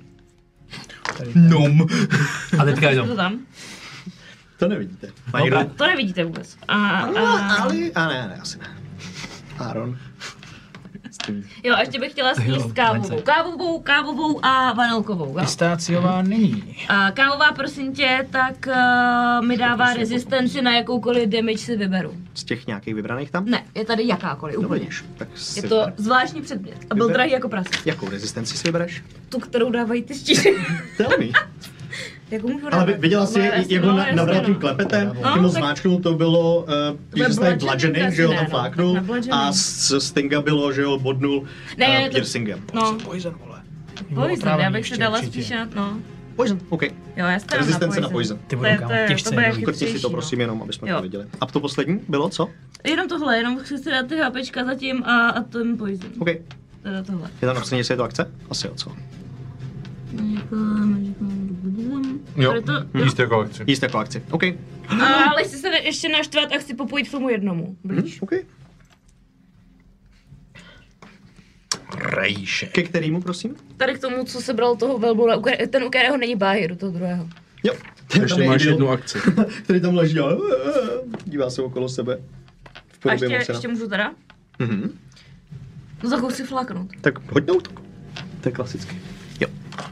Nom. A teďka Co jenom. to tam? To nevidíte. To nevidíte vůbec. Ne, asi ne. Aaron. Jo, a ještě bych chtěla sníst kávovou a vanilkovou. Jo? Pistáciová není. A kávová, prosím tě, tak mi dává rezistenci na jakoukoliv damage si vyberu. Z těch nějakých vybraných tam? Ne, je tady jakákoliv, No úplně. vidíš, tak si Je to vyber. zvláštní předmět a byl Vyber. drahý jako prase. Jakou rezistenci si vybereš? Tu, kterou dávají ty štíty. Tell me. Jako můžu Ale viděla jsi, jak ho nabral tím klepetem, tím ho zmáčknul, to bylo, když se tady bludgeoning, že ho tam fláknul, a z Stinga bylo, že ho bodnul piercingem. No. Poison, vole. Poison, já bych se dala spíš na, no. Poison, OK. Jo, já se Rezistence na poison. Ty vole, kámo, těžce. Škrtni si to, prosím, jenom, aby jsme to viděli. A to poslední bylo co? Jenom tohle, jenom chci si dát ty HPčka zatím a ten poison. OK. Teda tohle. Je tam napsané, jestli je to akce? Asi jo, co? Jo, jíst jako akci. Jíst jako akci, OK. Ale chci se ještě naštvat a chci popojit k tomu jednomu. Blíž. OK. Rejše. Ke kterému, prosím? Tady k tomu, co se bral toho velbula, ten u kterého není báhy, do toho druhého. Jo. Ještě máš jednu akci. Který tam leží a dívá se okolo sebe. V A ještě můžu teda? No za si fláknout. Tak hoď na útok. To je klasicky. Jo.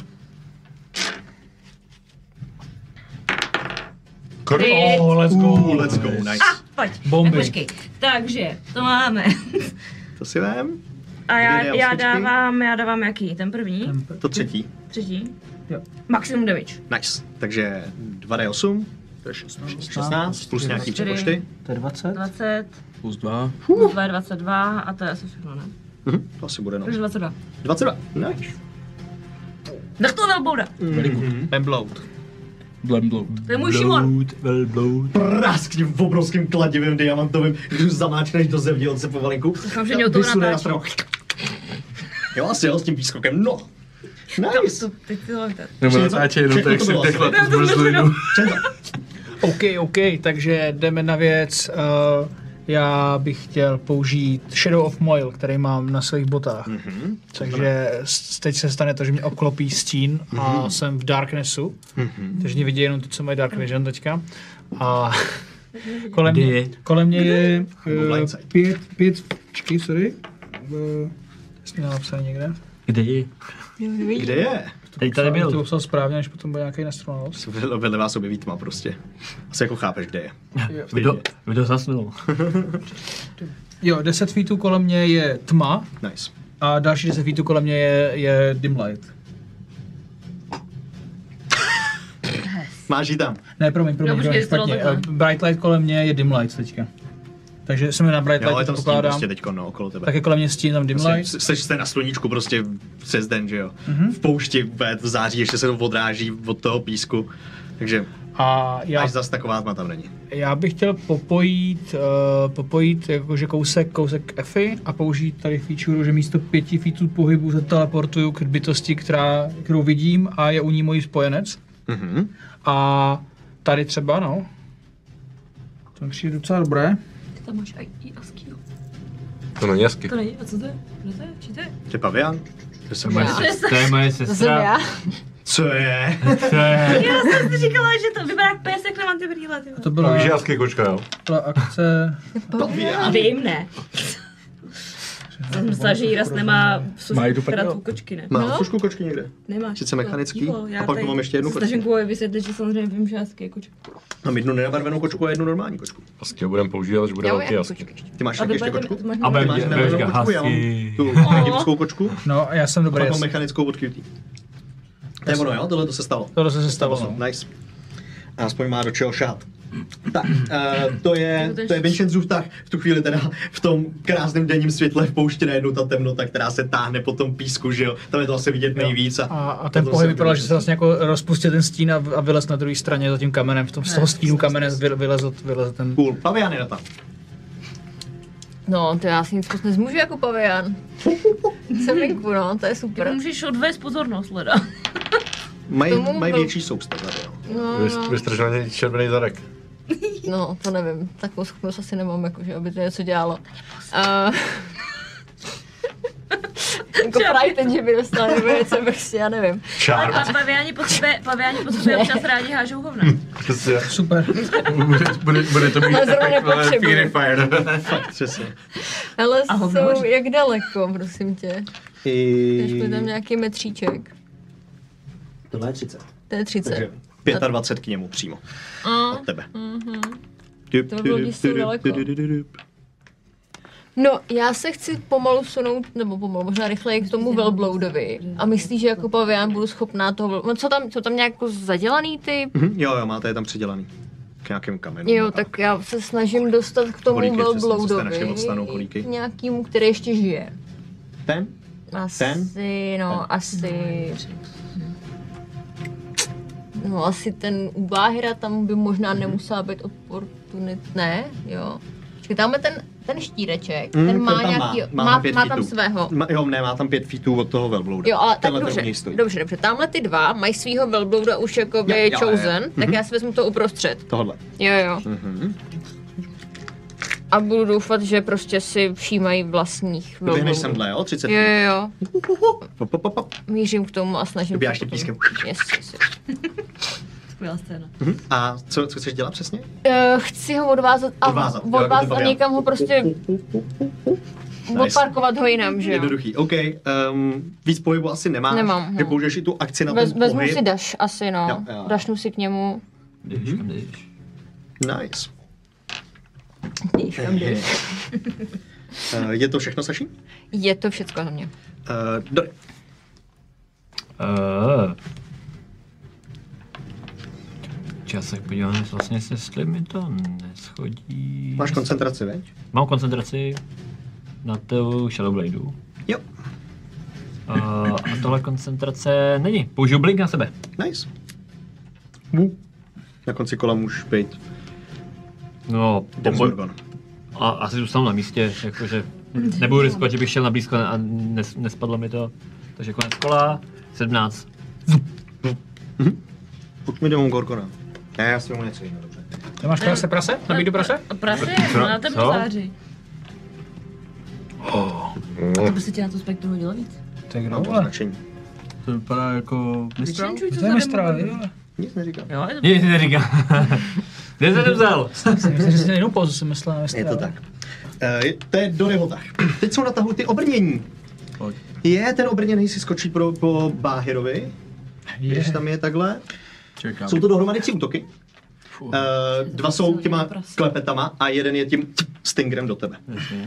Let's go. Let's go, nice. Pojď, Bomby. tak počkej. Takže, to máme. To si vem. A já dávám jaký? Ten první? To třetí. Třetí? Jo. Maximum damage. Nice. Takže 2d8. To je 16 plus nějaký přepočty. To je 20. 20. Plus 2. Plus 2 je 22 a to je asi všechno, ne? To asi bude no. Takže 22. 22. Nice. Nech to velbouda. Bemblout. Blemblout. To je můj Šimon. Praskni v obrovským kladivém diamantovým, když už zamáčneš do země od se povalinku. Doufám, že mě o to natáčí. Jo, asi jo, s tím výskokem, no. Nice. Nebo natáče jenom tak si tekla tu zmrzlinu. OK, takže jdeme na věc. Já bych chtěl použít Shadow of Moil, který mám na svých botách. Takže teď se stane to, že mě obklopí stín a jsem v Darknessu. Takže mě vidí jenom ty, co mají Dark Vision teďka. A kolem mě je pět, sorry. Jsi měl napsat někde? Kde je? Kde je? Teď tady byl. To psal správně, než potom bude nějaký nesrovnalost. Vedle vás objeví tma prostě. Asi jako chápeš, kde je. Kdo zasnul? Jo, 10 feetů kolem mě je tma Nice. a další 10 feetů kolem mě je dim light. Máš ji tam. Ne, promiň, počkej, špatně. to takhle. Bright light kolem mě je dim light teďka. Takže jsem na bright Jo, ale light tam stín pokládám. prostě teďko, no, okolo tebe. Tak je kolem mě stín, tam dim light. Jste na sluníčku prostě přes den, že jo? V poušti, v září, ještě se to odráží od toho písku. Takže A až zas taková tma tam není. já bych chtěl popojit jakože kousek Effy a použít tady feature, že místo 5 feetů pohybu se teleportuju k bytosti, kterou vidím a je u ní můj spojenec. A tady třeba, no. To mi přijde docela dobré. Ty tam máš i ASCII. To není jasky. To není, a co to je? Kdo to je? Čí to je? To je pavian? To je moje sestra. Co je? Já jsem si říkala, že to vypadá jak pes, jak nemám ty brýle. To byla Víš, jasky kočka, jo? akce. A vím, ne. Jsem myslela, že Jiras nemá Mají tu krátkou kočky, ne? Má trošku kočky někde. Nemáš. Sice mechanický, Ticho, a pak mám ještě jednu kočku. Snažím kvůli vysvětlit, že samozřejmě vím, že jasky je kočka. Mám jednu nenabarvenou kočku a jednu normální kočku. Jasky ho budeme používat, až bude velký jasky. Ty máš taky ještě kočku? A Ty máš nenabarvenou kočku, já mám tu egyptskou kočku. No a já jsem A dobrý. pak mám mechanickou od QT. To je ono, jo? Tohle to se stalo. Tohle se stalo, no. Nice. A aspoň má do čeho šát. Tak, to je Vincentzův tah v tu chvíli teda v tom krásném denním světle v poušti najednou ta temnota, která se táhne po tom písku, že jo, tam je to asi vidět nejvíc. A ten pohyb vypadal, že se vlastně jako rozpustil ten stín a vylez na druhé straně za tím kamenem, z toho stínu kamene vylez ten... Cool, pavian je na tam. No, to já si nic moc nezmůžu jako pavian. Jsem venku, no, to je super. Ty můžeš odvést pozornost, leda. Mají větší soustav tady, jo. No, Vystržený červený zadek. no, to nevím, takovou schopnost asi nemám, jakože, aby to něco dělalo. Jako právě ten, že by dostal nebo něco, prostě, já nevím. Čár. A paviáni po sobě občas rádi hážou hovna. Super. Bude to být Ale zrovna takové nepotřebuji. Fire. Fakt, přesně. Hele, A hovno jsou hoří. jak daleko, prosím tě. Ještě tam nějaký metříček. Tohle je 30. To je 30. Takže 25 k němu přímo. Od tebe. To bylo dísto daleko. No, já se chci pomalu sunout, nebo pomalu, možná rychleji k tomu velbloudovi. A myslíš, že jako pavián budu schopná toho... No, co tam nějak jako zadělaný ty? Jo, máte je tam přidělaný. K nějakému kamenu. Jo, tak já se snažím dostat k tomu Kolíky, přesně, velbloudovi. co jste našli od stanu, kolíky. K nějakýmu, který ještě žije. Ten? Asi ten u Báhira, tam by možná nemusela být oportunit, ne? Jo. Počkej, tamhle ten štíreček, ten má nějaký, má tam svého. Má tam 5 feetů od toho velblouda. Jo, ale tak dobře, tamhle ty dva mají svýho velblouda už jakoby chosen, tak já si vezmu to uprostřed. Tohle. Jo. A budu doufat, že prostě si všímají vlastních velbloudů. Běhneš semhle, jo? 30 Jo. Mířím k tomu a snažím Dobíjáš tě pískem. Yes. Skvělá scéna. A co chceš dělat přesně? Chci ho odvázat a někam ho prostě odparkovat ho jinam, že jo? Jednoduchý, OK. Víc pohybu asi nemáš. Nemám. Že použiješ i tu akci na ten pohyb. Vezmu si dash asi, no. Jo. Dašnu si k němu. Jdeš. Nice. Je to všechno, Saši? Je to všecko za mě. Dory. Já se podívám, vlastně jestli mi to neschodí. Máš koncentraci, veď? Mám koncentraci na tu Shadowbladeu. Jo. A tohle koncentrace není. Použiju blink na sebe. Nice. Na konci kola můžeš být No, Demogorgon. a asi zůstanu na místě, jakože nebudu riskovat, že bych šel na blízko a nespadlo mi to. Takže konec kola, 17. Pojď mi Demogorgona. Ne, já si mu něco jiného, dobře. Ty máš prase? Nabídu prase? Prase? Na ten září. A to by se ti na to spektru hodilo víc? Tak Mám to značení. To vypadá jako mistral? To je mistral, jo? Nic neříkám. Jo, je to... Nic neříkám. Kde jsi to vzal? Myslím, že jsi jinou pauzu jsem myslel na mistral. Je to tak. To je do Rehotách. Teď jsou na tahu ty obrnění. Ten obrněný si skočí po Báhirovi. Když tam je takhle. Čekám. Jsou to dohromady 3 útoky. Dva jsou těma klepetama a jeden je tím stingerem do tebe.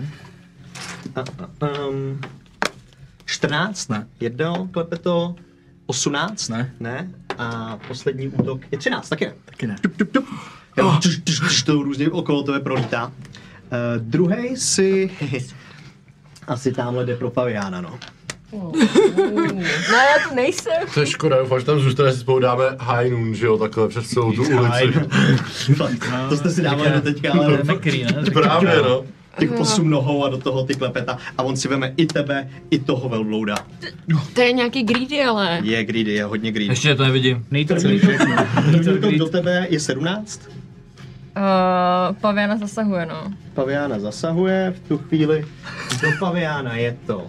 14? Ne. Jedno klepeto. 18? Ne. A poslední útok je 13, taky ne. Taky ne. Tup. To různě okolo tebe prolítá. Druhý si asi tamhle jde pro paviána, no. No, já tu nejsem. To je škoda, doufám, že tam zůstane, si spolu dáme High Noon, že jo, takhle přes celou tu ulici. To jste si dávali do teďka, ale Právě, no. těch 8 nohou a do toho ty klepeta a on si veme i tebe, i toho velblouda. To je nějaký greedy, ale... Je greedy, je hodně greedy. Ještě to nevidím. První útok do tebe je 17. Paviána zasahuje, no. Paviána zasahuje, v tu chvíli do paviána je to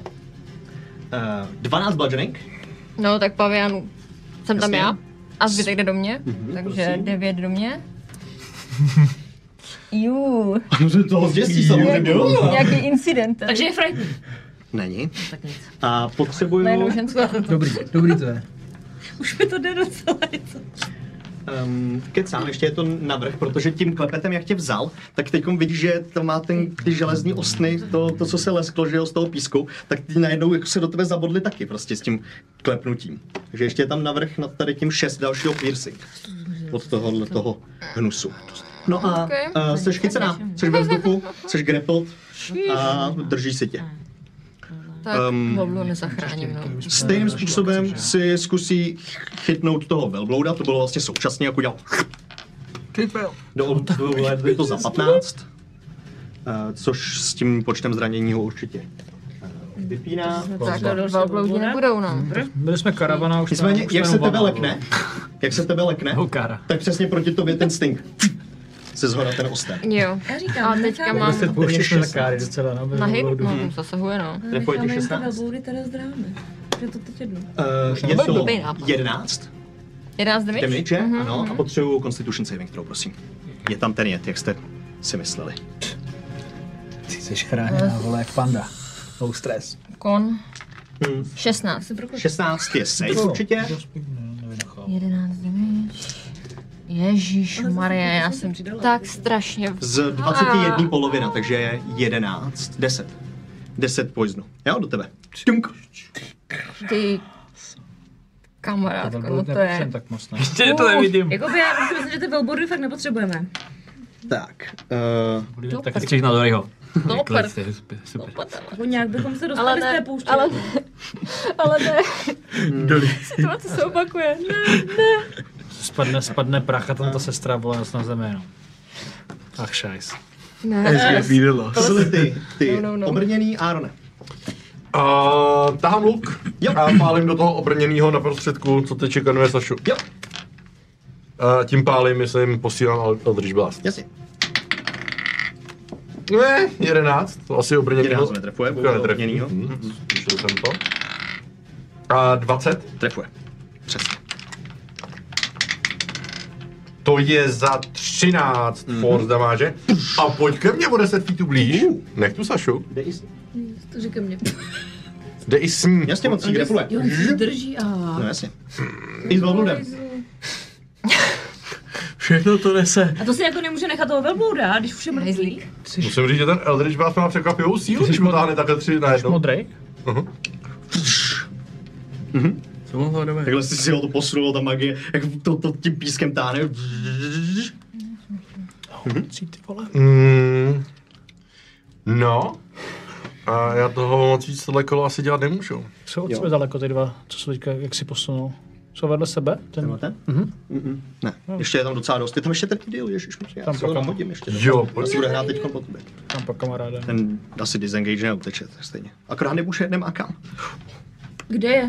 12 bludgeoning. No, tak paviánu jsem tam Jasně. já. A zbytek jde do mě, takže prosím. 9 do mě. Jú. Může toho zděstí samozřejmě, jo? Nějaký incident. Takže je frightening. Není. Tak nic. A potřebuju... Najednou ženskou. Dobrý to je. Už mi to jde docela něco. Kecám, ještě je to navrch, protože tím klepetem, jak tě vzal, tak teďkom vidíš, že to má ty železní ostny, to, co se lesklo, že jo, z toho písku, tak ty najednou jako se do tebe zabodly taky prostě s tím klepnutím. Takže ještě je tam navrch nad tady tím 6 dalšího piercing od toho hnusu. No a jsi chycená, jsi ve vzduchu, jsi grappled a držíš si tě. Tak Boblu nezachráním, no. Stejným způsobem si zkusí chytnout toho velblouda, to bylo vlastně současně, jako dělal je to za 15, což s tím počtem zranění ho určitě vypíná. Tak velbloudi nebudou, no. Byli jsme karavana, už Nicméně, jak se tebe lekne, Hokara. tak přesně proti tobě ten sting se zhora ten osten. Jo. Já říkám, A teďka mám pouštěš na káry docela, no. na hit, no, zasahuje, no. Trefuje tě 16? velbloudy teda zdráme. Je to teď jedno. Je to blbý nápad. 11 11 damage? damage, ano, a potřebuju Constitution saving throw, prosím. Je tam ten jak jste si mysleli. Ty jsi chráněná, vole, jak panda. No stres. Kon. 16. 16 je safe určitě. 11 damage. Ježíš Maria, já jsem tak strašně... Z 21 polovina, takže je 11. 10. 10 poisonu. Jo, do tebe. Štunk. Ty... Kamarádko, no to je... Tak moc ne. Ještě to nevidím. Jakoby já si myslím, že ty velbory fakt nepotřebujeme. Tak. Tak střih na Doryho. No, Super. Jako nějak bychom se dostali z té pouště. Ale ne. Situace se opakuje. Ne. Spadne prach a tam ta sestra vole na zemi, no. Ach, šajs. Ne. To byly ty No. obrněný Arone. Tahám luk a pálím do toho obrněného na prostředku, co teď čekanuje Sašu. Jo. Tím pálím, myslím, posílám Eldritch Blast. Jasně. Ne, 11, to asi obrněnýho. 11 netrefuje, bohužel obrněnýho. Slyšel jsem to. A 20? Trefuje. Přesně. To je za 13 force damage. A pojď ke mně o 10 feetů blíž. Nech tu Sašu. To říká mě. Jde i s ní. Jasně, moc jí grappluje. Jo, on se drží a... No jasně. I s velbludem. Všechno to nese. A to si jako nemůže nechat toho velblouda, když už je mrtvý. Musím říct, že ten Eldritch Blast má překvapivou sílu, když mu táhne takhle 3 najednou. Modrej? Co mohlo jdeme? Takhle si ho to posunul, ta magie, jak to tím pískem táhne. Ty vole. No. A já toho moc víc tohle kolo asi dělat nemůžu. Jsou od sebe daleko ty dva, co jsou teďka, jak si posunou? Jsou vedle sebe? Ten? Ne, ještě je tam docela dost. Je tam ještě ten idyl, ježišmarja. Já Tam se ho pokam. nahodím ještě. Jo, On si bude hrát teďko po tobě. Tam po kamaráde. Ten asi disengage neuteče, tak stejně. Akorát nemá kam. Kde je?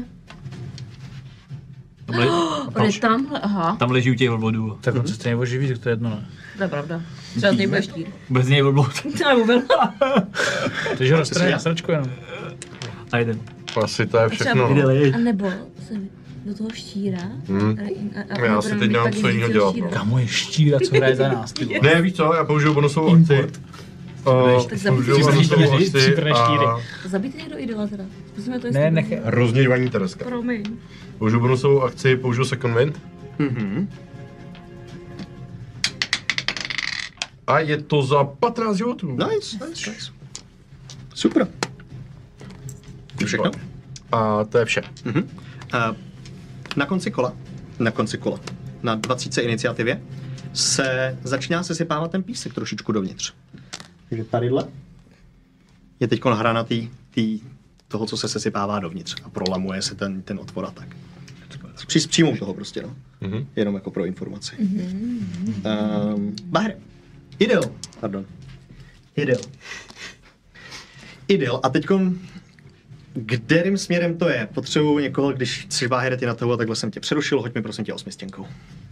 On je Tam, tamhle, aha. tam leží u těch velbloudů. Tak on se stejně oživí, tak to je jedno, ne? To je pravda. Třeba z něj bude štír. Bez něj velbloud. Nebo velbloud. Takže roztrhne sračku jenom. A jeden. Asi to je všechno. A nebo se do toho štíra. Já si teď dám co jiného dělat. No. Kamo je štíra, co hraje za nás, ty vole. Ne, víš co, já použiju bonusovou akci. Tak zabijte Bonusovou akci Příbrné štíry. a Zabijte někdo idola teda. Zkusíme to Ne, nechej. rozněvaní Tereska. Promiň. Použiju bonusovou akci, použiju Second Wind. A je to za 15 životů. Nice. Super. To všechno? A to je vše. Na konci kola, na 20 iniciativě, se začíná sesypávat ten písek trošičku dovnitř. Takže tadyhle je teď hrana toho, co se sesypává dovnitř a prolamuje se ten otvor a tak. Přijmou toho prostě, no. Jenom jako pro informaci. Bahre. Idyl. A teďkon, kterým směrem to je? Potřebuju někoho, když si Bahre ty na toho, takhle jsem tě přerušil, hoď mi prosím tě 8stěnkou.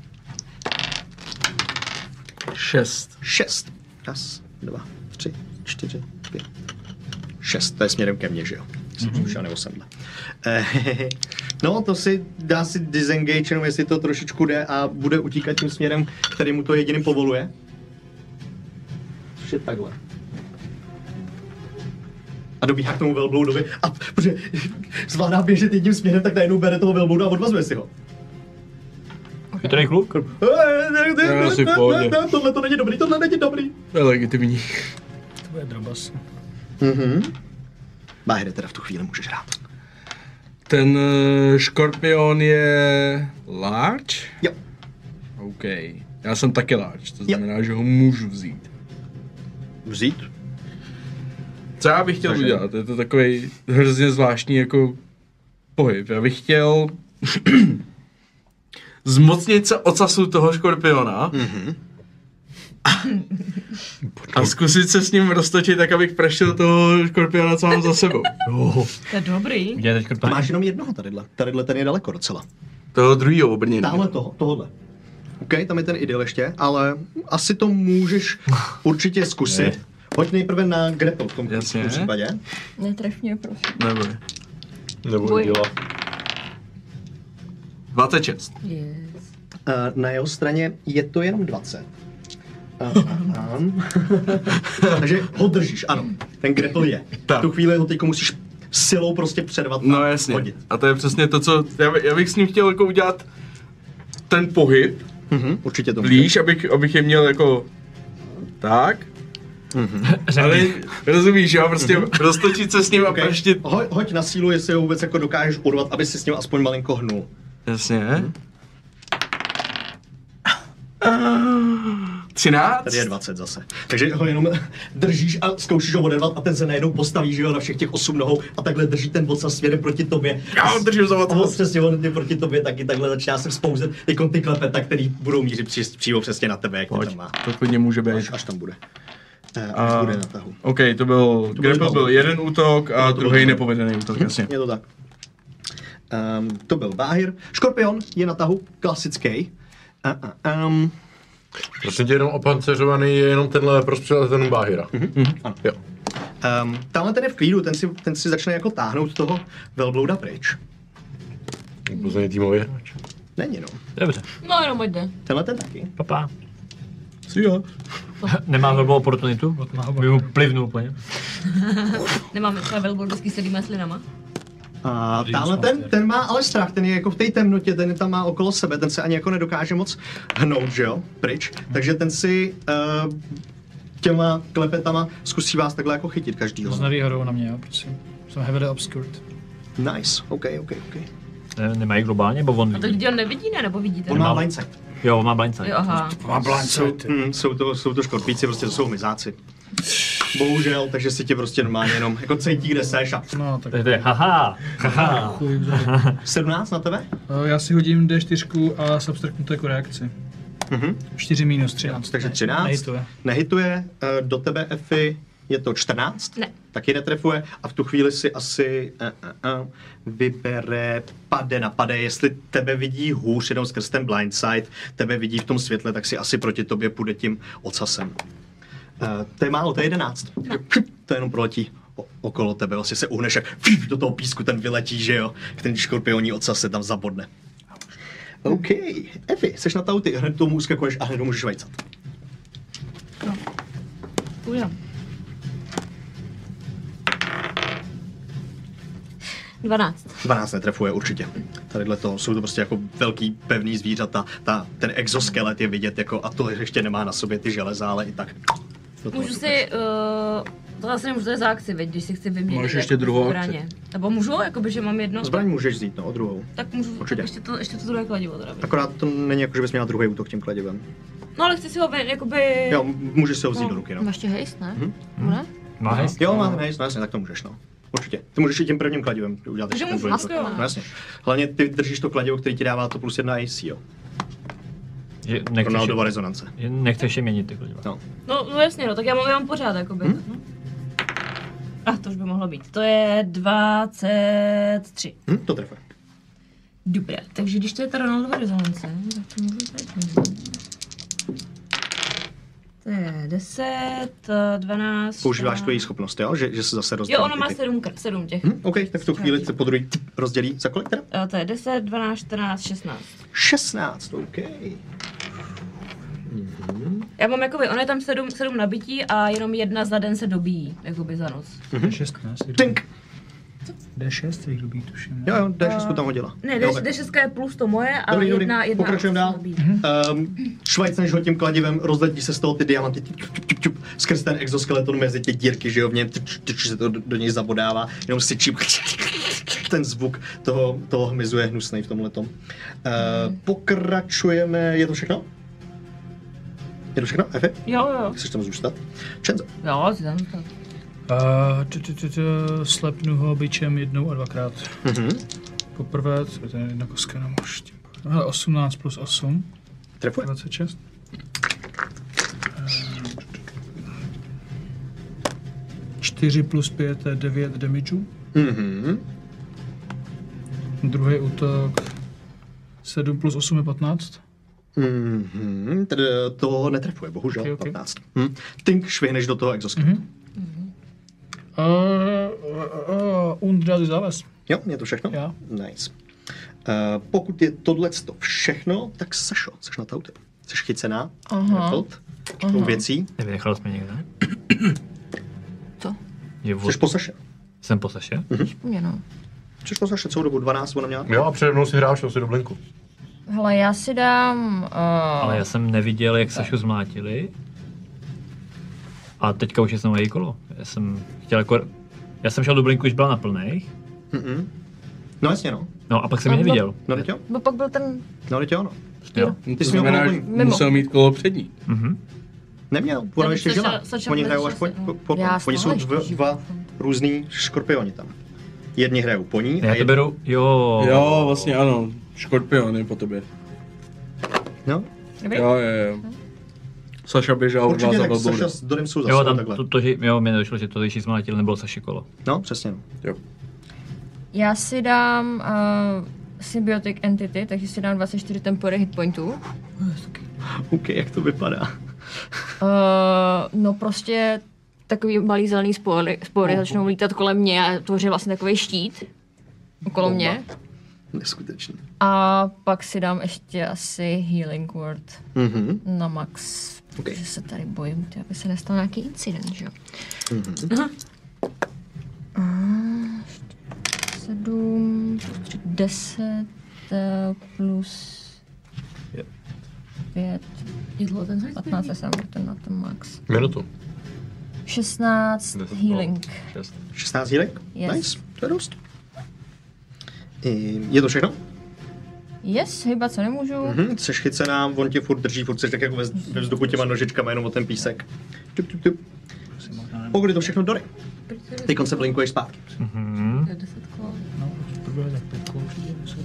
6. 6. 1, 2, 3, 4, 5. 6, to je směrem ke mně, že jo? Jsem už nebo semhle. No, to dá si disengage, jenom jestli to trošičku jde a bude utíkat tím směrem, který mu to jediným povoluje. Což je takhle. A dobíhá k tomu velbloudovi a protože zvládá běžet jedním směrem, tak najednou bere toho velblouda a odvazuje si ho. Je to kluk? asi v pohodě. Tohle to není dobrý. To je legitimní. To bude drobas. Bahre, teda v tu chvíli můžeš hrát. Ten škorpion je large? Jo. OK. Já jsem taky large, to znamená, že ho můžu vzít. Vzít? Co já bych chtěl udělat? Je to takový hrozně zvláštní jako pohyb. Já bych chtěl zmocnit se ocasu toho škorpiona a zkusit se s ním roztočit tak, abych praštil toho škorpiona, co mám za sebou. To je dobrý. A máš jenom jednoho tadyhle. Tadyhle ten je daleko docela. Toho druhýho obrněný. Tamhle tohohle. OK, tam je ten idyl ještě, ale asi to můžeš určitě zkusit. Hoď nejprve na grapple v tom případě. Netref mě, prosím. Nebo děla. 26. Yes. Na jeho straně je to jenom 20. Takže ho držíš, ano. Ten grapple je. Tak. V tu chvíli ho teďko musíš silou prostě předvat a No jasně. hodit. A to je přesně to, co... Já bych s ním chtěl jako udělat ten pohyb, Určitě to blíž, abych je měl jako tak. Ale rozumíš, jo, prostě roztočit se s ním a praštit. Hoď na sílu, jestli ho vůbec jako dokážeš urvat, aby si s ním aspoň malinko hnul. Jasně. 13? Tady je 20 zase. Takže ho jenom držíš a zkoušíš ho odervat a ten se najednou postaví, že jo, na všech těch 8 nohou a takhle drží ten vocas směrem proti tobě. Já ho držím za vocas. Přesně, on je proti tobě taky takhle začíná se vzpouzet ty klepeta, který budou mířit přímo přesně na tebe, jak to tam má. To klidně může být. Až tam bude. Až bude na tahu. OK, to byl jeden útok a druhý nepovedený útok, jasně. Je to tak. To byl Báhir. Škorpion je na tahu, klasický. Prosím tě, jenom opanceřovaný je jenom tenhle prostřel ten Báhira. Ano. Jo. Tamhle ten je v klídu, ten si začne jako táhnout toho velblouda pryč. Pozorný týmový hráč. Není no. Dobře. No jenom ať jde. Tenhle ten taky. Papa. Si jo. Nemá velkou oportunitu? By mu plivnul úplně. Nemáme třeba velbloudovský s celýma slinama. A tamhle ten má ale strach, ten je jako v té temnotě, ten tam má okolo sebe, ten se ani jako nedokáže moc hnout, že jo, pryč. Takže ten si těma klepetama zkusí vás takhle jako chytit každýho. S nevýhodou na mě, jo, prosím. Jsem heavily obscured. Nice, OK. Nemají globálně, bo on A to lidi on nevidí, ne? Nebo vidíte? On má blindsight. Jo, má blindside. Jo, aha. Mám blindsight. Jsou to škorpíci, prostě to jsou mizáci. Bohužel, takže si tě prostě normálně jenom jako cítí, kde seš a... No, tak. To je haha. 17 na tebe? Já si hodím D4 a substraknu to jako reakci. 4 minus 13. Takže 13. Nehituje. Do tebe, Efi, je to 14? Ne. Taky netrefuje a v tu chvíli si asi vybere pade. Jestli tebe vidí hůř jenom skrz ten blindside, tebe vidí v tom světle, tak si asi proti tobě půjde tím ocasem. To je málo, to je 11. To jenom proletí okolo tebe, vlastně se uhneš a do toho písku ten vyletí, že jo? Ten škorpioní ocas se tam zabodne. OK, Efi, seš na tahu, ty hned tomu uskakuješ a hned ho můžeš vejcat. No. Udělám. 12 netrefuje určitě. Tadyhle to jsou to prostě jako velký pevný zvířata. Ten exoskelet je vidět jako a to ještě nemá na sobě ty železa, ale i tak. Můžu si, to asi nemůžu, to je za akci, veď, když si chci vyměnit. Máš ještě druhou akci. Nebo můžu, jakoby, že mám jedno? Zbraň můžeš vzít, no, o druhou. Tak můžu, určitě. Ještě to druhé kladivo teda. Akorát to není jako, že bys měla druhý útok tím kladivem. No ale chci si ho jakoby... Jo, můžeš si ho vzít do ruky, no. Máš ještě hejst, ne? Ne? Má hejst? Jo, má ten hejst, no jasně, tak to můžeš, no. Určitě. Ty můžeš i tím prvním kladivem udělat ještě ten druhý útok. No jasně. Hlavně ty držíš to kladivo, který ti dává to +1 AC, jo. Ronaldova rezonance. Nechceš je měnit ty kladiva. No jasně, no, tak já mám pořád, jakoby. To už by mohlo být. To je 23. To trefuje. Dobré, takže když to je ta Ronaldova rezonance, tak to můžu tady. To je 10, 12... Používáš tvoji schopnost, jo? Že se zase rozdělí. Jo, ono má 7 těch. OK, tak v tu chvíli se po druhý rozdělí. Za kolik teda? To je 10, 12, 14, 16. 16, OK. Já mám jakoby, ono je tam 7 nabití a jenom jedna za den se dobíjí, jakoby za noc. D6, ne? Tink! D6 se jich dobí, tuším. Jo, D6 tam hodila. Ne, D6 je plus to moje, ale jedna pokračujeme dál. Švajcneš ho tím kladivem, rozletí se z toho ty diamanty skrz ten exoskeleton mezi ty dírky, že jo, v něm se to do něj zabodává, jenom syčí ten zvuk toho hmyzu je hnusnej v tomhletom. Pokračujeme, je to všechno? Je to všechno, Efe? Jo. Chceš tam zůstat? Čenzo? Jo, si tam zůstat. Slepnu ho bičem 1 a 2krát. Poprvé, to je jedna kostka na muž. 18 plus 8. Trefuje. 26. 4 plus 5 je 9 damageů. Druhý útok 7 plus 8 je 15. Tedy to netrefuje, bohužel, Okay. 15. Tink, švihneš do toho exoskeletu. Und das ist alles. Jo, je to všechno? Jo. Nice. Pokud je tohleto všechno, tak Sašo, seš na tauty. Jsi chycená? Tou věcí? Nevynechal jsi mě někde? Co? Jsi po Saše? Jsem po Saše? Mě no. Jsi po Saše celou dobu, 12 ona měla? Jo, a přede mnou si hrál, šel si do blinku. Hele, já si dám... Ale já jsem neviděl, jak Sašu zmlátili. A teďka už je znovu její kolo. Já jsem šel do blinku, když byla na plných. No jasně, no. No a pak jsem ji neviděl. No teď jo. Bo pak byl ten... No teď jo, no. Jo. Ty jsi To měl znamená, kolo že po ní. musel mít kolo přední. Neměl, ona ještě žila. Saša Oni hrajou až Saša, po Já oni jsou stále ještě dva různý škorpioni tam. Jedni hrajou po ní Já to beru, jo. Jo, vlastně ano. Škorpiony po tobě. No, Jo. Saša běžel určitě za tak velbloudem. Saša s Dorem jsou Jo, zase tam takhle. jo, mě došlo, že to, když jí zmlátil, nebylo Saši kolo. No, přesně no. Jo. Já si dám Symbiotic Entity, takže si dám 24 temporary hitpointů. OK, jak to vypadá? No prostě takový malý zelený spory začnou lítat kolem mě a tvoří vlastně takový štít okolo mě. Neskutečný. A pak si dám ještě asi Healing Word na max. OK. Že se tady bojím, aby se nestal nějaký incident, že jo? 7 plus 10 plus 5, Je dlouho ten 15 jsem na ten max. Minutu. 16 healing. 16 healing? Yes. Nice, to je dost. Je to všechno? Yes, hejbat se nemůžu. Jsi chycená, on tě furt drží, furt jsi tak jako ve vzduchu těma nožičkama jenom o ten písek. Tup. Pokud je to všechno Dory. Teď se blinkuješ zpátky. Je 10 kol. No, to bylo tak 5 kol, že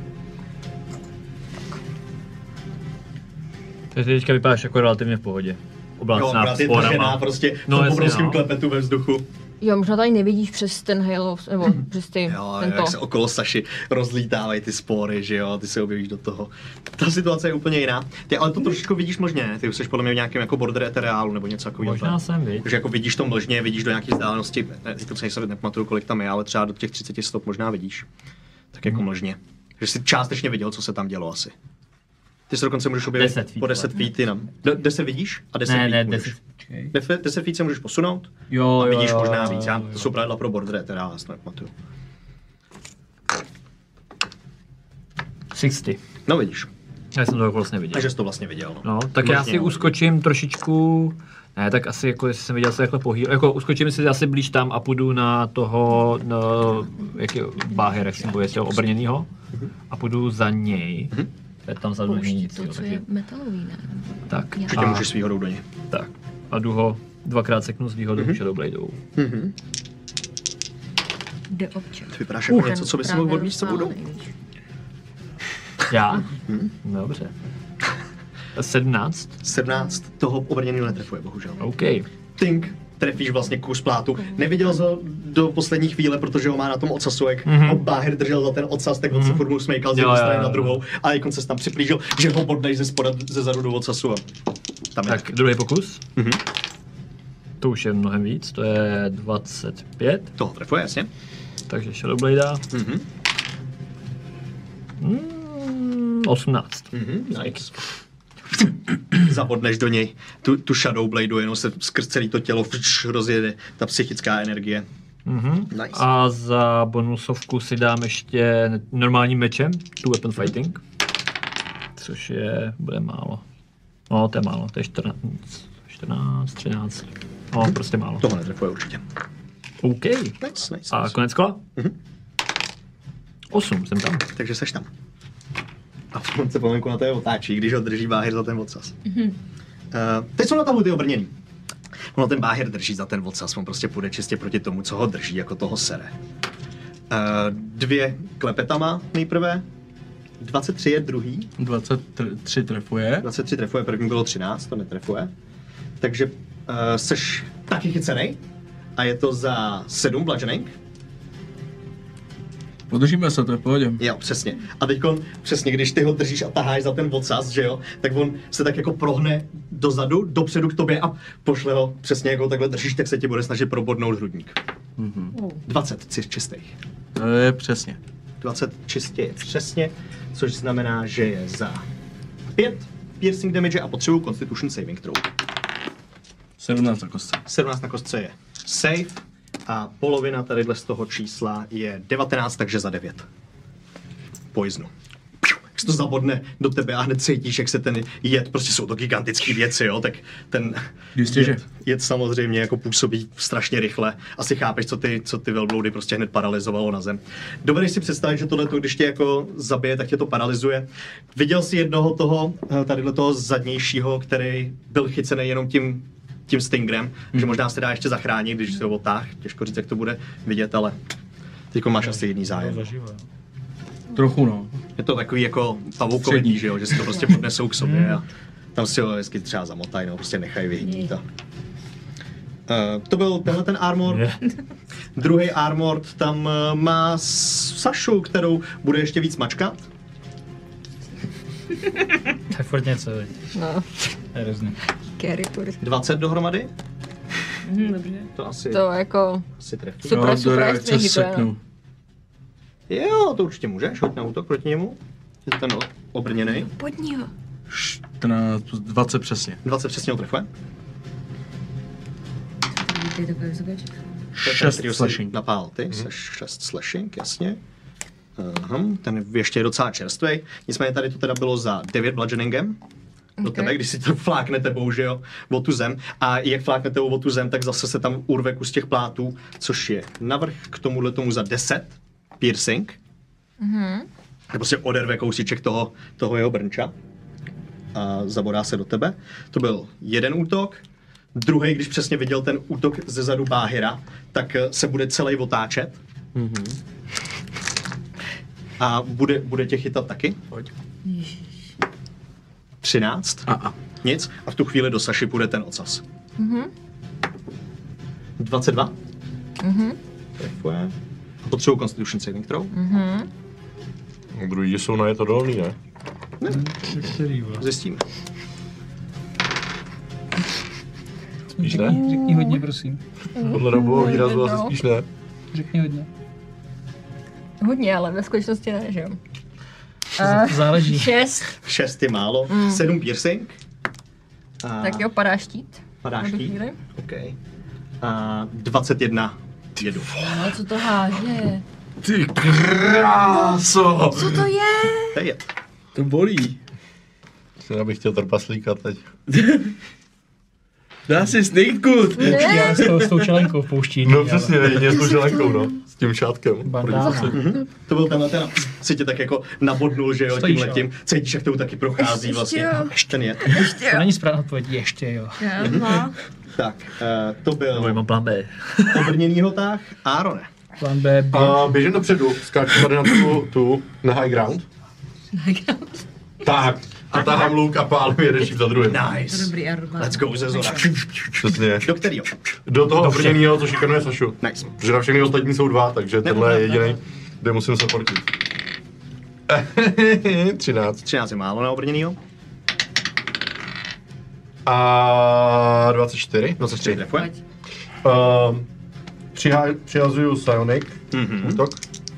Takže ty teďka vypadáš jako relativně v pohodě. Jo, Oblácená akorát je držená prostě v tom obrovském klepetu ve vzduchu. Jo, možná tady nevidíš přes ten halo, nebo přes ty, Jo, tento. jak se okolo Saši rozlítávají ty spory, že jo, ty se objevíš do toho. Ta situace je úplně jiná. Ty ale to trošičku vidíš mlžně, ne? Ty už jsi podle mě v nějakém jako border etereálu nebo něco takového. Možná jsem, viď? Takže jako vidíš to mlžně, vidíš do nějaké vzdálenosti, to se nepamatuju, kolik tam je, ale třeba do těch 30 stop možná vidíš. Tak jako mlžně. Že jsi částečně viděl, co se tam dělo asi. Ty se dokonce můžeš objevit 10 feet, po 10 feet jinam. 10 vidíš a 10 Ne, feet 10. můžeš. 10 feet se můžeš posunout Jo, a vidíš jo, možná jo, víc. jo. To jsou pravidla pro border, teda já si to nepamatuju. 60. No vidíš, Já jsem to vlastně viděl. takže jsi to vlastně viděl. No. No, tak já Vlastně, si no. uskočím trošičku, ne, tak asi jako, jestli jsem viděl se takhle pohýl, jako uskočím si asi blíž tam a půjdu na toho, jaký báhyr, jak jsem boje, toho obrněnýho, a půjdu za něj. Tam vzadu není nic, To, jo, co takže je metalový, ne? tak. Určitě můžeš s výhodou do něj. Tak. A jdu ho dvakrát seknu s výhodou Shadow Bladou. Jde občas. To vypadáš jako něco, co by si mohl odníst s sebou domů. Já? Dobře. 17? 17 toho obrněného netrefuje, bohužel. OK. Tink, trefíš vlastně kus plátu. Neviděl jsi ho do poslední chvíle, protože ho má na tom ocasu, jak ho Báhyr držel za ten ocas, tak on se furt mu smejkal z jedné strany na druhou a jak on se tam připlížil, že ho bodneš ze zadu do ocasu a tam je Tak, druhý pokus. To už je mnohem víc, to je 25, toho trefuje, jasně. takže Shadow Blade. 18. Nice. Zabodneš do něj tu Shadow Bladeu, jenom se skrz celé to tělo rozjede ta psychická energie. Nice. A za bonusovku si dám ještě normálním mečem, two weapon fighting, což bude málo. No, to je málo, to je 14, 13, no, prostě málo. Toho netrefuje určitě. OK. Nice. A konec kola? 8 jsem tam. Takže seš tam. A on se pomenku na to otáčí, když ho drží Báhyr za ten ocas. Teď jsou na tahu ty obrněný. Ono ten Báhyr drží za ten ocas, on prostě půjde čistě proti tomu, co ho drží, jako toho sere. 2 klepetama nejprve, 23 je druhý. 23 trefuje. 23 trefuje, první bylo 13, to netrefuje. Takže seš taky chycenej a je to za 7 bludgeoning. Podržíme se, to je v pohodě. Jo, přesně. A teďkon, přesně, když ty ho držíš a taháš za ten ocas, že jo, tak on se tak jako prohne dozadu, dopředu k tobě a pošle ho přesně jako takhle držíš, tak se ti bude snažit probodnout hrudník. 20 čistých. To je přesně. 20 čistě je přesně, což znamená, že je za 5 piercing damage a potřebuju Constitution saving throw. 17 na kostce. 17 na kostce je save a polovina tadyhle z toho čísla je 19, takže za 9. Poisonu. se to zabodne do tebe a hned cítíš, jak se ten jed, prostě jsou to gigantické věci, jo, tak ten jed samozřejmě jako působí strašně rychle. Asi chápeš, co ty velbloudy prostě hned paralyzovalo na zem. Dovedeš si představit, že tohleto, když tě jako zabije, tak tě to paralyzuje. Viděl jsi jednoho toho, tadyhle toho zadnějšího, který byl chycený jenom tím stingrem, že možná se dá ještě zachránit, když se ho otáh, těžko říct, jak to bude vidět, ale teďko máš asi jiný zájem. Trochu, no. Je to takový jako pavoukovidí, že jo, že si to prostě podnesou k sobě a tam si ho vždycky třeba zamotají, no, prostě nechají vyhnít. To byl tenhle ten armor. Druhý armor tam má Sašu, kterou bude ještě víc mačkat. To je furt něco, veď. No. To je hrozný. 20 dohromady. Dobře. To asi trefí. Super extra seknu. Jo, to určitě můžeš, hoď na útok proti němu. Je ten obrněnej. Pod něho. 14, 20 přesně. 20 přesně ho trefuje. 6 slashing. Napál ty, 6 slashing, jasně. Ten ještě je docela čerstvej. Nicméně tady to teda bylo za 9 bludgeoningem. Do tebe, když si to flákne tebou, že jo, o tu zem. A jak flákne tebou o tu zem, tak zase se tam urve kus těch plátů, což je navrch k tomuhle tomu za 10 piercing. A prostě oderve kousíček toho jeho brnča a zabodá se do tebe. To byl jeden útok. Druhý, když přesně viděl ten útok ze zadu Báhira, tak se bude celý otáčet. A bude tě chytat taky. Pojď. 13. Nic. A v tu chvíli do Saši půjde ten ocas. 22. Trefuje. Potřebuji Constitution saving throw. Druidi jsou na je to dolný, ne? Ne. Zjistíme. Spíš ne? Řekni hodně, prosím. Podle dobového výrazu asi spíš ne. Řekni hodně. Hodně, ale ve skutečnosti ne, že jo? Záleží. 6 je málo. 7 piercing. Tak jo, padá štít. Padá štít. OK. 21 jedu. No, co to háže? Ty kráso! Co to je? To je jed. To bolí. Já bych chtěl trpaslíka teď. Dá si snake good. Já s tou čelenkou v pouští. No přesně, jedině s tou želenkou, no. S tím šátkem. Bandána. To byl ten si tě tak jako nabodnul, že jo, tím letím. Cítíš, jak to taky prochází vlastně. Ten jed. To není správná odpověď, ještě jo. Tak, to byl Nebo mám plán B. obrněnýho táh. Arone. Plán B. Běžím dopředu, skáču tady na na high ground. Tak, a tahám luk a pálím jeden šíp za druhým. Nice. Dobrý arma. Let's go ze zora. Přesně. Do kterýho? Do toho obrněnýho, co šikanuje Sašu. Nice. Protože na všechny ostatní jsou 2, takže tenhle je jediný, kde musím supportit. 13. 13 je málo na obrněnýho. A 24. 24 trefuje. Přihazuju Psionic. Útok.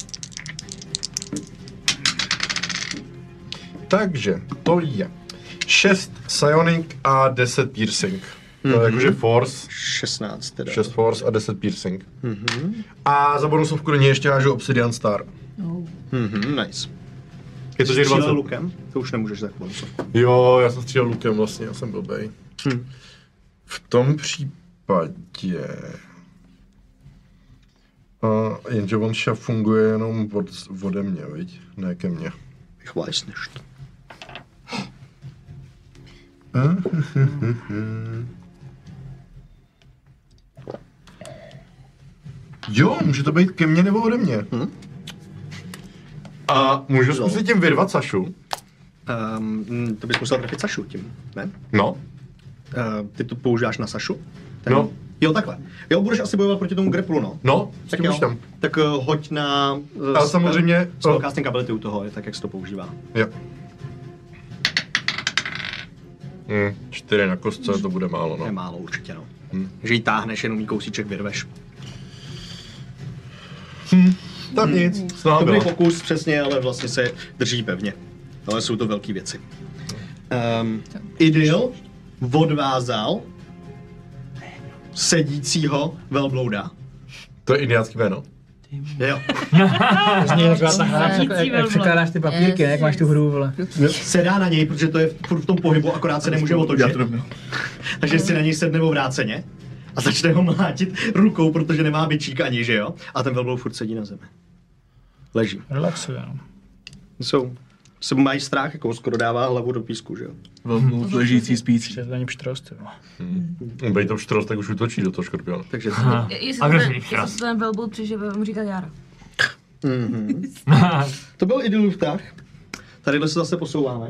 Takže to je 6 Psionic a 10 Piercing. To je jakože Force. 16 teda. 6 Force a 10 Piercing. A za bonusovku do něj ještě hážu Obsidian Star. Nice. Je to těch 20. lukem? To už nemůžeš tak bonusovku. Jo, já jsem střílel lukem vlastně, já jsem blbej. V tom případě... jenže on funguje jenom ode mě, viď? Ne ke mně. Ich weiß nicht. Jo, může to být ke mně nebo ode mě. A můžu zkusit tím vyrvat Sašu? To bys musel trefit Sašu tím, ne? No. Ty to používáš na Sašu? No. Jo, takhle. Jo, budeš asi bojovat proti tomu graplu, no. No, tak jo. Tam. Tak hoď na... Ale samozřejmě... Spellcasting ability u toho je tak, jak se to používá. Jo. 4 na kostce, to bude málo, no. Je málo určitě, no. Že ji táhneš, jenom jí kousíček vyrveš. Tak nic, dobrý pokus, přesně, ale vlastně se drží pevně. Ale jsou to velké věci. Idyl odvázal sedícího velblouda. To je indiánský jméno? Jo. Z něj taková ta hra, jak překládáš ty papírky, jak máš tu hru, vole. Sedá na něj, protože to je furt v tom pohybu, akorát se nemůže otočit. Takže si na něj sedne obráceně a začne ho mlátit rukou, protože nemá bičík ani, že jo? A ten velbloud furt sedí na zemi. Leží. Relaxuje, no. Se mají strach, jako skoro dává hlavu do písku, že jo? Velbloud ležící spící. To není pštrost, jo. Bej to pštrost, tak už útočí do toho škorpiona. Takže Jestli se ten velbloud přežije, budeme mu říkat Jára. to byl Idylův ptách. Tadyhle se zase posouváme.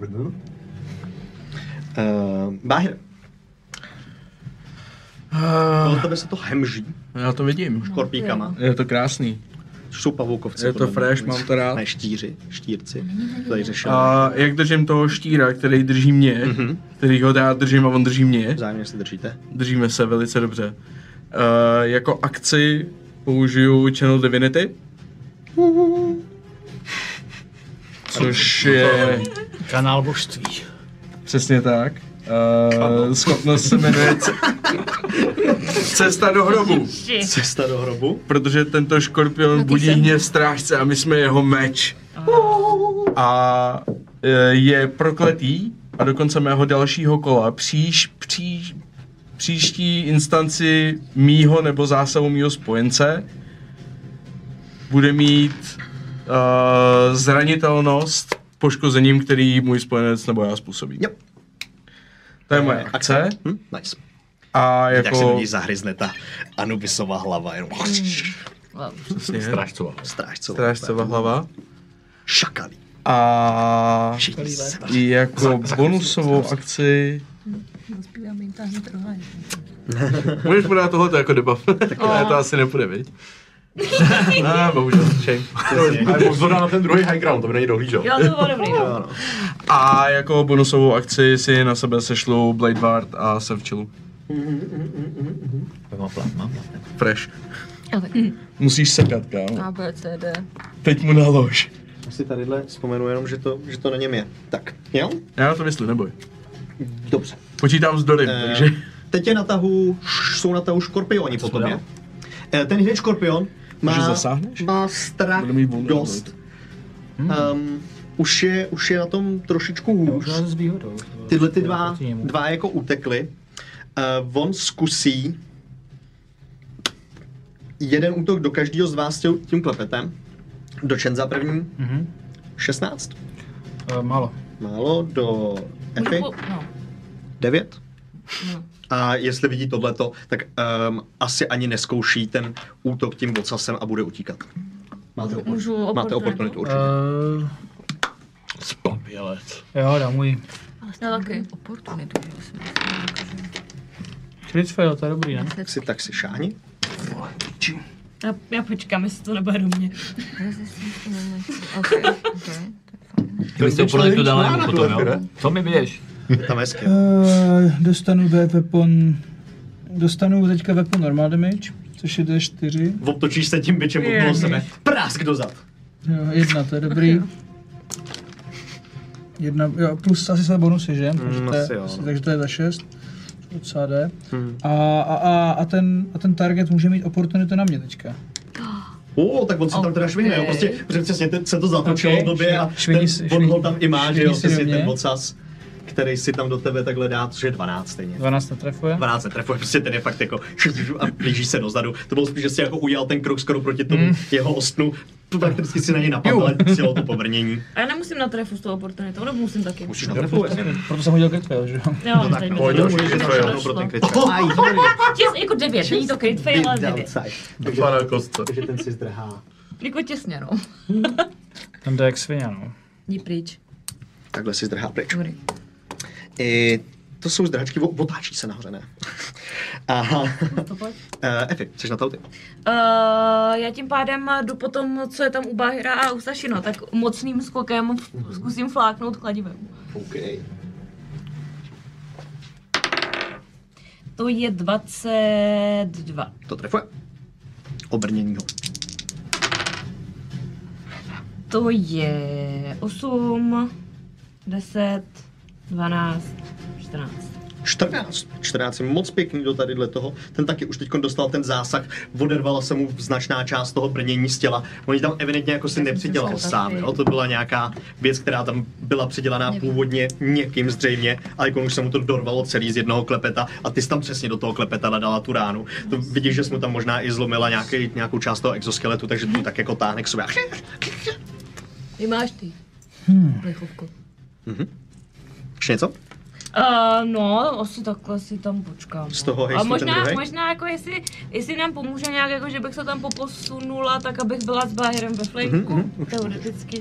Báhir. Od tebe se to hemží Já to vidím. škorpíkama. Je to krásný. Jsou pavoukovci. Je to fresh, mám to rád. Ne, štírci. Tady řešili. A jak držím toho štíra, který drží mě, který ho já držím a on drží mě, Vzájemně se držíte. držíme se velice dobře. Jako akci použiju Channel Divinity, což je Kanál božství. přesně tak. Schopnost se jmenuje Cesta do hrobu, Cesta do hrobu. protože tento škorpion budí hněv strážce a my jsme jeho meč. A je prokletý a do konce mého dalšího kola příští instanci mýho nebo zásahu mýho spojence bude mít zranitelnost poškozením, který můj spojenec nebo já způsobí. Jo. To je moje akce. Nice. A Tak se do jako ní zahryzne ta Anubisova hlava. Jenom strážcova hlava. Šakalí. A jako bonusovou akci můžeš podat tohleto jako debuff. Ale to asi nepůjde, viď? Bohužel, shame. Ale pozor na ten druhý high ground, to by není dohlížel. Jo, to bylo dobrý. No. A jako bonusovou akci si na sebe sešlu Blade Ward a Self Chillu. Mám. Fresh. A tak. Musíš sekat, kámo. A, B, C, D. Teď mu nalož. Asi tadyhle vzpomenu jenom, že to na něm je. Tak, jo? Já na to myslím, neboj. Dobře. Počítám s Dorym, takže... Teď jsou na tahu škorpioni po tobě. Ten jeden škorpion má strach Bude mít volnou dost. Už je na tom trošičku hůř. Tyhle ty dva jako utekly. On zkusí jeden útok do každého z vás tím klepetem. Do Čenza první. 16. Málo do Efy. 9. A jestli vidí tohleto, tak asi ani neskouší ten útok tím vocasem a bude utíkat. Máte oportunitu určitě. Spapělec. Jo, dám můj. Vlastně taky. Oportunitu. Crit fail, to je dobrý, ne? Tak si šáhni. Já počkám, jestli to nebude do mě. Ty bys to úplně tu dala jemu potom, jo? Co mi běž? Tam hezky. Dostanu teďka weapon normal damage, což je D4. Obtočíš se tím bičem od sebe. Prásk dozad. Jo, 1, to je dobrý. 1, jo, plus asi své bonusy, že? Takže to je za 6. Docela jde. A ten target může mít oportunitu na mě teďka. Tak on si tam teda švihne, jo, prostě, protože přesně se to zatočilo v době a on ho tam i má, že jo, přesně ten vocas, který si tam do tebe takhle dá, což je 12 stejně. 12 netrefuje? 12 netrefuje, prostě ten je fakt jako a blíží se dozadu. To bylo spíš, že si jako ujal ten krok skoro proti tomu jeho ostnu, prakticky si na něj napadl, ale chtělo to povrnění. A já nemusím na trefu s tou oportunitou, nebo musím taky? Musíš na trefu, proto jsem udělal crit fail, že jo? Jo, tak pojď, pro ten crit fail. Jako 9, není to crit fail, ale 9. Takže ten si zdrhá. Jako těsně, no. Ten jde jak svině, no. Jdi pryč. Takhle si zdrhá pryč. Dobrý. To jsou zdrhačky, otáčí se nahoře, ne? Aha. Efi, jsi na to ty? Já tím pádem jdu potom, co je tam u Báhira a u Sašino, tak mocným skokem zkusím fláknout kladivem. OK. To je 22. To trefuje. Obrněnýho. To je 8, 10, 12, 14. 14 je moc pěkný do tadyhle toho. Ten taky už teď dostal ten zásah, odervala se mu značná část toho brnění z těla. Oni tam evidentně jako si nepřidělal sám, jo? To byla nějaká věc, která tam byla přidělaná původně někým zřejmě, ale jako už se mu to dorvalo celý z jednoho klepeta a ty jsi tam přesně do toho klepeta dala tu ránu. To vidíš, že jsi mu tam možná i zlomila nějakou část toho exoskeletu, takže tu tak jako táhne k sobě. Ty máš ty. Plechovko. Ještě něco? No, asi takhle si tam počkám. Z toho a hejstu ten druhej? možná jako jestli nám pomůže nějak, jako že bych se tam poposunula, tak abych byla s Báhirem ve flanku, teoreticky.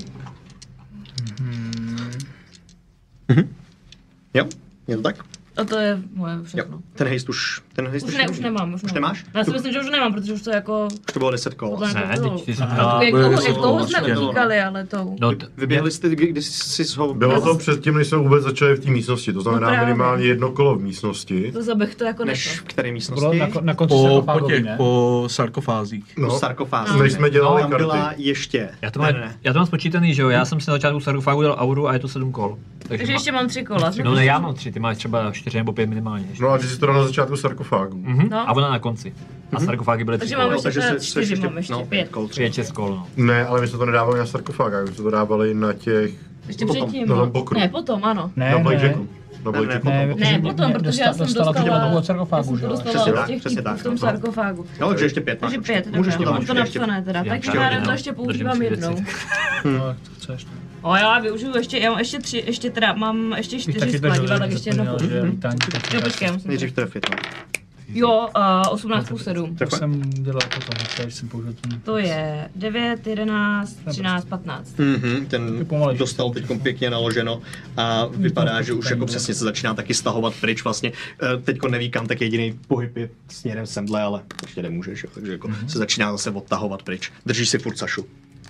Jo, je to tak? A to je moje všechno. Jo, ten hejst už Už nemám. Už nemáš? Já si myslím, že už nemám, protože už to jako... Už to bylo 10 kol. Ne, teď ty jsi Jak dlouho jsme utíkali, ale to... Vyběhli jste, když jsi ho... Bylo to předtím, než jsme vůbec začali v té místnosti, to znamená právě. minimálně jedno kolo v místnosti. To zabych to jako Než nešlo. v které Bylo místnosti? na konci Po sarkofágový, těch, po sarkofázích. No, sarkofáz. Než jsme dělali Tam karty. byla ještě... Já to mám spočítaný, že jo? Já jsem si na začátku sarkofágu dal auru a je to 7 kol. Takže ještě mám 3 kola. No ne, já mám 3, ty máš třeba 4 nebo 5 minimálně. No a ty jsi to dal na začátku sarkofágu. No. A ona na konci. A sarkofágy byly 3 Takže mám kol. ještě takže teda se 4, mám ještě 5. 5, 6 kol, no. Ne, ale my jsme to nedávali na sarkofágách, my jsme to dávali na těch... Ještě Potom, předtím. na tom pokru. Ne, potom, ano. Na Blackjacku. Na Ne, Blackjacku. Ne, potom, protože já jsem dostala to dostala od sarkofágu, že jo? Přesně tak, těch přesně typů tak, v tom no. sarkofágu. Jo, takže ještě 5 máš. Takže určitě. 5, Můžeš to tam mám to ještě. napsané teda. Já Tak ještě já jednou. to ještě používám Držím si jednou. věci. No, jak to chceš. O, já využiju ještě, já mám ještě 3, ještě teda mám ještě 4 skladiva, tak ještě jedno použiju. Jo, počkej, já musím Nejdřív trefit, no. Jo, 18 plus 7. To jsem dělal potom, když jsem použil ten... To je 9, 11, 13, 15. Ten pomalejší. dostal teď pěkně naloženo a vypadá, že už jako přesně se začíná taky stahovat pryč vlastně. Teďko neví kam, tak jediný pohyb je směrem semhle, ale ještě nemůžeš, jo. Takže jako se začíná zase odtahovat pryč. Držíš si furt Sašu.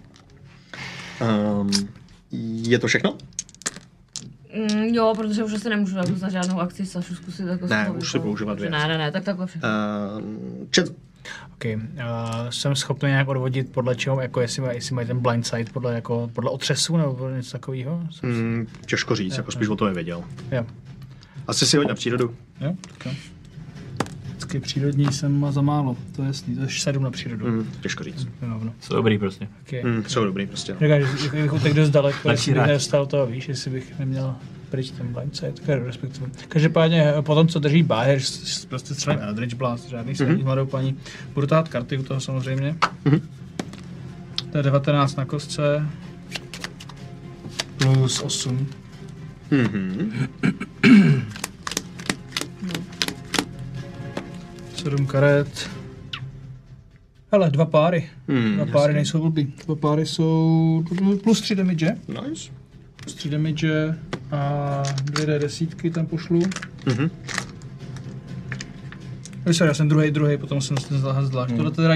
Je to všechno? Jo, protože už asi nemůžu jako za žádnou akci Sašu zkusit jako Ne, spolu už si používat 2. Ne, tak takhle všechno. Čet. OK. Jsem schopný nějak odvodit podle čeho, jako jestli mají ten blind sight podle otřesu nebo něco takového? Těžko říct, jako spíš o to nevěděl. Jo. Asi si hoď na přírodu. Jo, tak. Vždycky přírodní jsem za málo, to je jasný, to je 7 na přírodu. Těžko říct. No. Jsou dobrý prostě. Okay. Jsou dobrý prostě. Říkáš, že kdybych utekl dost daleko, Lepší jestli bych hráč. nedostal toho, víš, jestli bych neměl pryč ten blind sight, tak respektuju. Každopádně potom, co drží Báher, prostě střelím Eldritch Blast, žádný světí mladou paní. Budu tahat karty u toho samozřejmě. To je 19 na kostce. Plus 8. 7 karet. Hele, 2 páry. 2 páry nejsou blbý. 2 páry jsou plus 3 damage. Nice. Plus 3 damage a 2 D10 tam pošlu. Sorry, já jsem druhý, potom jsem ten zvlášť. Tohle teda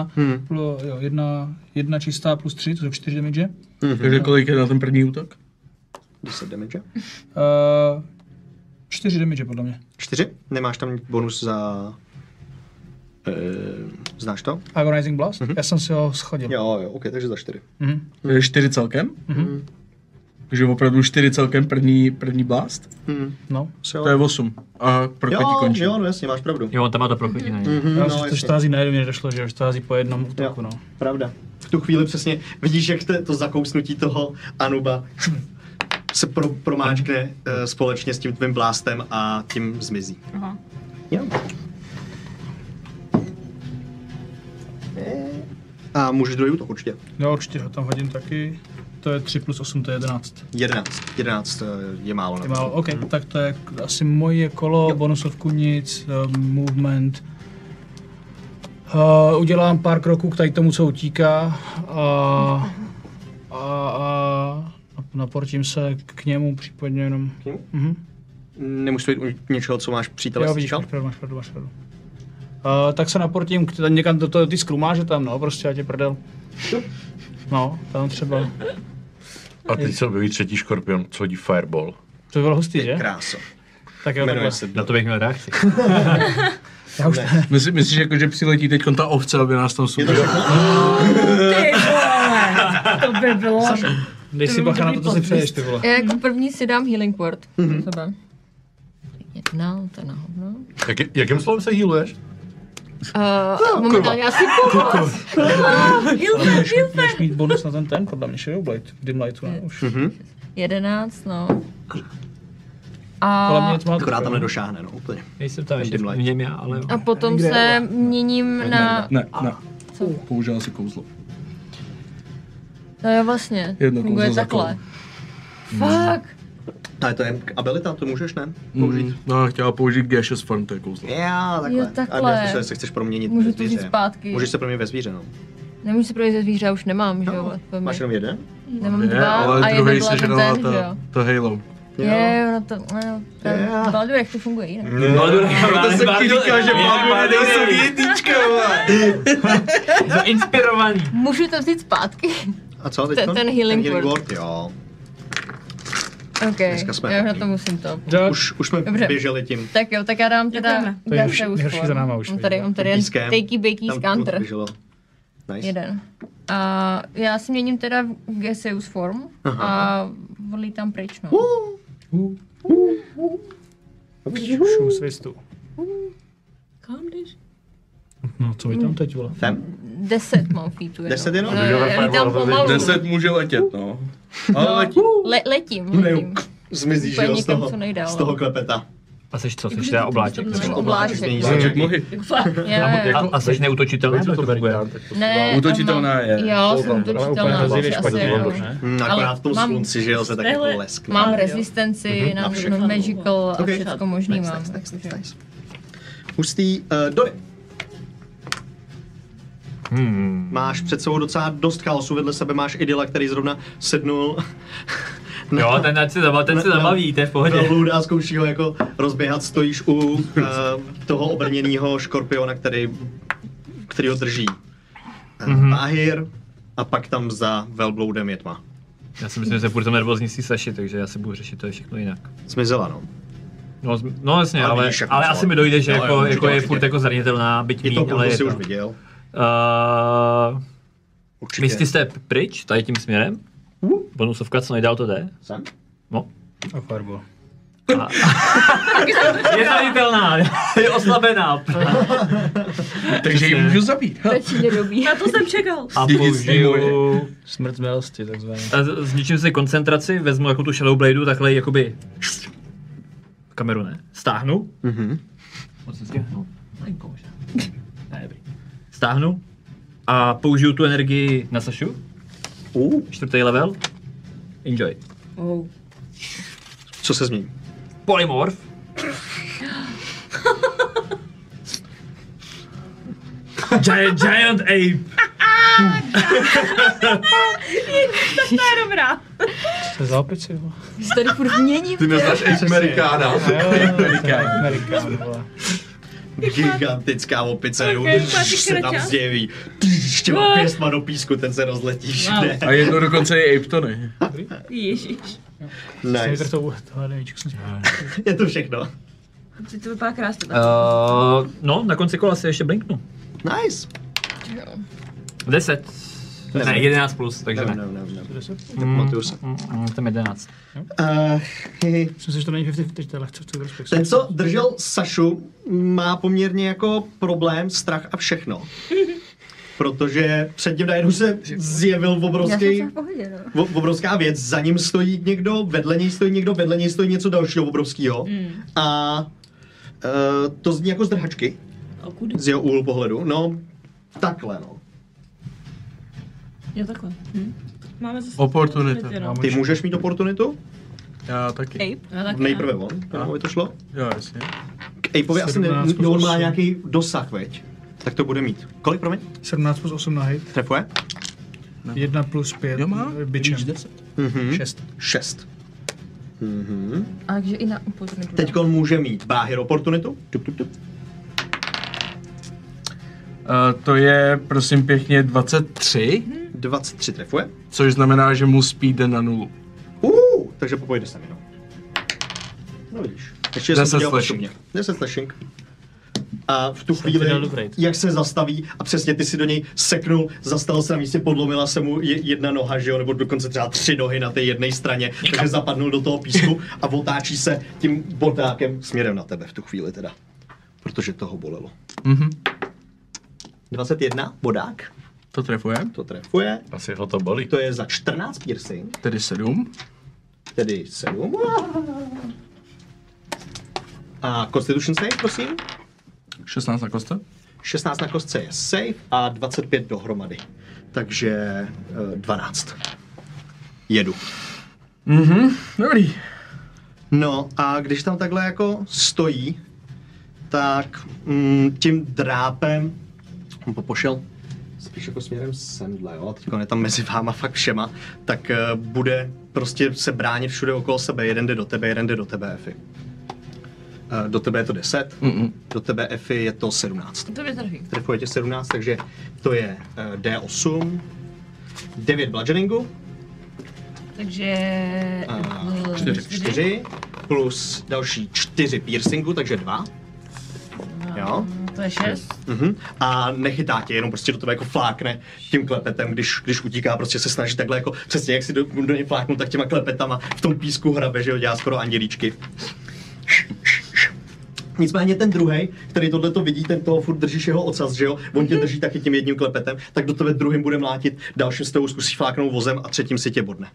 jedna čistá plus 3, to jsou 4 damage. Takže kolik je na ten první útok? 10 damage. 4 damage podle mě. 4? Nemáš tam bonus za... znáš to? Agonizing Blast? Já jsem si ho schodil. Jo, OK, takže za 4. Je 4 celkem? Takže opravdu 4 celkem první blast? No. To je 8. A prokletí končí. Jo, no jasně, máš pravdu. Jo, on tam má to prokletí na něj. To hází na jednu, mě došlo, že už to hází po jednom útoku, no. Pravda. V tu chvíli přesně vidíš, jak to zakousnutí toho Anuba se promáčkne společně s tím tvým blástem a tím zmizí. Aha. Jo. A můžeš druhý útok určitě. Jo, určitě ho tam hodím taky. To je 3 plus 8, to je 11. 11 je málo. Je málo, OK, tak to je asi moje kolo, bonusovku nic, movement. Udělám pár kroků k tady tomu, co utíká a naportím se k němu, případně jenom. Nemusíš být u něčeho, co máš přítele. Jo, vidíš, máš pravdu. Tak se naportím někam do ty skrumáže tam, no, prostě, ať je prdel. No, tam třeba. A teď se objeví třetí škorpion, co hodí fireball. To by bylo hustý, že? Krása. Tak jo, Jmenuje takhle. se Na to bych měl reakci. Já už Myslíš, jako, že přiletí teď ta ovce, aby nás tam Je to suděla? Ty vole, to by bylo. dej si bacha na to, co si přeješ, ty vole. Já jako první si dám healing word. Sebe. 1, to je na hovno. Jakým slovem se healuješ? Momentálně asi kokos. Můžeš mít bonus na ten, podle mě Shadowblade, v Dim Lightu, ne? Už. 11, no. Kolem mě to má Akorát tam nedošáhne, no, úplně. Nejsem tam ještě v něm já, ale... A potom se měním na... Ne. Použil si kouzlo. No jo, vlastně. Jedno Funguje kouzlo za takhle. Fuck. Ale to je abilita, to můžeš, ne? No, chtěla použít Gaseous Form, to je kouzlo. Já, takhle. Jo, takhle. A já se chceš proměnit Můžu ve to vzít zvíře. zpátky. Můžeš se proměnit ve zvíře, no. Nemůžu si projít ze zvíře, už nemám, že jo? Máš jenom jeden? Nemám Je, 2 ale a druhý jeden se byl ten, žrala že jo? to Halo. Je, no to, v Baldurech to funguje jinak. To jsem ti říkal, že Baldur nejsou jednička, Inspirovaný. Můžu to vzít zpátky? A co teď? Ten healing word. Jo. OK, Dneska jsme já na hodní. to musím to. Už jsme Dobře. běželi tím. Tak jo, tak já dám teda Děkujeme. To je Gaseous nejhorší Form. za náma už, Mám tady jen Pískem. takey bakey Tam scanter. běželo. Nice. Jeden. A já si měním teda v Gaseous Form a odlítám pryč, no. Šum svistu. Kam jdeš? No, co vy tam teď, vole? Sem? 10 mám feetů jenom. 10 jenom? No, já lítám pomalu. 10 může letět, no. Ale letí. Letím. Zmizíš, Úplně jo, z někam, toho, co nejdál, z toho no. klepeta. A seš co, seš teda obláček? Obláček. Záček nohy. A seš neutočitelný? Co to funguje? Ne, Útočitelná je. Jo, jsem Ale útočitelná. úplně hrozivě asi špatně, jo. ne? Akorát v tom mám- slunci, že jo, se tak jako Takhle. leskne. Mám rezistenci na všechno. magical a Ok. všechno možný Nice, mám. nice, nice, nice, nice. Hustý. Dory. Máš před sebou docela dost chaosu, vedle sebe máš Idyla, který zrovna sednul. Jo, ten se zabaví, to je v pohodě. Velblouda a zkouší ho jako rozběhat, stojíš u toho obrněného škorpiona, který ho drží. Bahir a pak tam za velbloudem je tma. Já si myslím, že se furt nervózní si Saši, takže já si budu řešit to je všechno jinak. Zmizela, no. No jasně, Ale ale, víš, jako ale co? asi mi dojde, že Jo, jo, jako je určitě. furt jako zranitelná, byť I to míň, ale je si to. už viděl. Určitě. Myslíte, jste pryč, tady tím směrem? Bonusovka, co nejdál to jde? Sem? No. A fireball. Je zranitelná, je oslabená. Takže ji můžu zabít. Začíně dobí. Na to jsem čekal. A Nic použiju... Smrt zvělosti, takzvaně. Zničím si koncentraci, vezmu jako tu Shadowbladeu, takhle ji jakoby... Kameru ne. Stáhnu. Moc se stihnu. Malinko možná. Ne, dobrý. Stáhnu a použiju tu energii na Sašu. 4. level. Enjoy. Co se změní? Polymorph. Giant ape. To je dobrá. Co je za opici, vole? Se tady furt měním. Ty neznáš Amerikána. Amerikán, vole. Gigantická opice, máš se tam kraťas. zjeví. Těma pěstma do písku, ten se rozletí všude. A jedno dokonce je Ape Tony. Ježiš. Nice. Tohle nevíčku jsem Je to všechno. Teď to vypadá krásně. No, na konci kola si ještě blinknu. Nice. 10. Ne, 11 plus, takže ne. Pamatuju se. Tam 11. Myslím si, že to není 50, teď to je lehce v tu respektu. Ten, co držel Sašu, má poměrně jako problém, strach a všechno. Protože před ním najednou se zjevil obrovská věc, za ním stojí někdo, vedle něj stojí někdo, vedle něj stojí něco dalšího obrovského. A to zní jako zdrhačky z jeho úhlu pohledu. No, takhle no. Jo, takhle. Máme zase... Oportunita. Ty můžeš mít oportunitu? Já taky. Ape. Já taky, Nejprve on, jenom by to šlo. Jo, jasně. K Apeovi asi 17 plus on má 8. nějaký dosah, veď? Tak to bude mít. Kolik, promiň? 17 plus 8 na hit. Trefuje? 1 plus 5 Jo, má? bičem. 10. 6. 6. Takže i na upozornění. Teď on může mít Bahir oportunitu. To je, prosím pěkně, 23, 23 trefuje. což znamená, že mu speed jde na 0. Takže popojde se mi, no. No vidíš. Ještě 10 jsem to dělal slashing. postupně. 10 slashing. a v tu Jsem chvíli, vydal dobrý. jak se zastaví a přesně ty si do něj seknul, zastavil se na místě, podlomila se mu jedna noha, že jo, nebo dokonce třeba 3 nohy na té jedné straně, takže zapadnul do toho písku a otáčí se tím botákem směrem na tebe v tu chvíli teda, protože toho bolelo. 21, bodák, To trefuje. to trefuje, Asi ho to bolí. to je za 14 piercing, Tedy 7. tedy 7. A Constitution save, prosím. 16 na kostce. 16 na kostce je save a 25 dohromady. Takže 12. Jedu. Dobrý. No a když tam takhle jako stojí, tak tím drápem on pošel spíš jako směrem semhle, jo, teďko je tam mezi váma fakt všema, tak bude prostě se bránit všude okolo sebe, jeden jde do tebe, Efi. Do tebe je to 10, do tebe, Efi, je to 17. To mě trefí. Trefuje tě 17, takže to je D8, 9 bludgeoningu, Takže... 4 plus další 4 piercingu, takže 2. Jo. To je 6. A nechytá tě, jenom prostě do tebe jako flákne tím klepetem, když utíká, prostě se snaží takhle jako, přesně jak si do něj fláknu, tak těma klepetama v tom písku hrabe, že jo, dělá skoro andělíčky. Nicméně ten druhej, který tohleto vidí, ten toho furt držíš jeho ocas, že jo, on tě drží taky tím jedním klepetem, tak do tebe druhým bude mlátit, dalším s tebou zkusí fláknout vozem a třetím si tě bodne.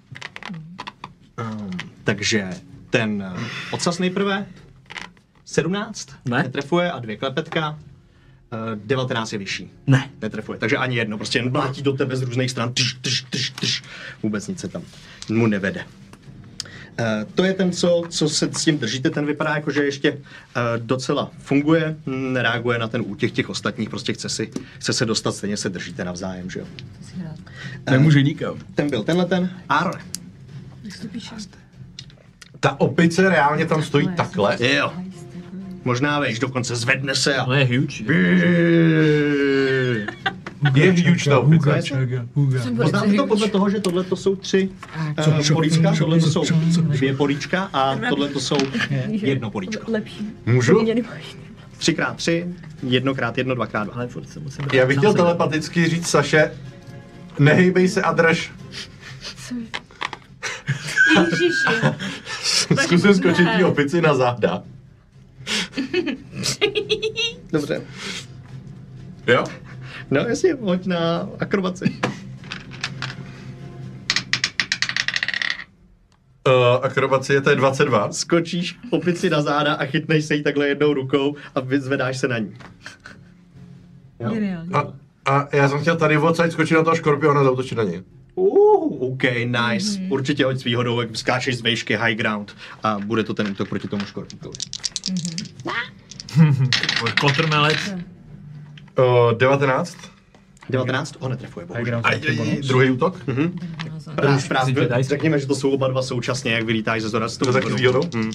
Takže ten ocas nejprve, 17, Ne. netrefuje a 2 klepetka, 19 je vyšší. Ne. Netrefuje, takže ani jedno, prostě jen mlátí do tebe z různých stran, vůbec nic se tam mu nevede. To je ten, co se s tím držíte, ten vypadá jako, že ještě docela funguje, nereaguje na ten útěk těch ostatních, prostě chce se dostat, stejně se držíte navzájem, že jo. Nemůže nikam. Ten byl tenhle, Aaron. Ta opice reálně tam stojí takhle. Jo. Možná vejš, dokonce zvedne se a... No je huge. Je huge ta opice. Poznáte to podle toho, že tohle to jsou 3 políčka, tohle to jsou 2 políčka a tohle to jsou 1 políčko. Lepší. Můžu? 3x3, 1x1, 2x2. Ale furt se musím Já bych chtěl telepaticky říct Saše, nehejbej se a drž. Ježiši. Zkusím skočit tí opici na záda. Dobře. Jo? No jasně, hoď na akrobaci. Akrobacie, to je 22. Skočíš opici na záda a chytneš se jí takhle jednou rukou a vyzvedáš se na ní. Jo? A já jsem chtěl tady odsaď skočit na toho škorpiona a zautočit na něj. OK, nice. Určitě hoď s výhodou, jak skáčeš z vejšky high ground a bude to ten útok proti tomu škorpíkovi. Kotrmelec. 19. 19, ho netrefuje, bohužel. Druhý útok. Řekněme, že to jsou oba dva současně, jak vylítáš ze zora s tou To taky s výhodou. výhodou?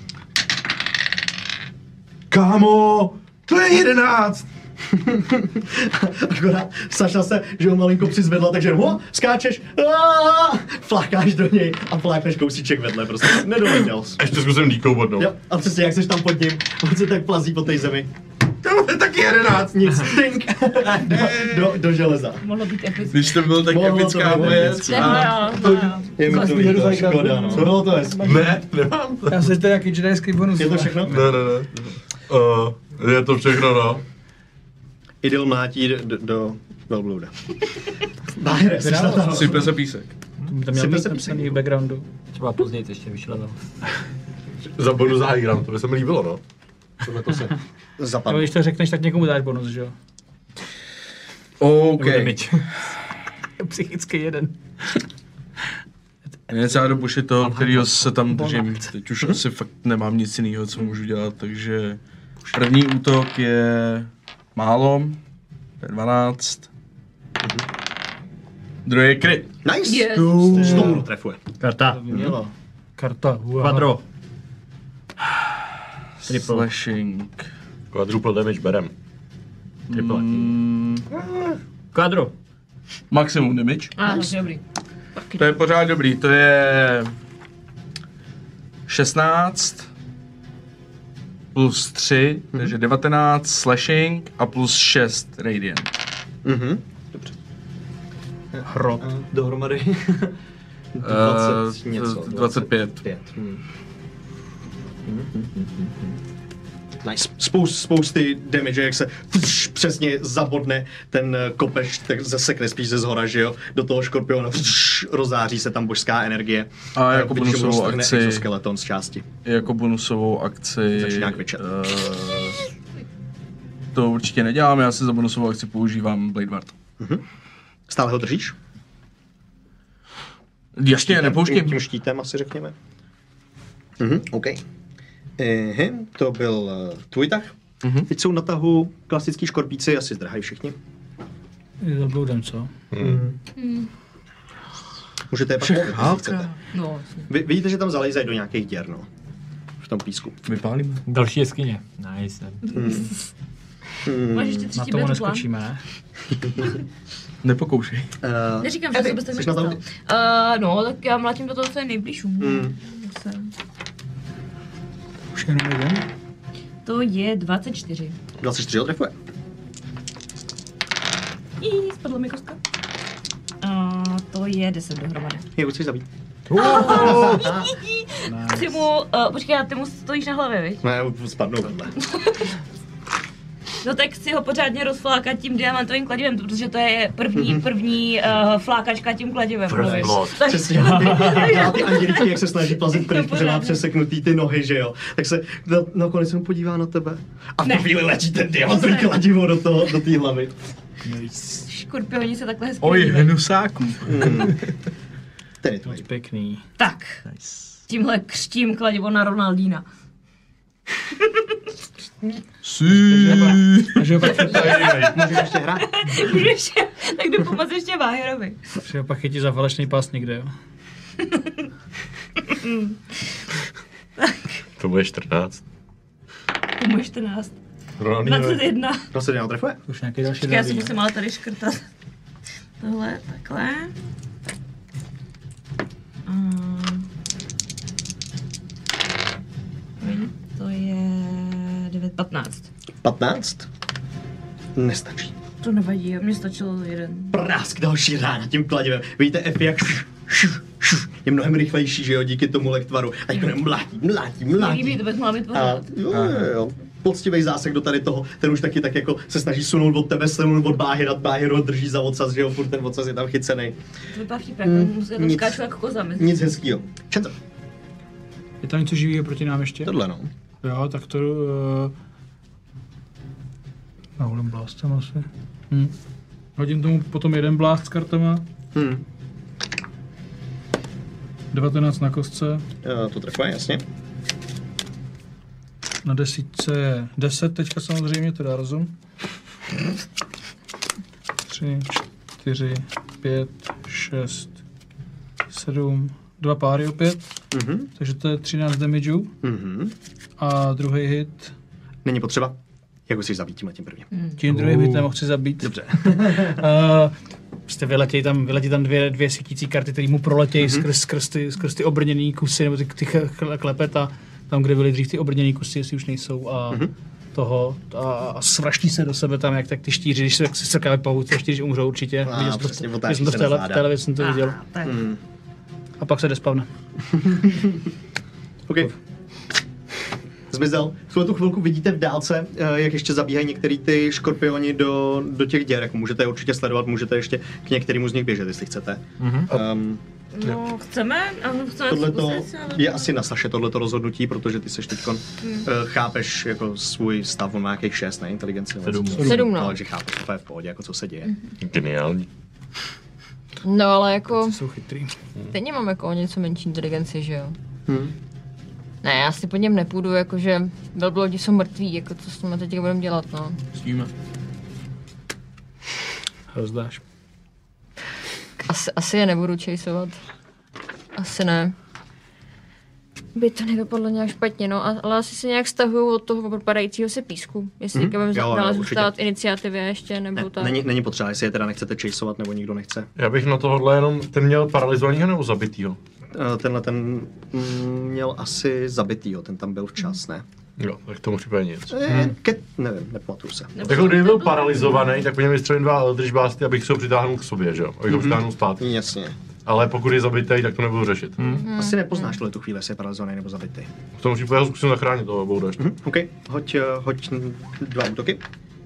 Kámo, to je 11. Akorát Saša se, že ho malinko přizvedla, takže skáčeš, flákáš do něj a flákneš kousíček vedle, prostě nedoletěl jsi. Ještě zkusím díkou bodnout. Jo, a přesně jak jsi tam pod ním, on se tak plazí po té zemi. To je taky 11. Nic, tink, do železa. Mohlo být epické. Když to byl tak Mohlo to epická být věc. epické. Je mi to líto, škoda, no. Bylo to hezký. Ne, nemám to. Já si to nějaký jedinský bonus. Je to všechno? Ne. Je to všechno, no. Idil mlátí do velblouda. Bájere, jsi na to. Sype se písek. To měl mít napsaný v backgroundu. Třeba později ještě vyšel. Za bonus za high ground, to by se mi líbilo, no. Tohle to se Jo, zapadlo. když to řekneš, tak někomu dáš bonus, že jo? OK. Psychicky jeden. Něco já do buši toho, kterýho se tam držím. Teď už asi fakt nemám nic jiného, co můžu dělat, takže první útok je málo, to je 12. Druhý je kryt. Nice! Yes. Znovu trefuje. Karta. Mělo. Karta. Quadro. Triple. Slashing. Quadruple damage berem. Triple. Quadro. Maximum damage. Dobrý. To je pořád dobrý, to je 16 plus 3, takže 19 slashing a plus 6 radiant. Dobře. Hrot. Dohromady 20 něco. 25. Nice. Spousty damage, jak se přesně zabodne ten kopeš, tak zasekne spíš ze zhora, že jo, do toho škorpiona, rozáří se tam božská energie. A jako bonusovou akci, exoskeleton z části. jako bonusovou akci, Začíná kvičet. To určitě nedělám, já si za bonusovou akci používám Blade Ward. Stále ho držíš? Jasně, nepouštím. Tím štítem asi řekněme. OK. To byl tvůj tah. Teď jsou na tahu klasický škorpíci, asi zdrhají všichni. Je za bloudem, co? Můžete je pak koupit, jestli chcete. No, Vy vidíte, že tam zalejzají do nějakých děr, no. V tom písku. Vypálíme. Další jeskyně. Nice. máš ještě Na třetí tomu bědu plán? neskočíme, ne? Nepokoušej. Neříkám, že to byste jsi na tahu? no, tak já mlátím do toho, co je nejblíž. Už jenom jeden. To je 24. 24 ho trefuje. Spadla mi kostka. To je 10 dohromady. Je, už chceš zabít. Chci mu, počkej, ty mu stojíš na hlavě, viď? Ne, spadnou vedle. No tak chci ho pořádně rozflákat tím diamantovým kladivem, protože to je první flákačka tím kladivem. Přesně, ty anděličky, jak se snaží plazit pryč, protože má přeseknutý ty nohy, že jo. Tak se nakonec mu podívá na tebe. A v tu chvíli letí ten diamantový kladivo do té hlavy. Škorpioni se takhle hezky Oj, dívají. hnusáků. Ten je tvůj. Moc pěkný. Tak, tímhle křtím kladivo na Ronaldína. Takže ho pak, Můžeš ještě hrát? Tak jdu pomoct ještě Váherovi. že ho pak chytí za falešný pás někde, jo. To bude 14. To můj 14. 21. 21. To se neotrefuje? Už nějaký další Já si další. musím ale tady škrtat. Tohle, takhle. To je 15. 15? Nestačí. To nevadí, mně stačilo jeden. Prásk další rána tím kladivem. Vidíte Efi, jak je mnohem rychlejší, že jo, díky tomu lektvaru. A jako mlátí. Líbí, to bys měla být A pořád. jo. Poctivý zásek do tady toho, ten už taky tak jako se snaží sunout od tebe, sunout od Báhyra, Báhyr ho drží za ocas, že jo, furt ten ocas je tam chycenej. To vypadá vtipek, já tam nic. skáču jako koza. Nic hezkýho. Čenzo, Je tam něco živého proti nám ještě? tohle no. Jo, tak to... Naholím blástem asi. Hodím tomu potom jeden blást s kartama. 19 na kostce. To trefuje, jasně. Na desítce je 10 teďka samozřejmě, to dá rozum. 3, 4, 5, 6, 7, 2 páry opět. Takže to je 13 damageů. A druhý hit. Není potřeba. Jak ho chceš zabít tím prvním? Tím druhým hitem ho chci zabít. Dobře. Prostě vyletí tam dvě svítící karty, které mu proletějí skrz ty obrněný kusy, nebo ty klepet a tam, kde byly dřív ty obrněný kusy, jestli už nejsou a toho a svraští se do sebe tam, jak tak ty štíři, když se strkávají pavouci, štíři umřou určitě. Přesně, Viděl jsem to v televizi, jsem to viděl. A pak se despavne. OK. Zmizel. V tuhle chvilku vidíte v dálce, jak ještě zabíhají některý ty škorpioni do těch děr. Jako můžete je určitě sledovat, můžete ještě k některému z nich běžet, jestli chcete. No, chceme Tohleto je asi na Saše, tohleto rozhodnutí, protože ty seš teďkon, chápeš jako svůj stav, on má jakých 6 na inteligenci. 7, no. Takže chápeš úplně v pohodě, jako co se děje. Geniální. No ale jako, Jsou chytrý. teď mám jako o něco menší inteligenci, že jo? Ne, já si po něm nepůjdu, jakože velblodi jsou mrtví, jako co s nimi teď budeme dělat, no. Svíme. Rozdáš. Asi je nebudu chaseovat. Asi ne. By to nedopadlo nějak špatně, no, ale asi se nějak stahuju od toho propadajícího se písku. Jestli teďka budeme dále zůstat iniciativě ještě, nebo tak. Není potřeba, jestli je teda nechcete chaseovat, nebo nikdo nechce. Já bych na tohle jenom, ten měl paralizovanýho nebo zabitýho? Tenhle ten měl asi zabitýho, ten tam byl včas, ne? Jo, tak tomu případně nic. Nevím, nepamatuju se. Jako kdyby byl paralizovaný, tak po něm vystřelím 2 Eldritch Blasty, abych se ho přitáhnul k sobě, že jo? Abych ho přitáhnul zpátky. Jasně. Ale pokud je zabitý, tak to nebudu řešit. Asi nepoznáš tu chvíli, jestli je paralizovaný nebo zabitý. V tom případě ho zkusím zachránit toho bouda ještě. OK, hoď 2 útoky.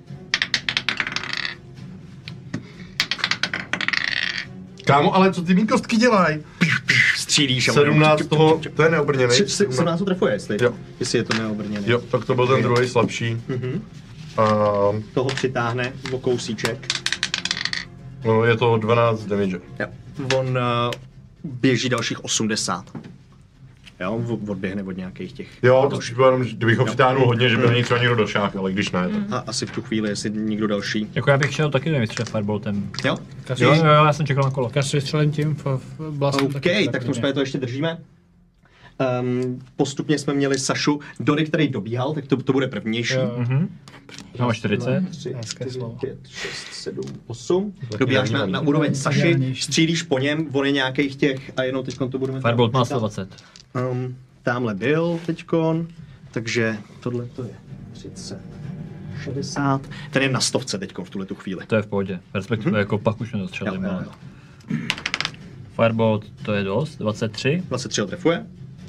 Kámo, ale co ty mý kostky dělají? Střílíš. 17 toho, to je neobrněný. 17 to trefuje, Jo. jestli je to neobrněný. Jo, tak to byl ten druhý slabší. A Toho přitáhne o kousíček. no, je to 12 damage. Jo. On běží dalších 80. Jo, on odběhne od nějakých těch... Jo, to případem, kdybych ho přitáhnul hodně, že by mě třeba někdo došáhl, ale když ne, tak... A asi v tu chvíli, jestli někdo další. Jako já bych šel taky nevystřelit fireboltem. Jo? Jo, já jsem čekal na kolo. Já si vystřelím tím v blastem. OK, tak v tom případě to ještě držíme. Postupně jsme měli Sašu, Dory, který dobíhal, tak to bude prvnější. Mám 40. 3, 4, 5, 6, 7, 8. Dobíháš na úroveň Saši, střílíš po něm, on je nějakých těch, a jenom teďkon to budeme... Firebolt má 120. Tamhle byl teďkon, takže tohle to je 30, 60. Ten je na 100 teďkon v tuhletu chvíli. To je v pohodě. Respektive jako pak už nedostřelím. Jo. Firebolt to je dost, 23. 23 ho trefuje.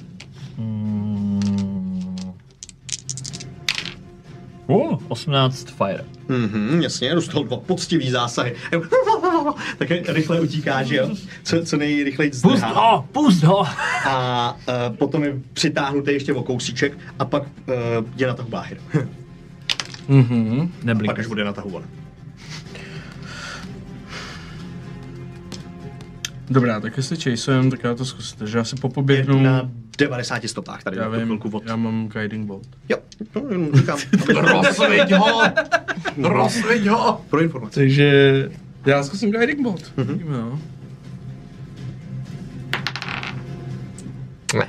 18 fire. Jasně, dostal 2 poctivý zásahy. Tak rychle utíká, že jo? Co nejrychleji zdrhá. Pust ho! A potom je přitáhnutý ještě o kousíček a pak je na tahu Báhir. Pak až bude na tahu on. Dobrá, tak jestli chaseujeme, tak já to zkusím. Takže já si popoběhnu. Na 90 stopách tady. Já na tu vím, chvilku od... já mám guiding bolt. Jo, no, jenom říkám. Rozsviť ho! Rozsviť ho! Pro informace. Takže já zkusím guiding bolt. Vidíme, no. Ne.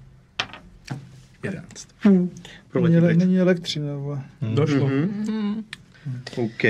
11. Není elektřina, vole. Došlo. OK.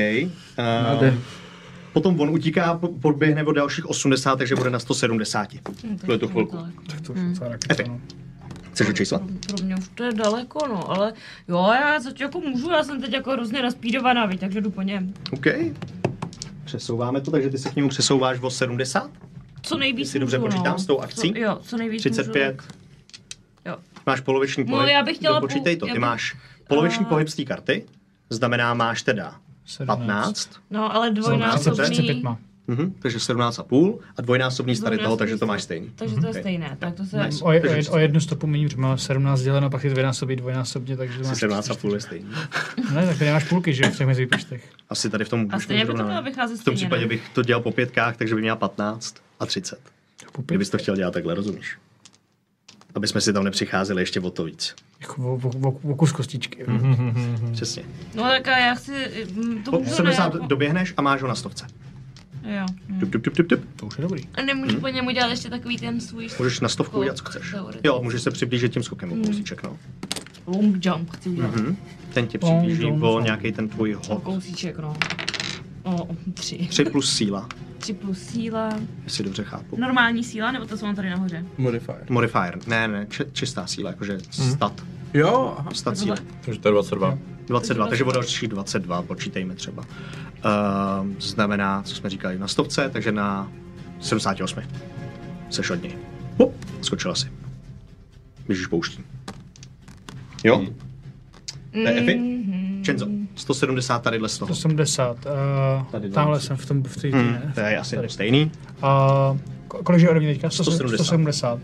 Potom on utíká, podběhne o dalších 80, takže bude na 170. Bude to chvilku. Tak to už je docela Epi. no. Chceš učíslat? Pro mě už to je daleko, no, ale jo, já teď jako můžu, já jsem teď jako hrozně naspídovaná, víš, takže jdu po něm. OK. Přesouváme to, takže ty se k němu přesouváš o 70? Co nejvíc Jestli dobře můžu, počítám no. s tou akcí? Jo, co nejvíc 35. můžu. Jo. Máš poloviční No, pohyb. já bych chtěla Dopočítej to. Ty máš poloviční pohyb z té karty, znamená máš teda 15. No, ale 35 dvojnásobný. má. Takže 17,5 a dvojnásobný z tady toho, takže to máš stejný. Takže to je stejné, tak to se... Nice. O jednu stopu méně, protože má 17 děleno, pak je dvojnásobně, takže to máš... 17,5 je stejný. Ne, tak tady máš půlky, že jo, v těch mezivýpočtech. Asi tady v tom A už stejně by to zrovna mělo ne. vycházet V tom stejně, případě ne? bych to dělal po 5, takže by měla 15 a 30. Kdybys to chtěl dělat takhle, rozumíš? Aby jsme si tam nepřicházeli ještě o to víc. Jako o kus kostičky. Přesně. No tak a já chci... To Po můžu 70 ne, doběhneš a máš ho na 100. Jo. Tup. To už je dobrý. A nemůžu po němu dělat ještě takový ten svůj... Můžeš na 100 udělat, co chceš. Jo, můžeš se přiblížit tím skokem o kousíček, no. Long jump chci udělat. Ten tě přiblíží o nějaký ten tvůj O hod. kousíček, no. O 3. 3 plus síla, 3 plus síla. jestli dobře chápu. Normální síla, nebo to jsou tady nahoře? Modifier. Modifier. Ne, čistá síla, jakože stat. Jo, aha. Stat síla. Takže to je 22. 22, takže o dalších 22, počítejme třeba. Znamená, co jsme říkali, na 100, takže na 78. Seš od něj. Skočila si. Běžíš pouští. Jo? To je Efi? Čenzo, 170 tadyhle z toho. 170. Tady Tamhle jsem v té ne? To je asi stejný. Kolik je ode mě teďka? 170. 170.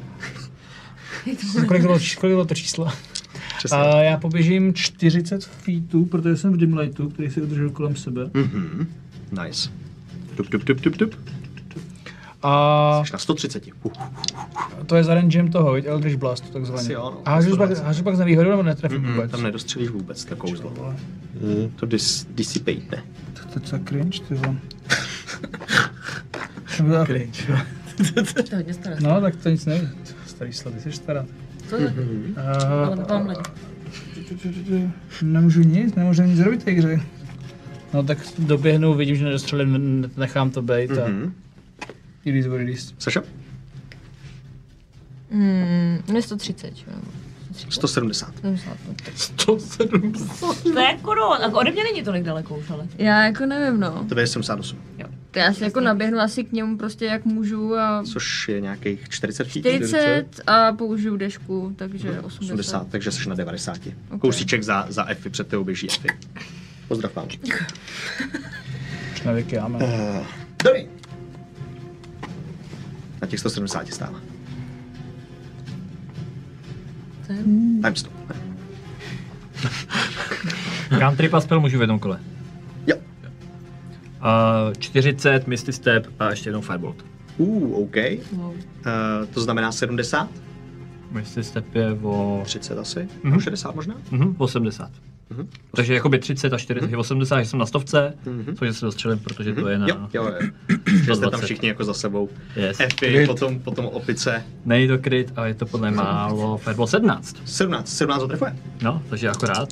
Kolik bylo to číslo? Přesně. Já poběžím 40 feetů, protože jsem v dim lightu, který si udržel kolem sebe. Nice. Tup. A Jsi na 130. to je za rangem toho, viď? Eldritch Blastu takzvaně. Asi jo, no. A hážu pak za výhodu, nebo netrefím vůbec? Tam nedostřelíš vůbec, to kouzlo. To dissipate, ne? To je co cringe, ty vole. Cringe. To je hodně staré. No, tak to nic neví. Starý slady, jsi stará. Co je? Ale vypadám mladě. Nemůžu nic zrobit v té hře. No tak doběhnu, vidím, že nedostřelím, nechám to bejt a... It is what it is. Saša? Ne 130, jo. 170. 170. To je jako no, a ode mě není tolik daleko už, ale. Já jako nevím, no. To je 78. To já si jako naběhnu asi k němu prostě jak můžu a... Což je nějakých 40 feet. 40 a použiju dešku, takže 80. Takže jsi na 90. Okay. Kousíček za Effy, před tebou běží Effy. Pozdrav vám. Navěky jáme. Dobrý. Na těch 170 stále. Time stop. Cantrip a spell můžu v jednom kole. Jo. 40, Misty Step a ještě jednou Firebolt. OK. To znamená 70? Misty Step je o... 30 asi? Mhm. 60 možná? 80. Takže jakoby 30 a 40, 80, že jsem na 100, což se dostřelím, protože to je na... Jo. Že jste tam všichni jako za sebou. Yes. Effy, potom opice. Není to kryt a je to podle málo Fireball 17. 17 ho trefuje. No, takže akorát.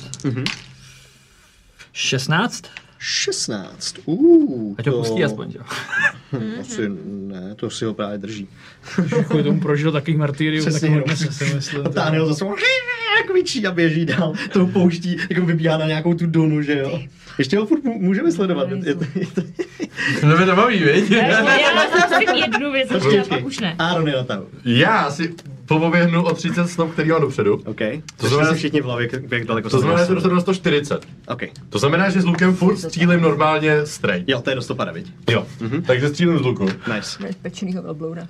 16? 16. Ať ho pustí aspoň, jo. Asi ne, to si ho právě drží. Kvůli tomu prožil takový martyrium, Přesně, taky no. hodně si myslím. Táhne ho za sebou, kvičí a běží dál. To pouští, jako vybíhá na nějakou tu donu, že jo. Ještě ho furt můžeme sledovat. To mě to baví, viď? Já zase jednu věc, a pak už ne. Aaron je na tahu. Já si poběhnu o 30 stop, který mám dopředu. OK. To znamená si všichni v hlavě, jak daleko To znamená, že to dostanu na 140. OK. To znamená, že s lukem furt střílím normálně straight. Jo, to je do 150, viď? Jo. Takže střílím z luku. Nice. Pečenýho velblouda.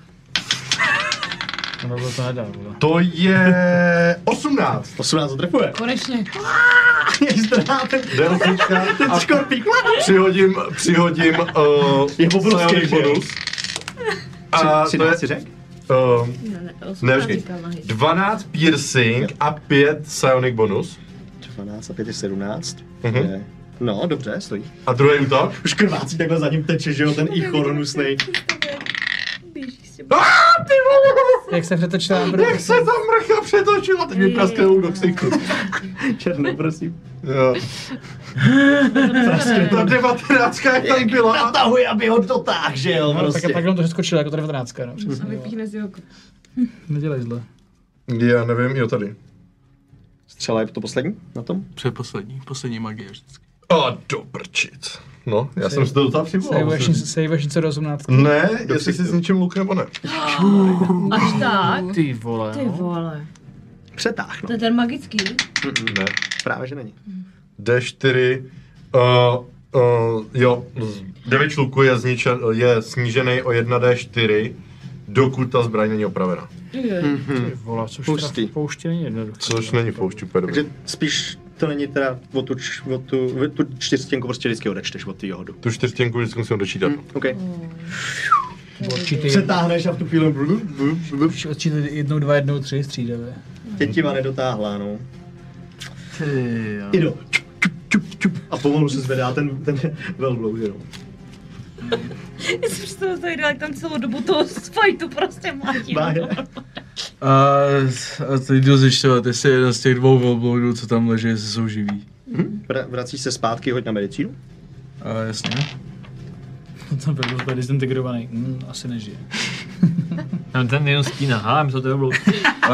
No to nedá, vole. To je 18. 18 to trefuje. Konečně. Je zdrátem. Delfička a Škorpík. přihodím Je obrovský, psionic že jo? bonus. A to je... si řek? Ne, počkej. 12 piercing a 5 psionic bonus. 12 a 5 je 17. Mhm. No, dobře, stojí. A druhý útok. Už krvácí takhle za ním teče, že jo, ten ichor hnusnej. Ty vole! Jak se přetočila? Jak se ta mrcha přetočila, teď mi prasknul do ksichtu. Černý, prosím. Jo. Ta 19, jak tady byla. Natahuje, aby ho dotáhl, že jo, No, tak prostě. takhle to skočilo jako 19, no. Přesně. A vypíchne si oko. Nedělej zle. Já nevím, jo tady. Střela je to poslední na tom? Poslední magie vždycky. A dobrčit. No, já jsem si to docela přivolal. Sejveš něco do 18. Ne, jestli si zničím luk nebo ne. Až tak. Ty vole, Ty no. vole. Přetáh, To no. je ten magický. Ne. Právě, že není. D4, jo, 9 šluků je snížený o 1D4, dokud ta zbraň není opravena. Ty vole, což Pustý. teda v poušti není jednoduché. Což není poušť úplně Takže dobrý. spíš to není teda o tu čtyřstěnku prostě vždycky odečteš od té johodu. Tu čtyřtěnku vždycky musím odečítat. OK. Určitý. Přetáhneš a v tu chvíli Určitě 1, 2, 1, 3 střídavě. tětiva nedotáhla, no. Ido. A pomalu se zvedá ten velbloud, jo. Já si představuji, to jde, jak tam celou dobu toho fightu prostě mlátí. A teď jdu zjišťovat, jestli jeden z těch dvou velbloudů, co tam leží, jestli jsou živí. Vracíš se zpátky, hoď na medicínu. Jasně. Tam byl úplně dezintegrovaný. Asi nežije. Ten jenom stína, aha, to je bloud.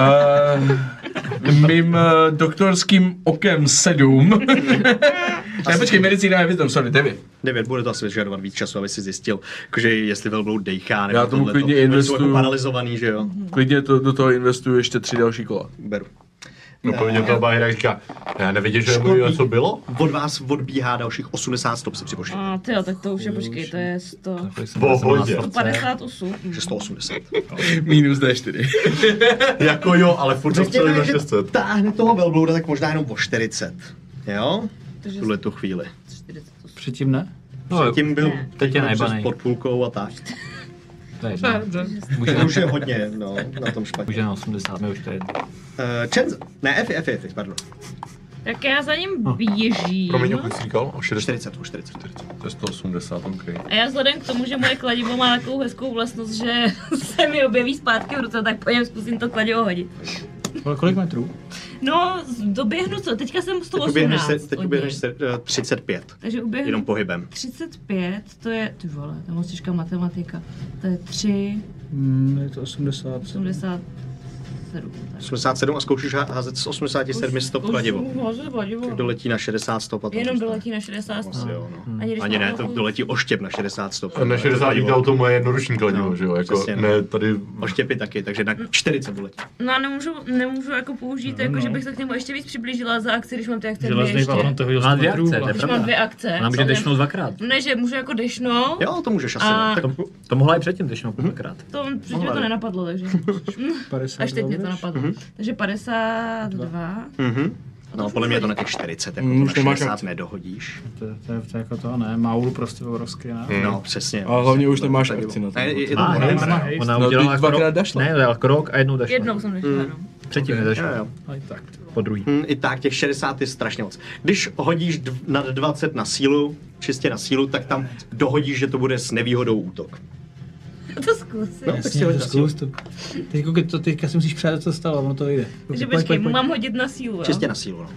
Mým doktorským okem 7. Ne, počkej, medicína je wisdom, sorry, 9. 9, bude to asi vyžadovat víc času, aby si zjistil, jakože jestli velbloud dejchá, nebo Já tomu tohleto. klidně Oni jsou investuju. jako paralizovaný, že jo. Klidně do toho investuju ještě 3 další kola. Beru. No pověděl toho Bahira, říká, já nevěděl, že mu něco bylo? Od vás odbíhá dalších 80 stop si připočtej. A tyjo, tak to už je, počkej, to je 100... Pohodě. 158. Že 180. Minus D4. Jako jo, ale furt to Řekněme, střelím na že 600. táhne toho velblouda tak možná jenom o 40. Jo? V tuhle tu chvíli. 48. Předtím ne? No, Tím byl teď je přes najbanej. pod půlkou a tak. To je jedno. To už je hodně, no, na tom špatně. Už je na 80, mi už to je jedno. Čenzo. Ne, Effy, pardon. Tak já za ním běžím. Promiň, jak jsi říkal? O 60. 40, o 40. To je 180, OK. A já vzhledem k tomu, že moje kladivo má takovou hezkou vlastnost, že se mi objeví zpátky v ruce, tak po něm zkusím to kladivo hodit. Kolik metrů? No, doběhnu co? Teďka jsem Teď 118. uběhneš 35. Takže uběhnu Jenom pohybem. 35, to je, ty vole, to je moc těžká matematika. To je 3, Je to 80. 80, 87. 87 a zkoušíš házet z 87 stop kladivo. Házet kladivo. Tak doletí na 60 stop a Jenom doletí na 60 stop. Asi jo, no. Ani, Ani ne, to doletí oštěp na 60 stop. Na 60 to to moje jednoruční kladivo, že jo, jako přesně, no. ne tady... Oštěpy taky, takže na 40 doletí. No a nemůžu jako použít, jako, že bych se k němu ještě víc přiblížila za akci, když mám ty akce dvě Železný ještě. balon toho Má dvě metrů. akce, to je Když mám pravda. 2 akce. Ona může dešnout dvakrát. Ne, že můžu jako dešnout. Jo, to můžeš asi. A- No. Tak To mohla i předtím dešnout dvakrát. To předtím to nenapadlo, takže. 50 Až teď mě to budeš? napadlo. Takže 52. No, podle mě je to na těch 40, jako už to na nemáš 60 akci. nedohodíš. To je jako toho ne, Maul prostě obrovský, ne? No, přesně. A hlavně už nemáš Tak jo. akci na to. Ne, je to Má, možné. má, hej. ona No, udělala ty dvakrát krok, dašla. ne, udělala krok a jednou dašla. Jednou jsem dešla, no. Předtím Jo, nedašla. jo. Ale tak. Po druhý. I tak, těch 60 je strašně moc. Když hodíš nad 20 na sílu, čistě na sílu, tak tam dohodíš, že to bude s nevýhodou útok. To zkusím. No, tak si Jasně, hoď to na sílu. zkus to. Teďka si musíš přát, co stalo, ono to vyjde. Takže počkej, mám hodit na sílu, jo? Čistě na sílu, no.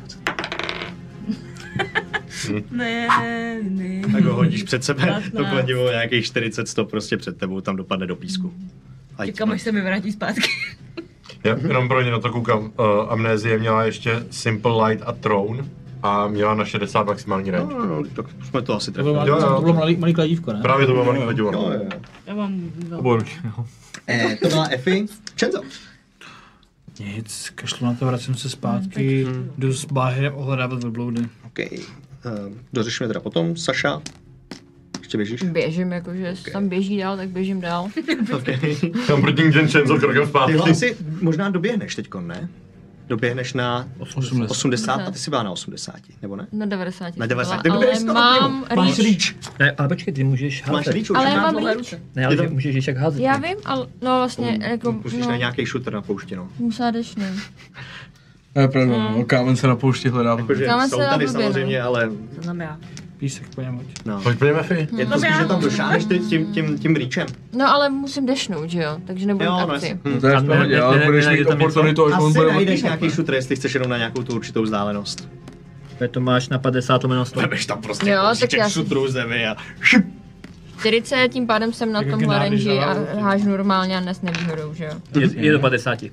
Ne. Tak ho hodíš před sebe, 15. to kladivo nějakých 40 stop prostě před tebou, tam dopadne do písku. A Čekám, až se mi vrátí zpátky. Já jenom pro ně na to koukám. Amnézie měla ještě Simple Light a Throne a měla na 60 maximální range. No, tak jsme to asi To bylo, trefili. Jo. to bylo malý kladívko, ne? Právě to bylo malý kladivo. Jo, jo. Já mám... Oboruč, jo. To byla Effie. Čenzo. Nic, kašlu na to, vracím se zpátky, jdu s báhem ohledávat velbloudy. OK. Dořešíme teda potom. Saša. Ještě běžíš? Běžím, jakože tam běží dál, tak běžím dál. Okay. Tam proti ní Vincenzo krokem zpátky. Tyhle asi možná doběhneš teďko, ne? Doběhneš na 80. 80 a ty si byla na 80, nebo ne? Na 90. Na 90. byla, Tak ale doběhneš to mám Máš reach. reach. Ne, ale počkej, ty můžeš Máš házet. reach už? Ale já mám dlouhé reach. ruce. Ne, ale Je to- ty můžeš jak házet. Já vím, ale no vlastně jako, Musíš no, na nějaký shooter na poušti, no. musela dešnout. To je pravda, no, kámen se na poušti hledá. Jakože Kámen jsou se dá tady blbě, no. samozřejmě, ale To znám já. Písek po něm hoď. no. Pojď po něm, Efi. Je to spíš, že tam došáneš tím reachem. No ale musím dešnout, že jo, takže nebudu Jo, v no akci. jasně. To je v pohodě, ale budeš mít oportunitu, až on Asi bude najdeš odpíchat, nějaký ne? shooter, jestli chceš jenom na nějakou tu určitou vzdálenost. To máš na 50 minus 100. Nebeš tam prostě Jo, tak kousíček já- shooterů zemi a 40, tím pádem jsem na Tak jak tomhle náběž range na a válku. hážu normálně a dnes nevýhodou, že jo. Je do 50.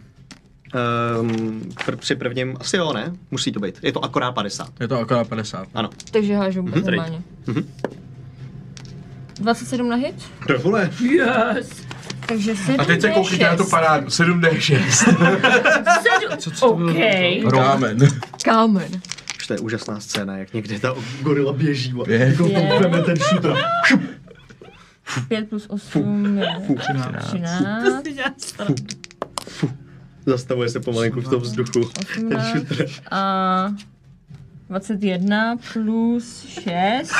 při prvním, asi jo, ne? Musí to být. Je to akorát 50. Je to akorát 50. Ano. Takže hážu normálně. 27 na hit, To je vole. Yes! takže 7 A teď se koukněte na tu parádu, 7D6. OK. Kámen. Kámen. Už to je úžasná scéna, jak někde ta gorila běží. Je. Jako to veme ten shooter. 5 plus 8 je 13, Zastavuje se pomalinku v tom vzduchu. Ten 18 shooter. a 21 plus 6.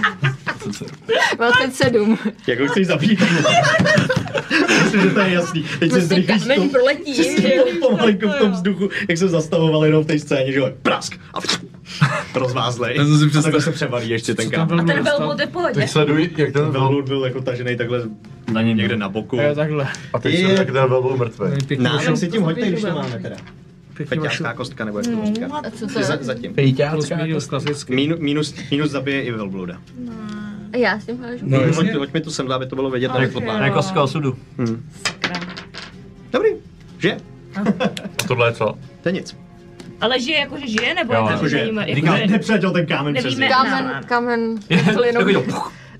27. Jak ho chceš zabít? Myslím, že to je jasný. Teď se Prostě zrychlíš kámen proletí. Přesně pomalinku v tom vzduchu, jak se zastavoval jenom v té scéně, že jo, prask a rozvázlej. Já jsem si A představil- takhle se převalí ještě ten kámen. A ten velbloud je v pohodě. Teď sleduj, jak ten Velbloud byl jako tažený takhle Na něm někde na boku. Jo, takhle. a teď se jak ten velbloud mrtvý. Pěkně Nájem si tím to hoďte, když to zabiju. máme teda. pěkně vašu. Peťácká kostka, nebo jak to říká. A co to je? Zatím. Plus minus klasicky. Minus zabije i velblouda. A já s tím hážu. No, jasně. Hoď mi to sem, aby to bylo vědět, jak to To pláne. je kostka osudu. Dobrý, že? A tohle je co? To je nic. Ale žije jakože žije, nebo Jo, jakože Jakože, nevíme, říkám, jakože nepřeletěl ten kámen přes Nevíme. něj. Kámen Takový plynou. to,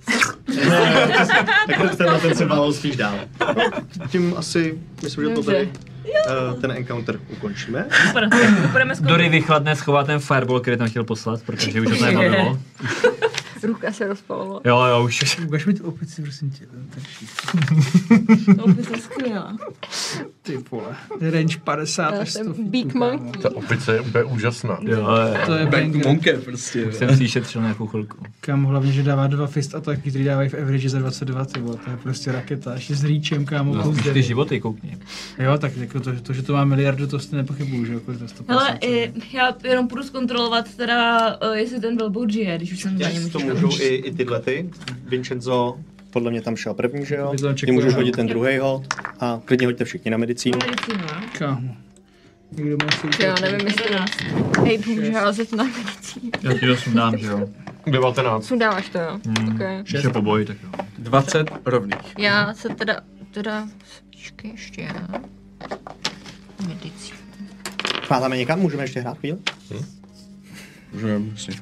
Takhle ten se válel spíš dál. No, tím asi, myslím, že to Dobře. tady ten encounter ukončíme. budeme Dory vychladne, schová ten fireball, který tam chtěl poslat, protože už ho to nebavilo. Ruka se rozpalovala. Jo, už. Ukaž mi tu opici, prosím tě. Ten šíp. To opět je skvělá. Ty vole. Range 50 až 100 Ten feetů, Big kámo. Monkey. Ta opice je úplně úžasná. Jo, To je Back banger. monkey prostě. jsem si ji šetřil nějakou chvilku. Kámo, hlavně, že dává 2 fist ataky, který dávají v average za 22, ty vole. To je prostě raketa. Ještě s reachem, kámo, No, plus spíš ty 9. životy, koukni. Jo, tak jako to, že to má miliardu, to si nepochybuju, že jako to je 100%. Hele, já jenom půjdu zkontrolovat teda, jestli ten velbloud žije, když už jsem za ním To utíkala. můžou i tyhle ty. Vincenzo podle mě tam šel první, že jo? My to tam Ty čekujeme. můžeš hodit ten druhý hod a klidně hoďte všichni na medicínu. Medicínu, no. Kámo. Někdo má si Já nevím, jestli hej, může házet na medicínu. Já ti to sundám, že jo. 19. Sundáváš to, jo? Okay. Ještě po boji, tak jo. 20 rovných. Já se teda, počkej ještě. Medicín. Pátáme někam? Můžeme ještě hrát chvíli? Můžeme si.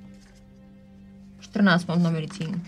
14 mám na medicínu.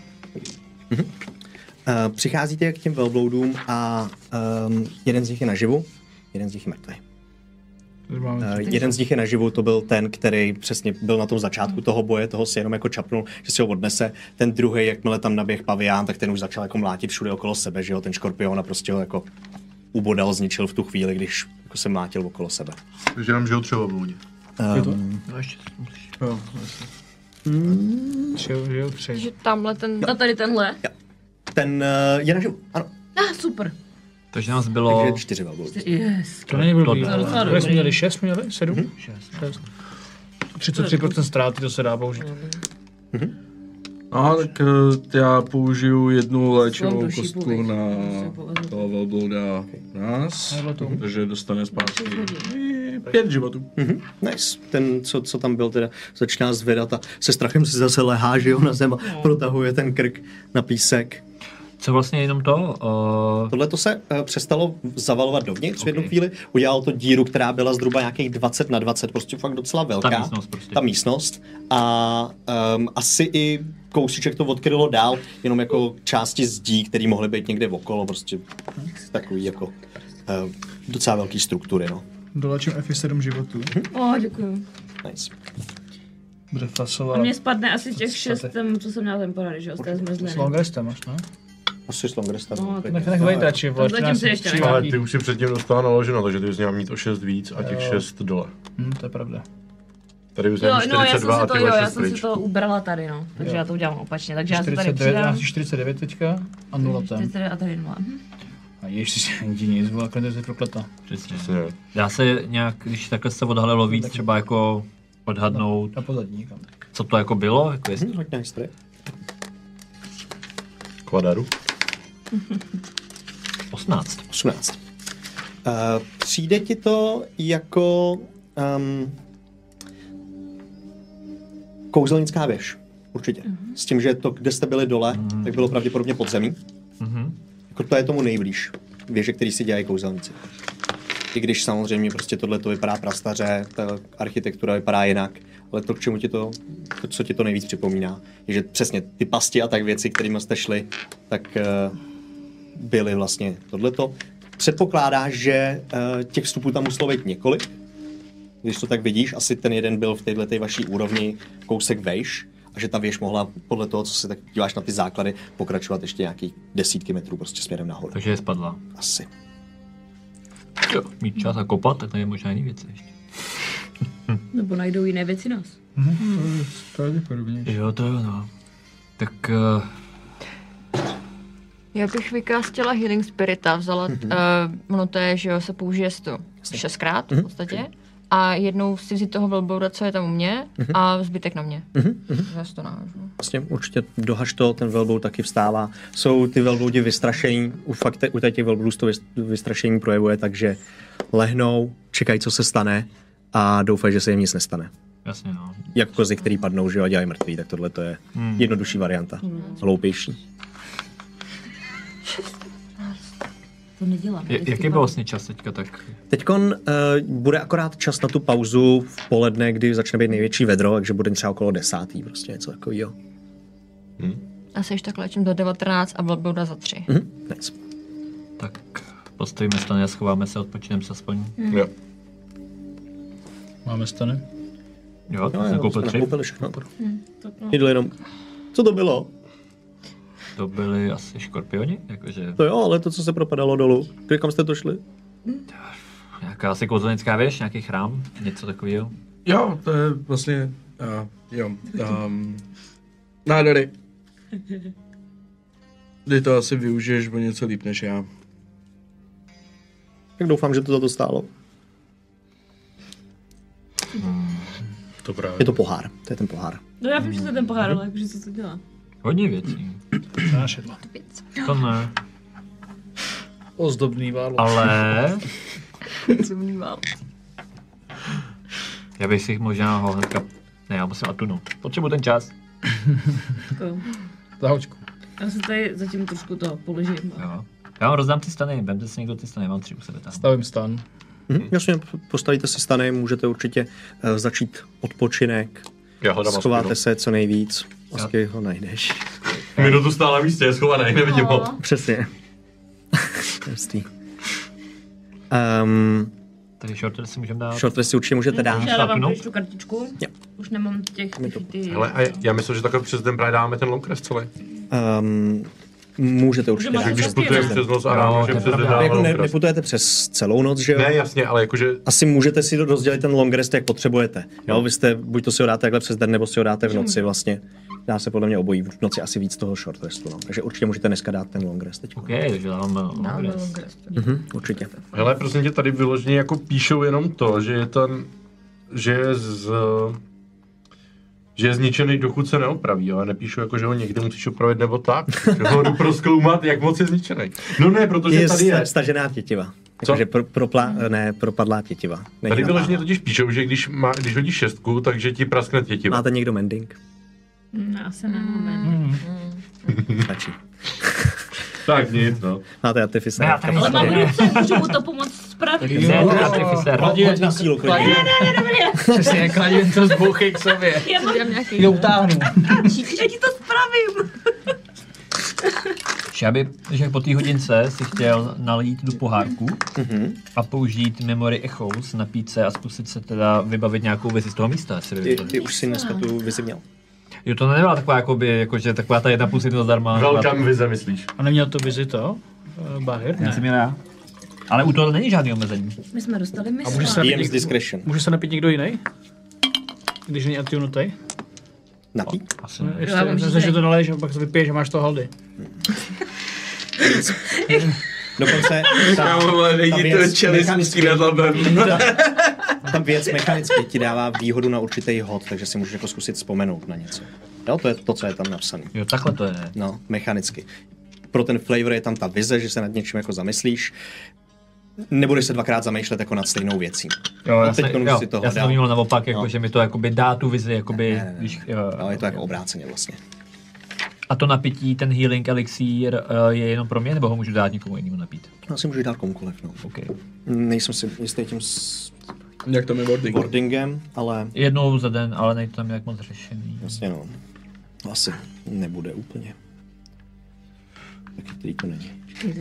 Přicházíte k těm velbloudům a jeden z nich je naživu, jeden z nich je mrtvý. Jeden z nich je naživu, to byl ten, který přesně byl na tom začátku toho boje, toho si jenom jako čapnul, že si ho odnese. Ten druhý, jakmile tam naběh pavián, tak ten už začal jako mlátit všude okolo sebe, že jo, ten škorpion a prostě ho jako ubodal, zničil v tu chvíli, když jako se mlátil okolo sebe. Takže nám žijou třeba v lůdě. No ještě musíš. Jo, vlastně. Žijou 3. Takže tamhle ten... A tady tenhle? Ten je naživu, ano. Super. Takže nás bylo... Takže 4 velbloudy. Yes. To není blbý. To je docela Jsme dobrý. měli 6, měli 7? 6. 33% ztráty, to se dá použít. No, tak já použiju jednu léčivou Mám duší kostku půlek. na Se povedlo. toho velblouda nás, Nebylo to. takže dostane zpátky 5 životů. Nice. Ten, co tam byl, teda začíná zvedat a se strachem si zase lehá, že jo, na zem a protahuje ten krk na písek. Co vlastně jenom to? Tohle to se přestalo zavalovat dovnitř v jednu chvíli. Udělal to díru, která byla zhruba nějakých 20 na 20, prostě fakt docela velká. Ta místnost prostě. Ta místnost. A asi i kousíček to odkrylo dál, jenom jako části zdí, které mohly být někde okolo, prostě takový jako docela velký struktury, no. Dolečím FI7 životů. Děkuju. Nice. Bude A fasovat. mně spadne asi těch 6, co jsem měla temporary, že jo, z té S zmrzliny. long restem máš, ne? Asi s Longrestem. No, Nech vejít radši, vole. Zatím se ještě ne. Ale ty už si předtím dostala naloženo, takže ty bys měla mít o 6 víc a těch 6 dole. To je pravda. Tady už Jo, měla no, já 42 a jsem si to, tyhle já 6 jsem si pryč. to ubrala tady, no. Takže já to udělám opačně, takže já se tady 49, já přidám. mám 49 teďka a 0 tam. 49 a tady 0. A ještě ani nic, vole, konec je prokleta. Přesně. Přesně. Dá se nějak, když takhle se odhalilo víc, třeba jako odhadnout, Na pozadí někam. co to jako bylo? Jako jestli... Hoď na historii. Kvadaru. 18. 18. Přijde ti to jako kouzelnická věž, určitě. S tím, že to, kde jste byli dole, tak bylo pravděpodobně podzemí. Jako to je tomu nejblíž. Věže, který si dělají kouzelníci. I když samozřejmě prostě tohle to vypadá prastaře, ta architektura vypadá jinak, ale to, k čemu ti to, co ti to nejvíc připomíná, je, že přesně ty pasti a tak věci, kterými jste šli, tak byly vlastně tohleto. Předpokládáš, že těch vstupů tam muselo být několik. Když to tak vidíš, asi ten jeden byl v této vaší úrovni kousek vejš a že ta věž mohla podle toho, co se tak díváš na ty základy, pokračovat ještě nějaký desítky metrů prostě směrem nahoru. Takže je spadla. Asi. Jo, mít čas a kopat, tak to je možná jiný věci ještě. Nebo najdou jiné věci nás. Pravděpodobně. Jo, to jo, no. Tak Já bych vykastila Healing Spirita, vzala, ono to je, že jo, se použije to 6krát v podstatě. A jednou si vzít toho velblouda, co je tam u mě, a zbytek na mě. Zase to nážu. Vlastně určitě dohaž to, ten velbloud taky vstává. Jsou ty velbloudi vystrašení, u těch velbloudů to vystrašení projevuje, takže lehnou, čekají, co se stane a doufají, že se jim nic nestane. jasně, no. Jak kozy, který padnou, že jo, a dělají mrtví, tak tohle to je jednodušší varianta. Hloupější. To nedělám. Jaký byl vlastně čas teďka, tak... Teďkon bude akorát čas na tu pauzu v poledne, kdy začne být největší vedro, takže bude třeba okolo 10. prostě něco takového. Asi ještě tak léčím do 19 a velblouda za 3. Nice. Tak postavíme stany a schováme se, odpočineme se aspoň. Jo. Máme stany? Jo, to jsem koupil 3. Nakoupili všechno. Jdl jenom, co to bylo? To byli asi škorpioni, jakože To jo, ale to, co se propadalo dolů. Kam jste to šli? nějaká asi kouzelnická věž, nějaký chrám, něco takového. Jo, to je vlastně, jo, nádory. Ty to asi využiješ o něco líp než já. Tak doufám, že to za to stálo. To právě. Je to pohár, to je ten pohár. No já vím, že se ten pohár, ale jakože co to dělá. Hodně věcí. Nášedla. To ne. Ozdobný válo. Ale Zumný vál. já bych si možná ho hnedka... Ne, já musím atunout. Potřebuji ten čas. Zahoďku. Já se tady zatím trošku to položím. Jo. Já vám rozdám ty stany, vemte si někdo ty stany, mám 3 u sebe tam. Stavím stan. Jasně, postavíte si stany, můžete určitě začít odpočinek. Já hledám schováte se co nejvíc. Asky ho najdeš. Minutu stál na místě, je schovaný, nevidím ho. Přesně. Hustý. Takže short rest si můžeme dát. Short rest si určitě můžete dát. Já dávám pryč tu kartičku. Jo. Už nemám těch ty... Hele, a já myslím, že takhle přes den právě dáme ten long rest celý. Můžete určitě Můžeme dát. Když putujeme přes noc a ráno, že přes den dáme Jako long rest. neputujete přes celou noc, že jo? Ne, jasně, ale jakože... Asi můžete si rozdělit ten long rest, jak potřebujete. Jo, vy jste, buď to si ho dáte takhle přes den, nebo si ho dáte v noci vlastně. Dá se podle mě obojí, v noci asi víc toho short restu, no. Takže určitě můžete dneska dát ten long rest teď. OK, takže dáme long rest. Určitě. Hele, prosím tě, tady vyloženě jako píšou jenom to, že je ten... že je zničený, dokud se neopraví, jo? A nepíšu jako, že ho někde musíš opravit nebo tak. Že ho jdu prozkoumat, jak moc je zničený. No ne, protože tady je... stažená tětiva. Co? Takže propadlá tětiva. Není Tady vyloženě napálená. totiž píšou, že když hodíš 6, takže ti praskne tětiva. Máte někdo mending? Ne, asi nemáme. Stačí. Tak nic, no. Máte artificer. Ale mám ruce, můžu mu to pomoct spravit. Hoď na sílu, klidně. Přesně, kladím to zbouchy k sobě. Já mám nějaký. Jo, utáhnu. já ti to spravím. Že po té hodince si chtěl nalít do pohárku a použít Memory Echoes, napít se a zkusit se teda vybavit nějakou vizi z toho místa. Ty už si dneska tu vizi měl. Jo, to nebyla taková, jakože taková ta 1+1 zdarma. Velká vize, myslíš? A neměl to vizi to? Bahir? Já jsem měl já. Ale u toho není žádný omezení. My jsme dostali A může se mysl. DM's discretion. Může se napít někdo jiný? Když není attunutý? Napít? Asi ne. Ještě, Já mám že žízeň. to naleješ a pak se vypiješ, že máš to haldy. Dokonce tam věc mechanicky ti dává výhodu na určitý hod, takže si můžeš jako zkusit vzpomenout na něco. Jo, to je to, co je tam napsané. Jo, takhle to je. No, mechanicky. Pro ten flavor je tam ta vize, že se nad něčím jako zamyslíš. Nebudeš se dvakrát zamýšlet jako nad stejnou věcí. Jo, A já teď jsem si toho to dal. vnímal naopak, jako, No. že mi to jakoby dá tu vizi, jakoby, víš, No, je to jako obráceně vlastně. A to napití, ten healing elixír je jenom pro mě, nebo ho můžu dát někomu jinému napít? No, si můžeš dát komukoliv, no. OK. Nejsem si jistý tím Jak tam je boarding? boardingem, ale Jednou za den, ale nejde to tam jak moc řešený. vlastně no, asi nebude úplně. Taky který to není.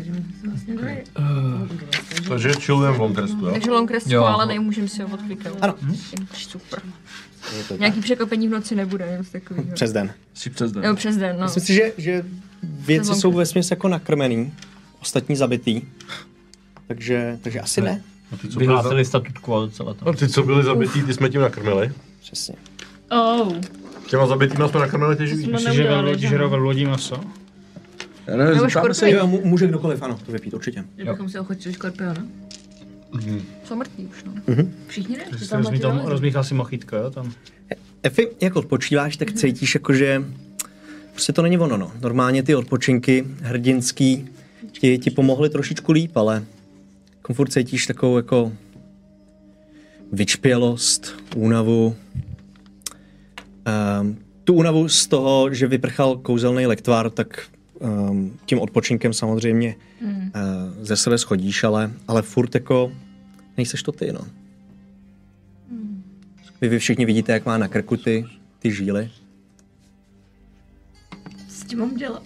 Takže chillujeme v long restu, jo? Takže long rest Jo. schválený, můžeme si ho odklikat. Ano. Super. Je to Nějaký překvapení v noci nebude, nic takového. přes den. Si přes den. Nebo přes den, no. Myslím si, že věci jsou vesměs jako nakrmený, ostatní zabitý. Takže asi ne. A ty, co byli, Vyhlásili statut quo celé to. a ty, co byli zabitý, ty jsme tím nakrmili. Přesně. Oh. Těma zabitýma jsme nakrmili ty živý. Jsme Myslíš, že ve lodi žerou ve lodí maso? Já nevím, Nebo zeptáme se. škorpion. Jo, může kdokoliv, ano, to vypít určitě. Kdybychom si ochotili škorpiona. Jsou mrtví už, no. Všichni ne? Že jsi rozmíchal si mochítko, jo? Tam. Efi, jak odpočíváš, tak cítíš jako, že prostě to není ono, no. Normálně ty odpočinky hrdinský ti pomohly trošičku líp, ale komfort cítíš takovou jako vyčpělost, únavu. Tu únavu z toho, že vyprchal kouzelný lektvar, tak tím odpočinkem samozřejmě ze sebe schodíš, ale furt jako nejseš to ty, no. Vy všichni vidíte, jak má na krku ty žíly. S tím mám dělat.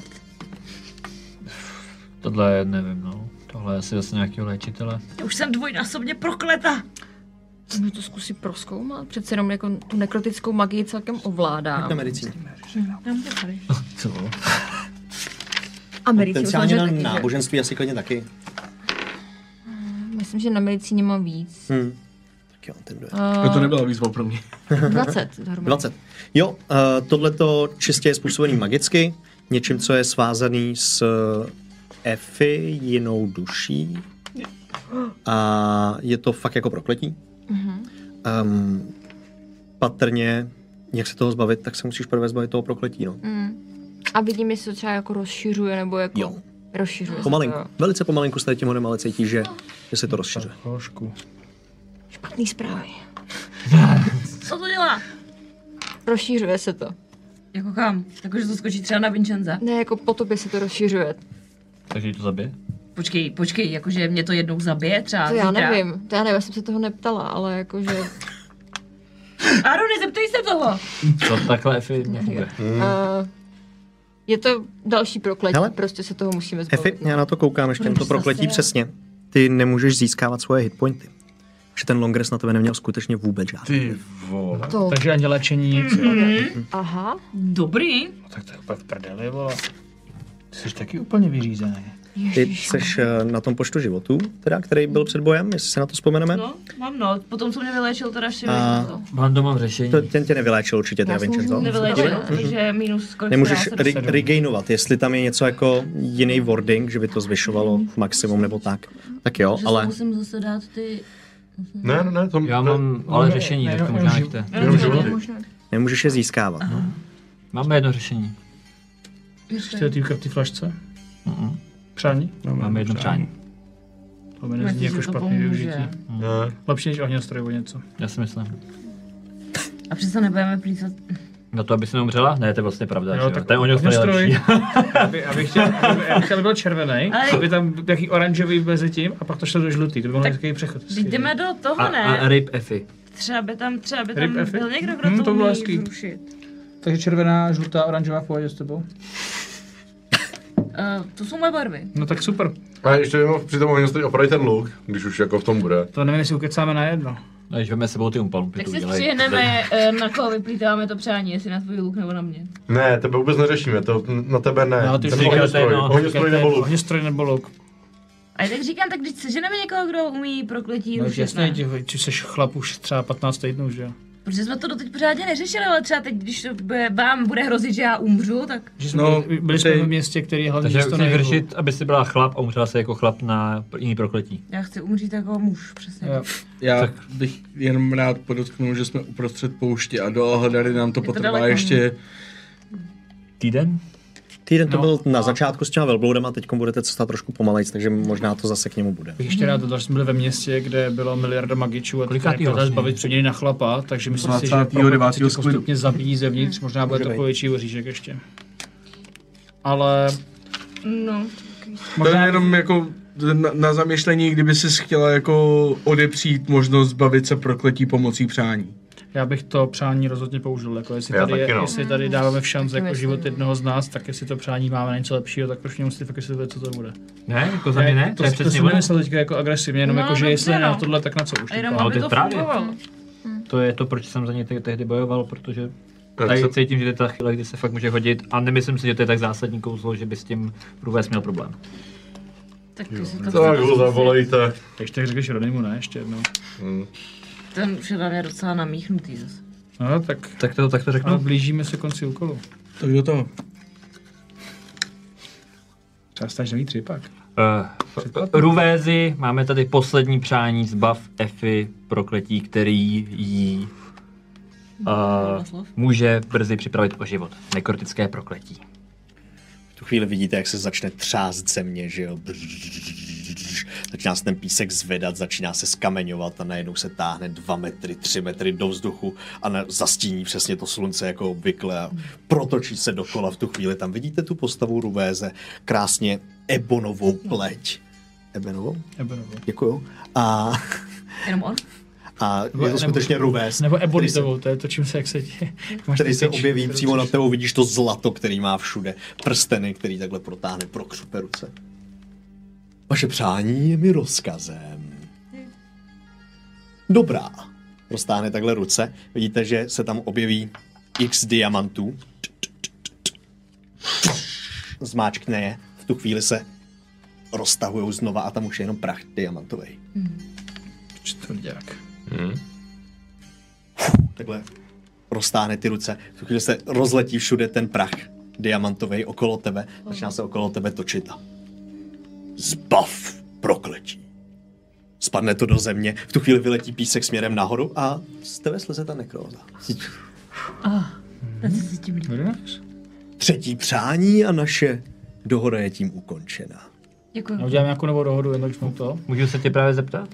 Tohle je, nevím, no. Tohle je asi zase nějakého léčitele. Já už jsem dvojnásobně prokleta. Můžu to zkusit prozkoumat? Přece jenom jako tu nekrotickou magii celkem ovládám. Na medicíně. Dám to tady. Co? A medicínu Potenciálně na taky, že? náboženství asi klidně taky. Myslím, že na medicíně mám víc. Tak jo, ten jde. To nebyla výzva pro mě. 20 dohromady. 20. Jo, tohleto čistě je způsobený magicky, něčím, co je svázaný s Efi, jinou duší. A je to fakt jako prokletí. Patrně, jak se toho zbavit, tak se musíš prvé zbavit toho prokletí, no. A vidím, jestli to třeba jako rozšiřuje, nebo jako... Jo. Rozšiřuje se Pomalinku, to, jo. velice pomalinku s tím hodem, ale cítíš, že se to rozšiřuje. Trošku. Špatný zprávy. Co to dělá? Rozšiřuje se to. Jako kam? Takže to skočí třeba na Vincenza. Ne, jako po tobě se to rozšiřuje. Takže jí to zabije? Počkej, jakože mě to jednou zabije třeba To já zítra? nevím, já jsem se toho neptala, ale jakože... Aaron, nezeptej se toho! To takhle Efi nefunguje. Je to další prokletí, Hele. prostě se toho musíme zbavit. Efi, já na to koukám ještě, Budu to prokletí zase- přesně. Ty nemůžeš získávat svoje hitpointy. Že ten long rest na tebe neměl skutečně vůbec žádný. Ty vole. To. Takže ani léčení nic. Aha. Dobrý. No, tak to je úplně v prdeli, vole. Ty jsi taky úplně vyřízený. Ty jsi na tom počtu životů, teda, který byl před bojem, jestli se na to vzpomeneme. No, mám no. Potom, co mě vyléčil, teda ještě Mám doma řešení. To tě nevyléčil určitě, teda Já jsem Vincenzo. nevyléčil, takže minus kolik Nemůžeš se dá, regainovat, jestli tam je něco jako jiný wording, že by to zvyšovalo maximum nebo tak. Tak jo, že ale musím zase dát ty... Ne, to... Já mám ale řešení, tak to možná nechte. Jenom životy. nemůžeš je získávat. No. Máme jedno řešení. Chtěl ty v té flašce? Přání? Máme jedno přání. To mi nezní Myslíš, jako že to špatný pomůže? využití. Ne. Lepší než ohňostroj nebo něco. Já si myslím. A přece nebudeme plýtvat... Na to, aby se neumřela? Ne, to je vlastně pravda. Jo, že tak Ten ohňostroj je lepší. Abych chtěl, aby byl červený, Ale- aby tam takový oranžový mezi tím a pak to šlo do žlutý. To by mohl Tak- takový přechod. Jdeme do toho, A ne? rip Efi. Třeba by tam Rip Effie? byl někdo, kdo to To bylo umí hezký. zrušit. Takže červená, žlutá, oranžová v pohodě s tebou. To jsou moje barvy. No tak super. A ještě jenom při tom ohňostroj opravit ten luk, když už jako v tom bude. To nevím, jestli ukecáme na jedno. A když veme sebou ty umpalumpy, Tak to si udělají. střihneme, na koho vyplýtáme to přání, jestli na tvůj luk nebo na mě. Ne, tebe vůbec neřešíme, to na tebe ne. No, ty Ten už ohňostroj, no. ohňostroj nebo luk. Ohňostroj nebo luk. A tak říkám, tak když seženeme někoho, kdo umí prokletí No rušit, jasně, ne? ty jsi chlap už třeba 15 týdnů, že jo? Protože jsme to doteď pořádně neřešili, ale třeba teď, když to vám bude hrozit, že já umřu, tak... Že jsme No, byli jsme ty- v městě, který je hlavní Takže město na chceš jihu. řešit, aby si byla chlap a umřela se jako chlap na jiný prokletí. Já chci umřít jako muž, přesně. Jo. Já bych jenom rád podotknul, že jsme uprostřed pouště a do Ahadary nám to to potrvá daleko. ještě... Týden? Týden to No. byl na začátku s těma velbloudama, teď budete cestovat trošku pomalejc, takže možná to zase k němu bude. Bych ještě rád dodal, že jsme byli ve městě, kde bylo miliarda magičů a Kolikátýho teď vlastně? zbavit přeměny na chlapa, takže myslím si, že 29. pokud se tě sklidu. postupně zabíjí zevnitř, možná bude Může trochu být. větší oříšek ještě. Ale No, To je jenom jako na zamyšlení, kdyby jsi chtěla jako odepřít možnost zbavit se prokletí pomocí přání. já bych to přání rozhodně použil, jako jestli Já tady, taky, no. jestli tady dáváme v šanci Taky jako myslím, život no. jednoho z nás, tak jestli to přání máme na něco lepšího, tak proč mě musíte fakt vysvětlit, co to bude. Ne, jako za mě ne? To, je to přesně jsem ono. nemyslel teďka jako agresivně, jenom No, jako, že dobře, jestli ne na no. tohle, tak na co už. a jenom typa. Ale aby to to právě. fungovalo. To je to, proč jsem za ně tehdy bojoval, protože Tak tady se- cítím, že to je ta chvíle, kdy se fakt může hodit a nemyslím si, že to je tak zásadní kouzlo, že by s tím průvést měl problém. Tak ty si to Tak ho zavolejte. Ještě tak řekneš Ronymu, ne? Ještě jednou. Ten už je na mě docela namíchnutý zase. No, tak Tak to ale řeknu. blížíme se konci úkolu. Tak do toho. Třeba stáš nový třipak. Ruvézy, máme tady poslední přání, zbav Efi prokletí, který jí může brzy připravit o život. Nekrotické prokletí. V tu chvíli vidíte, jak se začne třást země, že jo. Začíná se ten písek zvedat, začíná se skamenovat a najednou se táhne 2 metry, 3 metry do vzduchu a zastíní přesně to slunce jako obvykle a protočí se dokola. V tu chvíli tam vidíte tu postavu Ruvéze, krásně ebonovou pleť. Ebonovou? Ebonovou. Děkuju. A Jenom on? je to skutečně Ruvéz. Nebo který se- ebonitovou, to je to, čím se jak se děje. Máš který ty se tyč, objeví kterou přímo chceš- nad tebou, vidíš to zlato, který má všude, prsteny, který takhle protáhne pro křupe ruce. Vaše přání je mi rozkazem. Dobrá. Roztáhne takhle ruce, vidíte, že se tam objeví x diamantů. Zmáčkne je, v tu chvíli se roztahujou znova a tam už je jenom prach diamantový. Čtvrťák. Takhle roztáhne ty ruce. V tu chvíli se rozletí všude ten prach diamantový okolo tebe. Začíná se okolo tebe točit. Zbav prokletí. Spadne to do země. V tu chvíli vyletí písek směrem nahoru a z tebe sleze ta nekróza. Třetí přání a naše dohoda je tím ukončena. Děkuji. No, uděláme nějakou novou dohodu, jenom jsme to. Můžu se tě právě zeptat?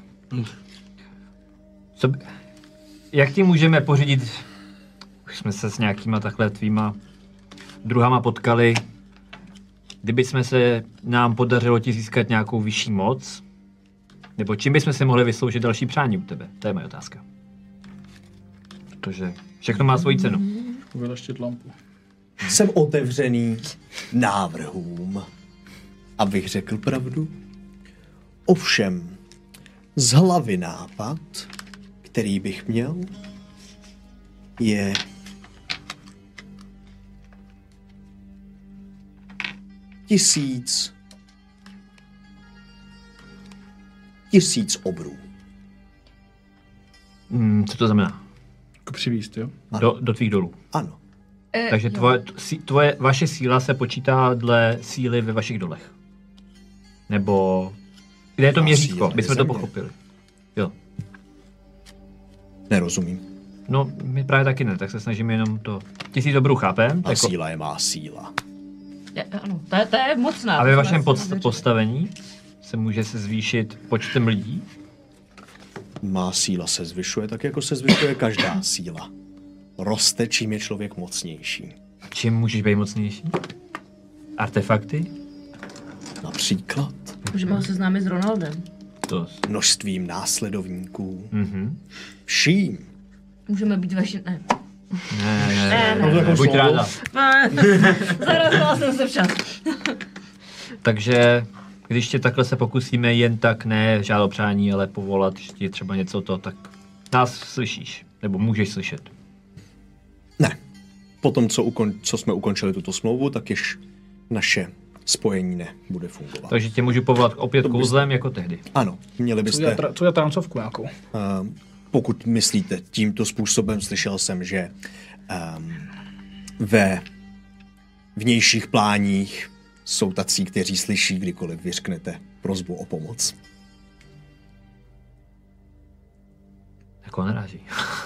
Jak ti můžeme pořídit, už jsme se s nějakýma takhle tvýma druhama potkali, kdyby jsme se nám podařilo ti získat nějakou vyšší moc, nebo čím bychom si mohli vysloužit další přání u tebe? To je moje otázka. Protože všechno má svoji cenu. Vyleštit lampu. Jsem otevřený návrhům, abych řekl pravdu. Ovšem, z hlavy nápad, který bych měl, je tisíc obrů. Co to znamená? Jako přivízt, jo? Do tvých dolů. Ano. Takže vaše síla se počítá dle síly ve vašich dolech. Nebo... Kde je to měřítko? My jsme to pochopili. Jo. Nerozumím. No, my právě taky ne, tak se snažíme jenom to... 1000 obrů chápem. A jako... síla je má síla. Ano, to je mocná. A ve vašem postavení se může se zvýšit počtem lidí? Má síla se zvyšuje tak, jako se zvyšuje každá síla. Roste, čím je člověk mocnější. A čím můžeš být mocnější? Artefakty? Například. Můžeme ho seznámit s Ronaldem. Množstvím následovníků. Vším. Můžeme být vaši... Ne. Ne. Buď ráda. Zarazila jsem se včas. Takže, když tě takhle se pokusíme jen tak ne žádat přání, ale povolat ti třeba něco to, tak nás slyšíš. Nebo můžeš slyšet. Ne. Potom, co jsme ukončili tuto smlouvu, tak již naše spojení nebude fungovat. Takže tě můžu povolat opět kouzlem jako tehdy. Ano, měli byste... Co je trancovku nějakou? Pokud myslíte tímto způsobem, slyšel jsem, že ve vnějších pláních jsou tací, kteří slyší, kdykoliv vyřknete prosbu o pomoc. Jako naráží.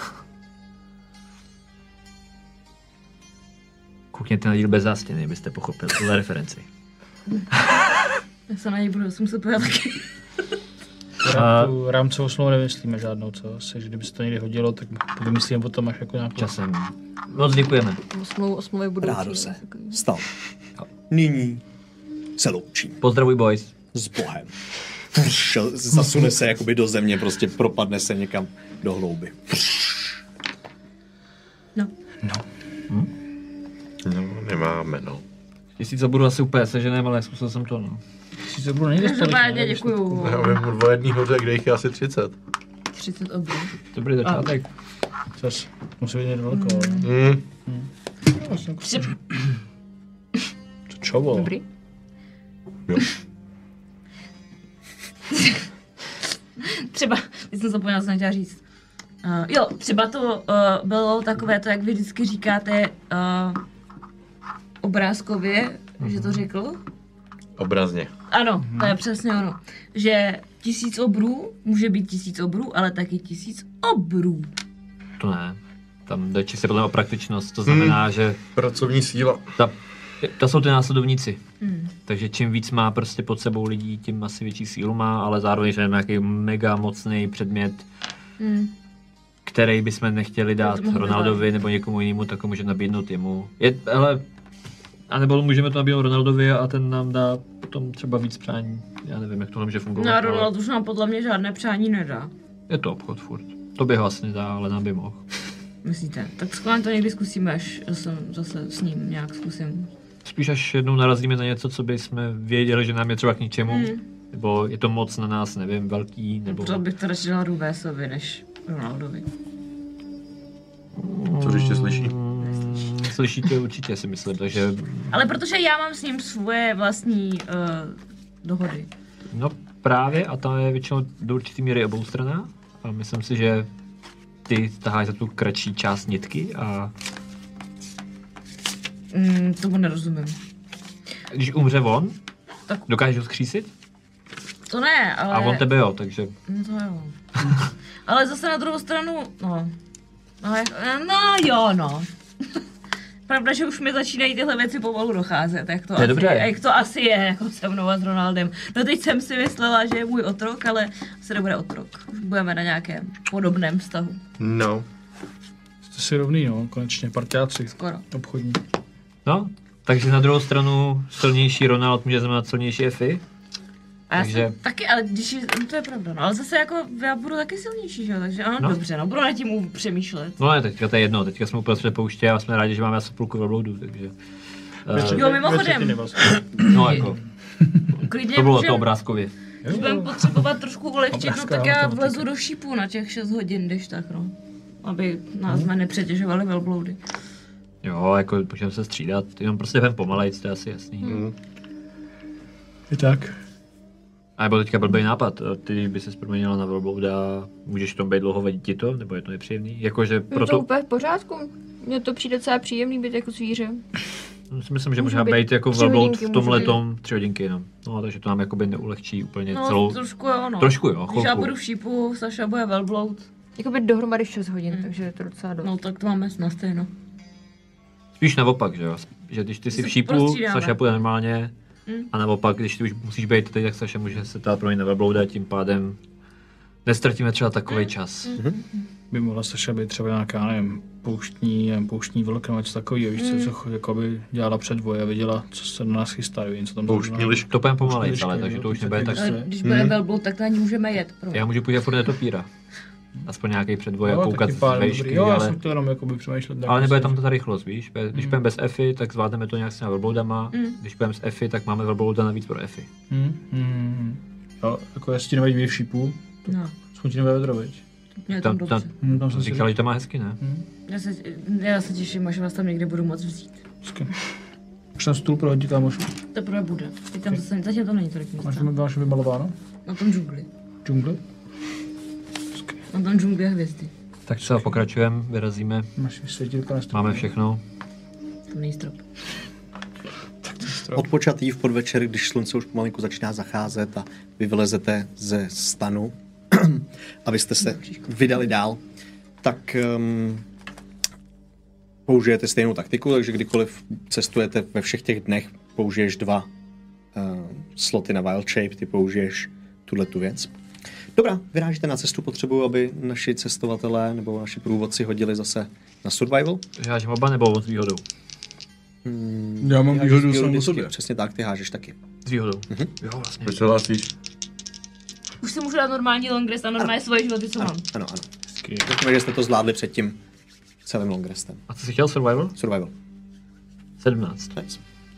Koukněte na díl Bez zástěny, byste pochopili tuhle referenci. Já se na něj budu muset podívat taky. Tu rámcovou smlouvu nevymyslíme žádnou, co? Že kdyby se to někdy hodilo, tak vymyslíme potom až jako nějakou... Časem. Moc děkujeme. Smlouvy budoucí. Rádo se stal. Nyní se loučím. Pozdravuj, boys. S Bohem. Zasune se jakoby do země, prostě propadne se někam do hlouby. No, nemáme, no. 1000 obrů asi úplně seženém, ale zkusil jsem to, no. 1000 obrů nejde stolik. Každopádně děkuju. Já vím o jedný hoře, kde jich je asi 30. 30 obrů. Dobrý začátek. Což musí být daleko. To čovo? Dobrý. Jo. Třeba, když jsem zapomněla, co jsem chtěla říct. Jo, třeba to bylo takové to, jak vy vždycky říkáte obrázkově, že to řekl? Obrazně. Ano, to je přesně ono. Že 1000 obrů může být 1000 obrů, ale taky 1000 obrů. To ne. Tam jde čistě podle o praktičnost, to znamená, že... Pracovní síla. To jsou ty následovníci. Takže čím víc má prostě pod sebou lidí, tím asi větší sílu má, ale zároveň, že je nějaký mega mocný předmět, který bychom nechtěli dát Ronaldovi nebo někomu jinému, tak ho může nabídnout jemu. A nebo můžeme to nabídnout Ronaldovi a ten nám dá potom třeba víc přání. Já nevím, jak to může fungovat. No a Ronald už nám podle mě žádné přání nedá. Je to obchod furt. To by ho asi nedá, ale nám by mohl. Myslíte? Tak skvěle to někdy zkusíme, až jsem zase s ním nějak zkusím. Spíš až jednou narazíme na něco, co bychom věděli, že nám je třeba k ničemu. Nebo je to moc na nás, nevím, velký, nebo... Proto bych to radši dala Rubesovi, než Ronaldovi. Co když tě slyší? Slyší to určitě, si myslím, takže... Ale protože já mám s ním svoje vlastní dohody. No právě, a ta je většinou do určitý míry oboustranná. A myslím si, že ty taháš za tu kratší část nitky a... Tomu nerozumím. Když umře on, tak... dokážeš ho zkřísit? To ne, ale... A on tebe jo, takže... No to jo. Ale zase na druhou stranu, no. Pravda, že už mi začínají tyhle věci pomalu docházet, jak to asi je jako se mnou a s Ronaldem. No teď jsem si myslela, že je můj otrok, ale se nebude otrok. Už budeme na nějakém podobném vztahu. No. Jste si rovný, no, konečně, parťáci. Skoro. Obchodní. No, Takže na druhou stranu silnější Ronald může znamenat silnější Effie. A já Takže- jsem taky, ale když to je pravda, no, ale zase jako já budu taky silnější, že jo, takže ano, dobře, no, budu nad tím přemýšlet. No ne, teďka to je jedno, teďka jsme uprostřed pouště a jsme rádi, že máme asi půlku velbloudu, takže... Jo, mimochodem, no jako, klidně to bylo to můžem, obrázkově. když budeme potřebovat trošku ulehčit, no Obrázka, tak já automatika. vlezu do šípů na těch 6 hodin, když tak, no. Aby nás jsme nepřetěžovali velbloudy. Jo, jako můžeme se střídat, jenom prostě ven pomalejc, to je asi jasný. I tak. A byl teďka blbý nápad, ty by se proměnila na velblouda, můžeš v tom být dlouho, vadí ti to, nebo je to nepříjemný? Jakože Je to proto, úplně v pořádku. Mně to přijde docela příjemný být jako zvíře. si myslím, že může možná být být jako 3 velbloud hodinky, v může tomhletom 3 hodinky jenom. No, takže to nám jakoby neulehčí úplně No, celou... trošku jo, no. Trošku jo, Když já chvilku. budu v šípu, Saša bude velbloud, Jakoby dohromady 6 hodin, takže je to docela dost. no tak to máme na stejno. Spíš naopak, že jo? Že když ty jsi Se v šípu, prostřídáme. Saša půjde normálně, a naopak, když ty už musíš být tady, tak Saša může se dát proměnit na velblouda, tím pádem nestratíme třeba takový čas. By mohla Saša být třeba nějaká, nevím, pouštní vlk nebo něco takového, víš, co jakoby dělala předvoj a viděla, co se na nás chystají, něco tam Pouštní liška. To půjdeme pomalej, Liška, ale jo, takže to už to nebude taky tak... Ale když bude velbloud, tak na ní můžeme jet. Já můžu půjít furt netopíra. Aspoň nějaký předvoj a koukat taky z pár vejšky, dobrý. Jo, já ale... jsem to jenom jakoby přemýšlet. Ale nebude tam ta rychlost, víš? Když půjdeme bez Effy, tak zvládneme to nějak s těma velbloudama. Když půjdeme s Effy, tak máme velblouda navíc pro Effy. Jo, jako jestli ti nevadí být v šípu, No, aspoň ti nebude vedro, veď. mě je tam dobře. Tam jsem si Říkali, že to má hezky, ne? Já se těším, až vás tam někdy budu moc vzít. říkal. Už ten stůl prohodí tam už. Teprve bude. Teď tam zase, zatím tam není tolik místa. Máš vymalováno? Na tom džungli. Džungli? Na tom džungli a hvězdy. Tak co, pokračujeme, vyrazíme, Máš světílka na stůl. máme všechno. Tam není strop. Odpočatý v podvečer, když slunce už pomalinku začíná zacházet a vy vylezete ze stanu, abyste se vydali dál, tak použijete stejnou taktiku, takže kdykoliv cestujete ve všech těch dnech, použiješ 2 sloty na Wild Shape, ty použiješ tuhletu věc. Dobrá, vyrážíte na cestu, potřebuju, aby naši cestovatelé nebo naši průvodci hodili zase na survival. Hážem oba nebo s výhodou? Já mám Ty hážeš výhodu výhodu sám o vždycky, sobě. Přesně tak, ty hážeš taky. S výhodou. Jo, vlastně. Proč se hlásíš? Už si můžu dát normální long rest a normálně svoje životy, co mám. Ano. Řekněme, že jste to zvládli před tím celým long restem. A co jsi chtěl, survival? Survival. 17. Nice.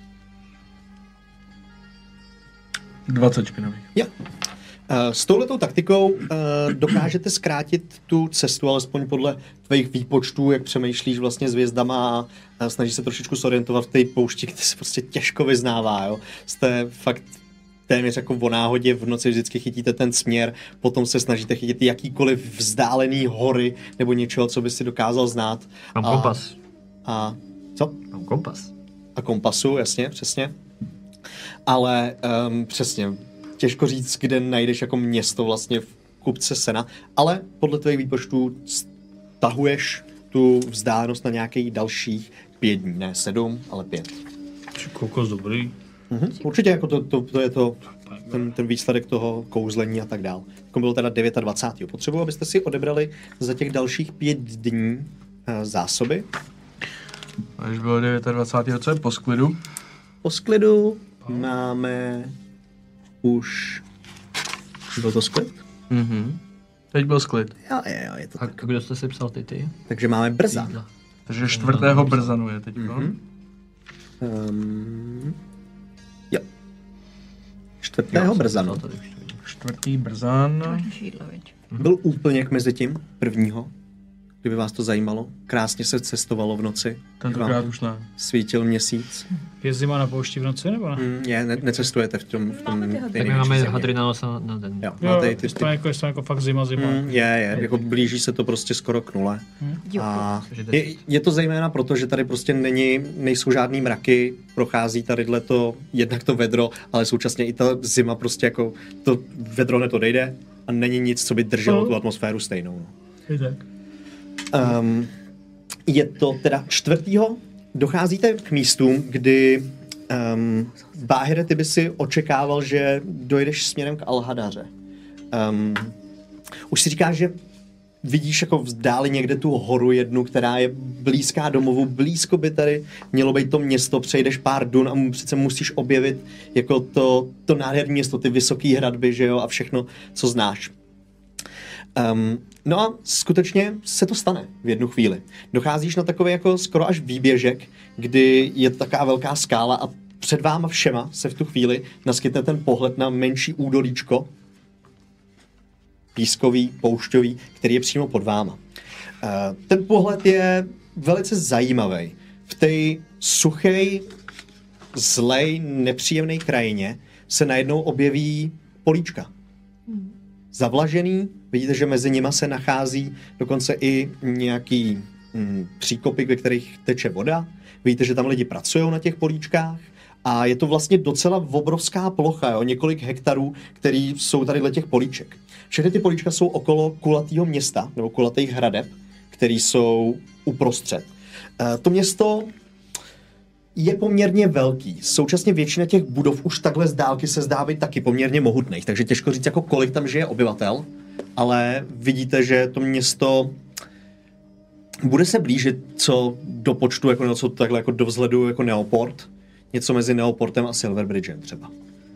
20 špinavých. Jo. S touhletou taktikou dokážete zkrátit tu cestu, alespoň podle tvých výpočtů, jak přemýšlíš vlastně s hvězdama a snažíš se trošičku zorientovat v té poušti, kde se prostě těžko vyznává. Jo? Jste fakt téměř jako o náhodě, v noci vždycky chytíte ten směr, potom se snažíte chytit jakýkoliv vzdálený hory nebo něčeho, co by si dokázal znát. Mám kompas. A co? Mám kompas. A kompasu, jasně, přesně. Ale přesně, těžko říct, kde najdeš jako město vlastně v kupce sena, ale podle tvých výpočtů stahuješ tu vzdálenost na nějakých dalších 5 dní, ne 7, ale 5. Kokos dobrý. Určitě jako to je to, ten výsledek toho kouzlení a tak dál. Jako bylo teda 29. Potřebuji, abyste si odebrali za těch dalších 5 dní zásoby. A když bylo 29. co je po sklidu? Po sklidu máme už... Byl to sklid? Teď byl sklid. Jo, je to A tak. kdo jste si psal ty? Takže máme brzan. Takže 4. brzanu je teď. Jo. 4. brzanu. 4. brzan. Máš naše jídlo, viď? Byl úplně mezi tím prvního, kdyby vás to zajímalo. Krásně se cestovalo v noci. Tentokrát už ne. Svítil měsíc. Je zima na poušti v noci, nebo ne? Necestujete v tom Máme ty té hadry. Tak my největší máme zimě. hadry na nos na den. Jo, Jo, máte je ty, to jako fakt zima. je, jako blíží se to prostě skoro k nule. A Takže je to zejména proto, že tady prostě nejsou žádný mraky, prochází tadyhle to, jednak to vedro, ale současně i ta zima prostě jako, to vedro hned odejde a není nic, co by drželo tu atmosféru stejnou. No. Je tak. Je to teda 4. Docházíte k místům, kdy Báhire, ty by si očekával, že dojdeš směrem k Alhadaře. Už si říkáš, že vidíš jako vzdáli někde tu horu jednu, která je blízká domovu, blízko by tady mělo být to město, přejdeš pár dun a přece musíš objevit jako to nádherné město, ty vysoké hradby, že jo, a všechno, co znáš. No a skutečně se to stane v jednu chvíli. Docházíš na takový jako skoro až výběžek, kdy je taková velká skála a před váma všema se v tu chvíli naskytne ten pohled na menší údolíčko, pískový, poušťový, který je přímo pod váma. Ten pohled je velice zajímavý. V té suché, zlej, nepříjemné krajině se najednou objeví políčka. Zavlažený, vidíte, že mezi nima se nachází dokonce i nějaký příkopy, ve kterých teče voda. Vidíte, že tam lidi pracují na těch políčkách a je to vlastně docela obrovská plocha, jo? Několik hektarů, který jsou tady těch políček. Všechny ty políčka jsou okolo kulatého města, nebo kulatých hradeb, který jsou uprostřed. To město je poměrně velký. Současně většina těch budov už takhle z dálky se zdá být taky poměrně mohutných, takže těžko říct, jako kolik tam žije obyvatel, ale vidíte, že to město bude se blížit co do počtu, jako něco takhle jako do vzhledu jako Neoport, něco mezi Neoportem a Silverbridgem třeba.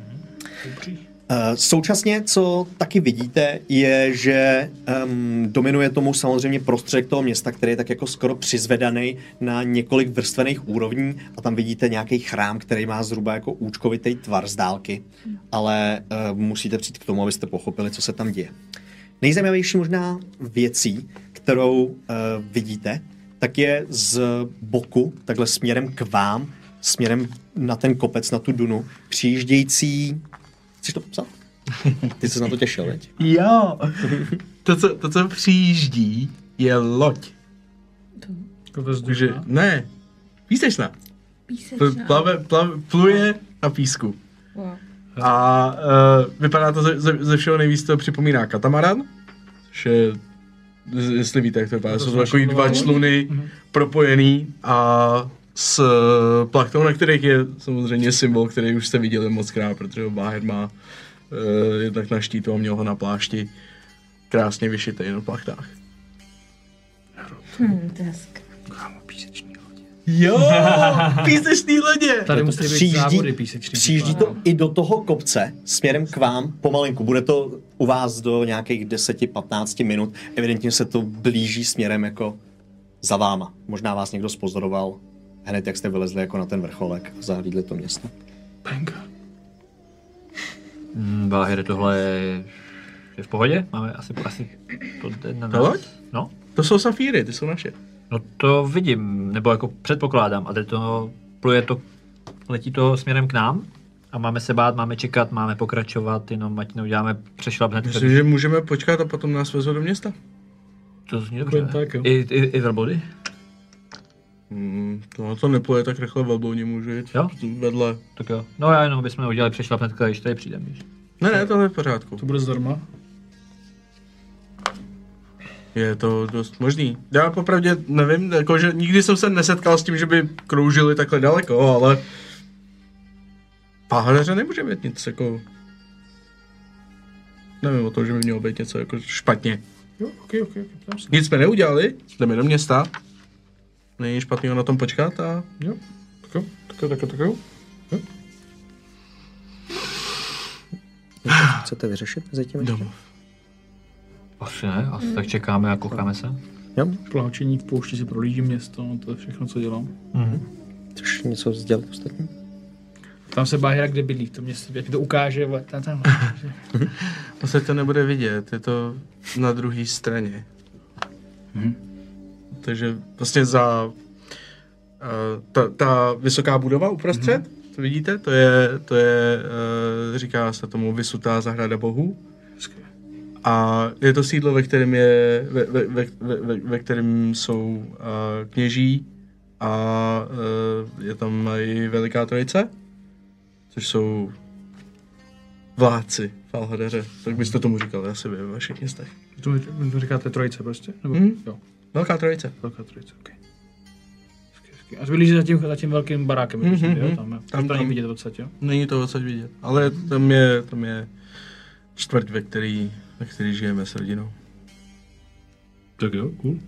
Současně, co taky vidíte, je, že dominuje tomu samozřejmě prostředek toho města, který je tak jako skoro přizvedaný na několik vrstvených úrovní a tam vidíte nějaký chrám, který má zhruba jako účkovitý tvar z dálky, ale musíte přijít k tomu, abyste pochopili, co se tam děje. Nejzajímavější možná věcí, kterou vidíte, tak je z boku, takhle směrem k vám, směrem na ten kopec, na tu dunu, přijíždějící. Chceš to popsat? Ty jsi na to těšil, veď? Jo. To, co přijíždí, je loď. To ne, písečná. Pluje na písku. Wow. A vypadá to ze všeho nejvíc, to připomíná katamaran, což je, jestli víte, jak to vypadá, jsou to takový dva čluny propojený a s plachtou, na kterých je samozřejmě symbol, který už jste viděli mockrát, protože Báher má jednak na štítu a měl ho na plášti krásně vyšitej na plachtách. To je hezké. Jo, písečný lodě! Tady musí být závody písečný. Přijíždí to i do toho kopce směrem k vám pomalinku. Bude to u vás do nějakých 10-15 minut. Evidentně se to blíží směrem jako za váma. Možná vás někdo spozoroval hned, jak jste vylezli jako na ten vrcholek a zahlídli to město. Penka. Báhere, tohle je v pohodě? Máme asi to na nás. loď? No. To jsou safíry, ty jsou naše. No to vidím, nebo jako předpokládám, a letí to směrem k nám a máme se bát, máme čekat, máme pokračovat, jenom ať neuděláme přešlap hned. Myslím, že můžeme počkat a potom nás vezou do města. To zní dobře. Tak, jo. I velbloudy? To nepluje tak rychle, velbloudi můžu jít Jo? vedle. Tak jo. No já jenom bychom udělali přešlap hned, když tady přijdeme. Ne, tohle je v pořádku. To bude zdarma. Je to dost možný. Já popravdě nevím, jakože nikdy jsem se nesetkal s tím, že by kroužili takhle daleko, ale Páhadeře nemůže být nic jako... Nevím o tom, že by mělo být něco jako špatně. Jo, ok. Nic jsme neudělali, jdeme do města. Není špatného na tom počkat a... Jo, tak jo. Chcete vyřešit zatím? Domov. Asi ne, asi tak čekáme a koukáme se. Jo. Pláčení v poušti si prolížím město, no to je všechno, co dělám. Chceš něco sdělit ostatní? Tam se Báhera kde bydlí, to město, jak to ukáže, tam. To se to nebude vidět, je to na druhé straně. Takže vlastně za ta vysoká budova uprostřed, to vidíte, to je říká se tomu vysutá zahrada bohů. A je to sídlo, ve kterém jsou kněží a je tam i Veliká Trojice, což jsou vládci Falhadeře. Tak byste tomu říkali asi vy ve vašich městech. To říkáte Trojice prostě? Nebo? Jo. Velká Trojice. Velká Trojice, ok. A to byli za tím velkým barákem, jo? Tam to není vidět odsaď, jo? Není to odsaď vidět, ale tam je čtvrť, ve který žijeme s rodinou. Tak jo, cool.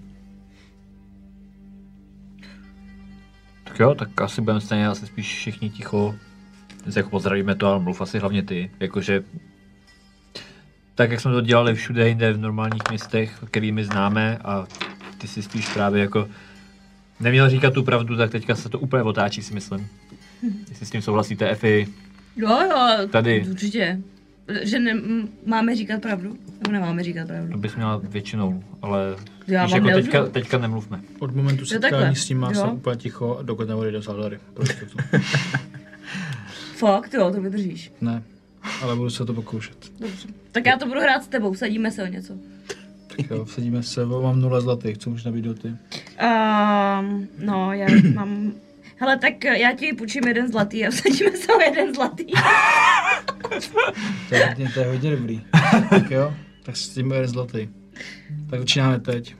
Tak jo, tak asi budeme stejně asi spíš všichni ticho. Jako pozdravíme to, ale mluv asi hlavně ty. Jakože tak, jak jsme to dělali všude jinde v normálních městech, kterými známe a ty si spíš právě jako neměl říkat tu pravdu, tak teďka se to úplně otáčí, si myslím. Jestli s tím souhlasíte, Efi? Jo, tady. Určitě. Že máme říkat pravdu? Nebo nemáme říkat pravdu? To bys měla většinou, ale Já víš, vám jako teďka nemluvme. Od momentu setkání s ním jsem úplně ticho, dokud neodejde do Saldary. Fakt jo, to vydržíš. Ne, ale budu se to pokoušet. Dobře. Tak já to budu hrát s tebou, sadíme se o něco. Tak jo, vsadíme se, mám 0 zlatých, co můžeš nabídnout ty? No, já mám... Hele, tak já ti půjčím 1 zlatý a vsadíme se o 1 zlatý. To je hodně dobrý. Tak jo, tak s tím 1 zlatý. Tak začínáme teď.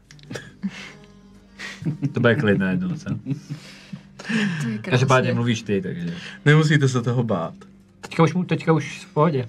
To bude klidné jednou, co? Každopádně mluvíš ty, takže... Nemusíte se toho bát. Teďka už v pohodě.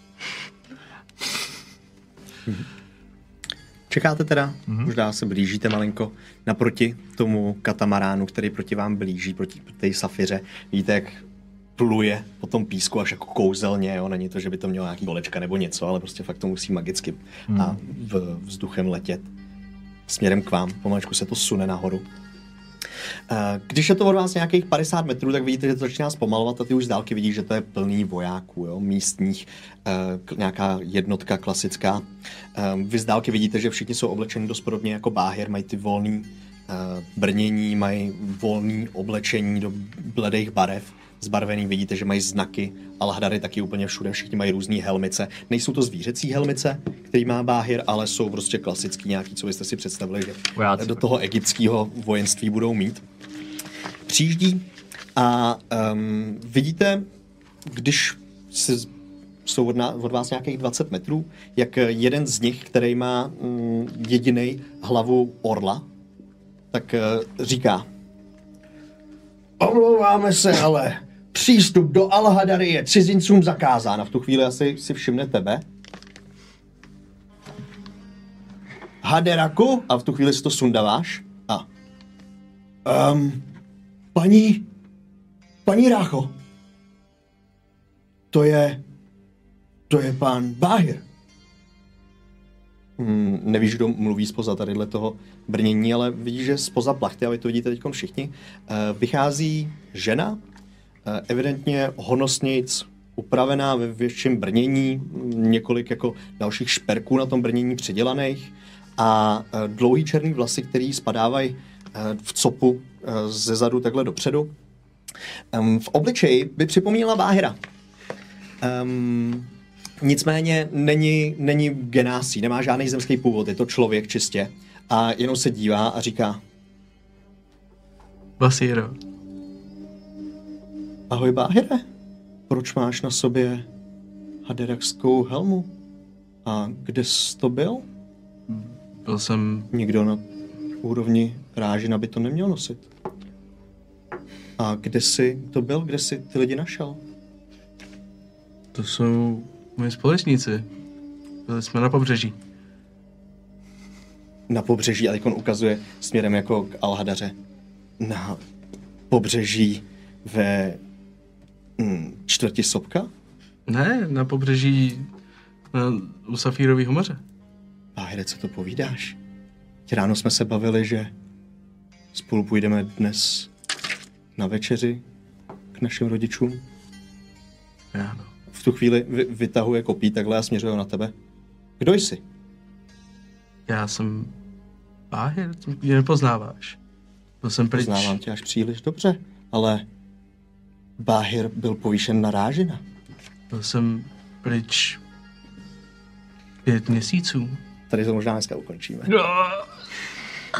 Čekáte teda, možná se blížíte malinko naproti tomu katamaránu, který proti vám blíží, proti té safiře. Vidíte, jak pluje po tom písku až jako kouzelně, jo? Není to, že by to mělo nějaký kolečka nebo něco, ale prostě fakt to musí magicky a vzduchem letět směrem k vám. Pomalečku se to sune nahoru. Když je to od vás nějakých 50 metrů, tak vidíte, že to začíná zpomalovat a ty už z dálky vidíš, že to je plný vojáků, jo? Místních, nějaká jednotka klasická. Vy z dálky vidíte, že všichni jsou oblečeni dost podobně jako Báhir, mají ty volný brnění, mají volný oblečení do bledých barev, zbarvený, vidíte, že mají znaky, Alhadary taky úplně všude, všichni mají různý helmice. Nejsou to zvířecí helmice, který má Báhir, ale jsou prostě klasický nějaký, co byste si představili, že vojáci do toho egyptského vojenství budou mít. Přijíždí a vidíte, když jsou od vás nějakých 20 metrů, jak jeden z nich, který má jedinej hlavu orla, tak říká: omlouváme se, ale přístup do Alhadary je cizincům zakázán. A v tu chvíli asi si všimne tebe. Haderaku, a v tu chvíli si to sundáváš. A paní Rácho, to je pán Báhir. Nevíš, kdo mluví spoza tadyhle toho brnění, ale vidíš, že spoza plachty, a vy to vidíte teď všichni, vychází žena, evidentně honosnějc, upravená ve větším brnění, několik jako dalších šperků na tom brnění přidělaných a dlouhý černý vlasy, který spadávají v copu ze zadu takhle dopředu. V obličeji by připomínala Báhira. Nicméně není genásí, nemá žádný zemský původ, je to člověk čistě a jenom se dívá a říká: Basíro. Ahoj Báhire, proč máš na sobě haderakskou helmu? A kde jsi to byl? Byl jsem... Nikdo na úrovni Rážina by to neměl nosit. A kde jsi to byl? Kde jsi ty lidi našel? To jsou moji společníci. Byli jsme na pobřeží. Na pobřeží, a on ukazuje směrem jako k Alhadaře. Na pobřeží ve čtvrti Sopka? Ne, na pobřeží u Safírového moře. Báhire, co to povídáš? Ráno jsme se bavili, že spolu půjdeme dnes na večeři k našim rodičům. Ráno. V tu chvíli vytahuje kopí takhle a směřuje na tebe. Kdo jsi? Já jsem Báhir, ty mě nepoznáváš. Byl jsem pryč. Poznávám tě až příliš dobře, ale Báhir byl povýšen na Rážina. Byl jsem pryč 5 měsíců. Tady to možná dneska ukončíme.